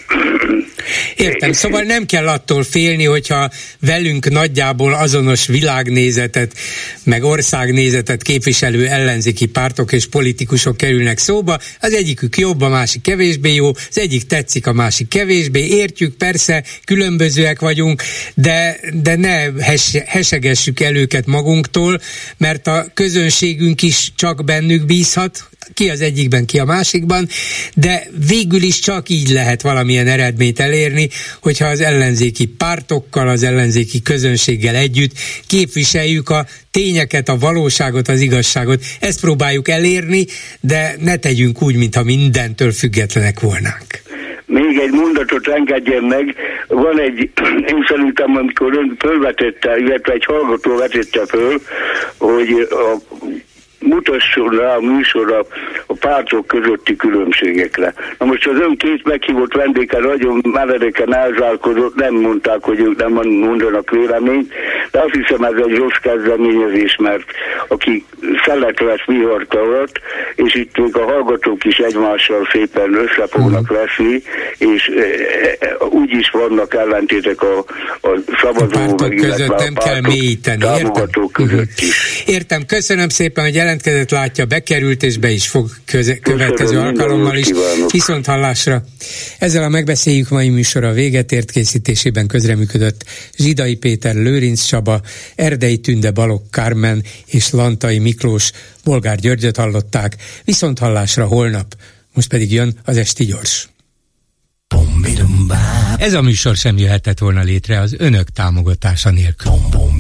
Értem, szóval nem kell attól félni, hogyha velünk nagyjából azonos világnézetet, meg országnézetet képviselő ellenzéki pártok és politikusok kerülnek szóba, az egyikük jobb, a másik kevésbé jó, az egyik tetszik, a másik kevésbé, értjük, persze, különbözőek vagyunk, de, de ne hes, hesegessük el őket magunktól, mert a közönségünk is csak bennük bízhat, ki az egyikben, ki a másikban, de végül is csak így lehet valamilyen eredményt elérni, hogyha az ellenzéki pártokkal, az ellenzéki közönséggel együtt képviseljük a tényeket, a valóságot, az igazságot. Ezt próbáljuk elérni, de ne tegyünk úgy, mintha mindentől függetlenek volnánk. Még egy mondatot engedjen meg, van egy, én szerintem, amikor ön fölvetette, illetve egy hallgató vetette föl, hogy a mutasson rá a műsorra a pártok közötti különbségekre. Na most az ön két meghívott vendége nagyon meredeken elzárkodott, nem mondták, hogy ők nem mondanak véleményt, de azt hiszem, ez egy rossz kezdeményezés, mert aki szelet lesz viharta alatt, és itt még a hallgatók is egymással szépen össze fognak veszni, és e, úgy is vannak ellentétek a, a szavazó, meg illetve a pártok támogatók között is. Értem, köszönöm szépen, hogy jelentkezett, látja, bekerült, és be is fog köze- következő alkalommal is. Viszont hallásra. Ezzel a megbeszéljük mai műsora véget ért, készítésében közreműködött Zsidai Péter, Lőrinc Csaba, Erdei Tünde, Balogh Kármen és Lantai Miklós. Bolgár Györgyöt hallották. Viszont hallásra holnap. Most pedig jön az Esti Gyors. Ez a műsor sem jöhetett volna létre az önök támogatása nélkül.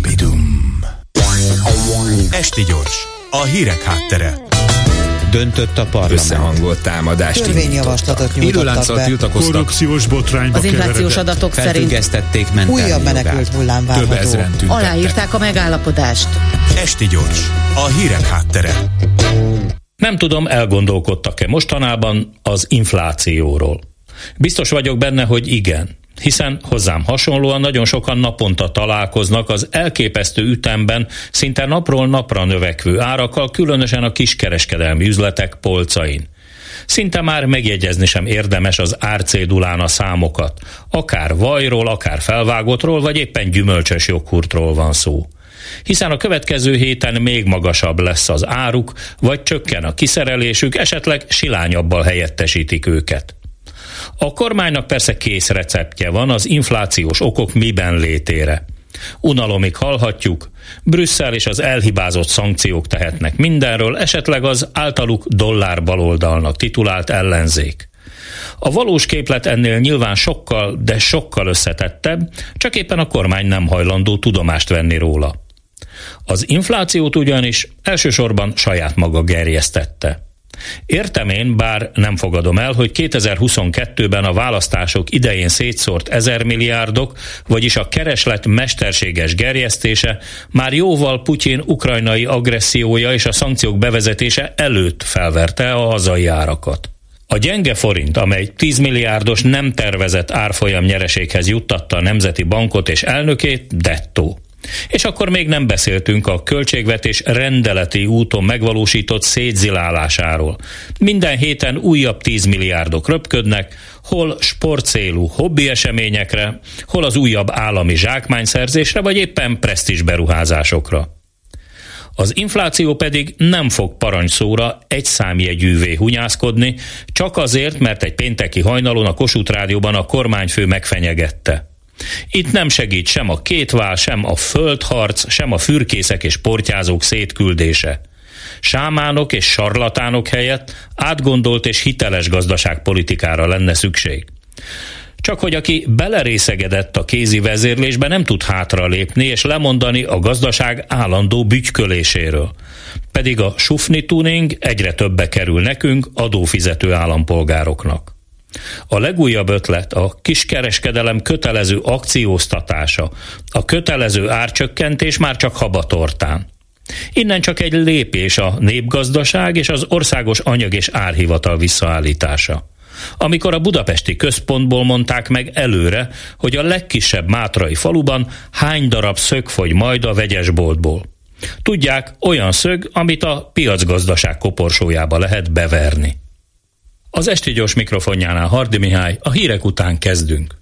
Esti Gyors, a hírek háttere. Döntött a parlament. Összehangolt támadást Törvényjavaslatot nyújtottak be. Tiltakoztak. Korrupciós botrányba Az inflációs adatok szerint felfüggesztették mentelmi újabb menekült hullám várható. Több ezren tüntettek. Aláírták a megállapodást. Esti Gyors, a hírek háttere. Nem tudom, elgondolkodtak-e mostanában az inflációról. Biztos vagyok benne, hogy igen. Hiszen hozzám hasonlóan nagyon sokan naponta találkoznak az elképesztő ütemben szinte napról napra növekvő árakkal, különösen a kiskereskedelmi üzletek polcain. Szinte már megjegyezni sem érdemes az árcédulán a számokat. Akár vajról, akár felvágottról, vagy éppen gyümölcsös joghurtról van szó. Hiszen a következő héten még magasabb lesz az áruk, vagy csökken a kiszerelésük, esetleg silányabbal helyettesítik őket. A kormánynak persze kész receptje van az inflációs okok miben létére. Unalomig hallhatjuk, Brüsszel és az elhibázott szankciók tehetnek mindenről, esetleg az általuk dollárbaloldalnak titulált ellenzék. A valós képlet ennél nyilván sokkal, de sokkal összetettebb, csak éppen a kormány nem hajlandó tudomást venni róla. Az inflációt ugyanis elsősorban saját maga gerjesztette. Értem én, bár nem fogadom el, hogy kétezer-huszonkettőben a választások idején szétszórt ezer milliárdok, vagyis a kereslet mesterséges gerjesztése már jóval Putyin ukrajnai agressziója és a szankciók bevezetése előtt felverte a hazai árakat. A gyenge forint, amely tíz milliárdos nem tervezett árfolyam nyereséghez juttatta a Nemzeti Bankot és elnökét, dettó. És akkor még nem beszéltünk a költségvetés rendeleti úton megvalósított szétzilálásáról. Minden héten újabb tíz milliárdok röpködnek, hol sportcélú hobbi eseményekre, hol az újabb állami zsákmányszerzésre, vagy éppen presztízs beruházásokra. Az infláció pedig nem fog parancsszóra egy számjegyűvé hunyászkodni, csak azért, mert egy pénteki hajnalon a Kossuth Rádióban a kormányfő megfenyegette. Itt nem segít sem a kétvál, sem a földharc, sem a fürkészek és portyázók szétküldése. Sámánok és sarlatánok helyett átgondolt és hiteles gazdaságpolitikára lenne szükség. Csak hogy aki belerészegedett a kézi vezérlésbe, nem tud hátralépni és lemondani a gazdaság állandó bütyköléséről. Pedig a sufni tuning egyre többe kerül nekünk, adófizető állampolgároknak. A legújabb ötlet a kiskereskedelem kötelező akcióztatása, a kötelező árcsökkentés már csak habatortán. Innen csak egy lépés a népgazdaság és az országos anyag- és árhivatal visszaállítása. Amikor a budapesti központból mondták meg előre, hogy a legkisebb mátrai faluban hány darab szög fogy majd a vegyesboltból. Tudják, olyan szög, amit a piacgazdaság koporsójába lehet beverni. Az Esti Gyors mikrofonjánál Hardy Mihály, a hírek után kezdünk.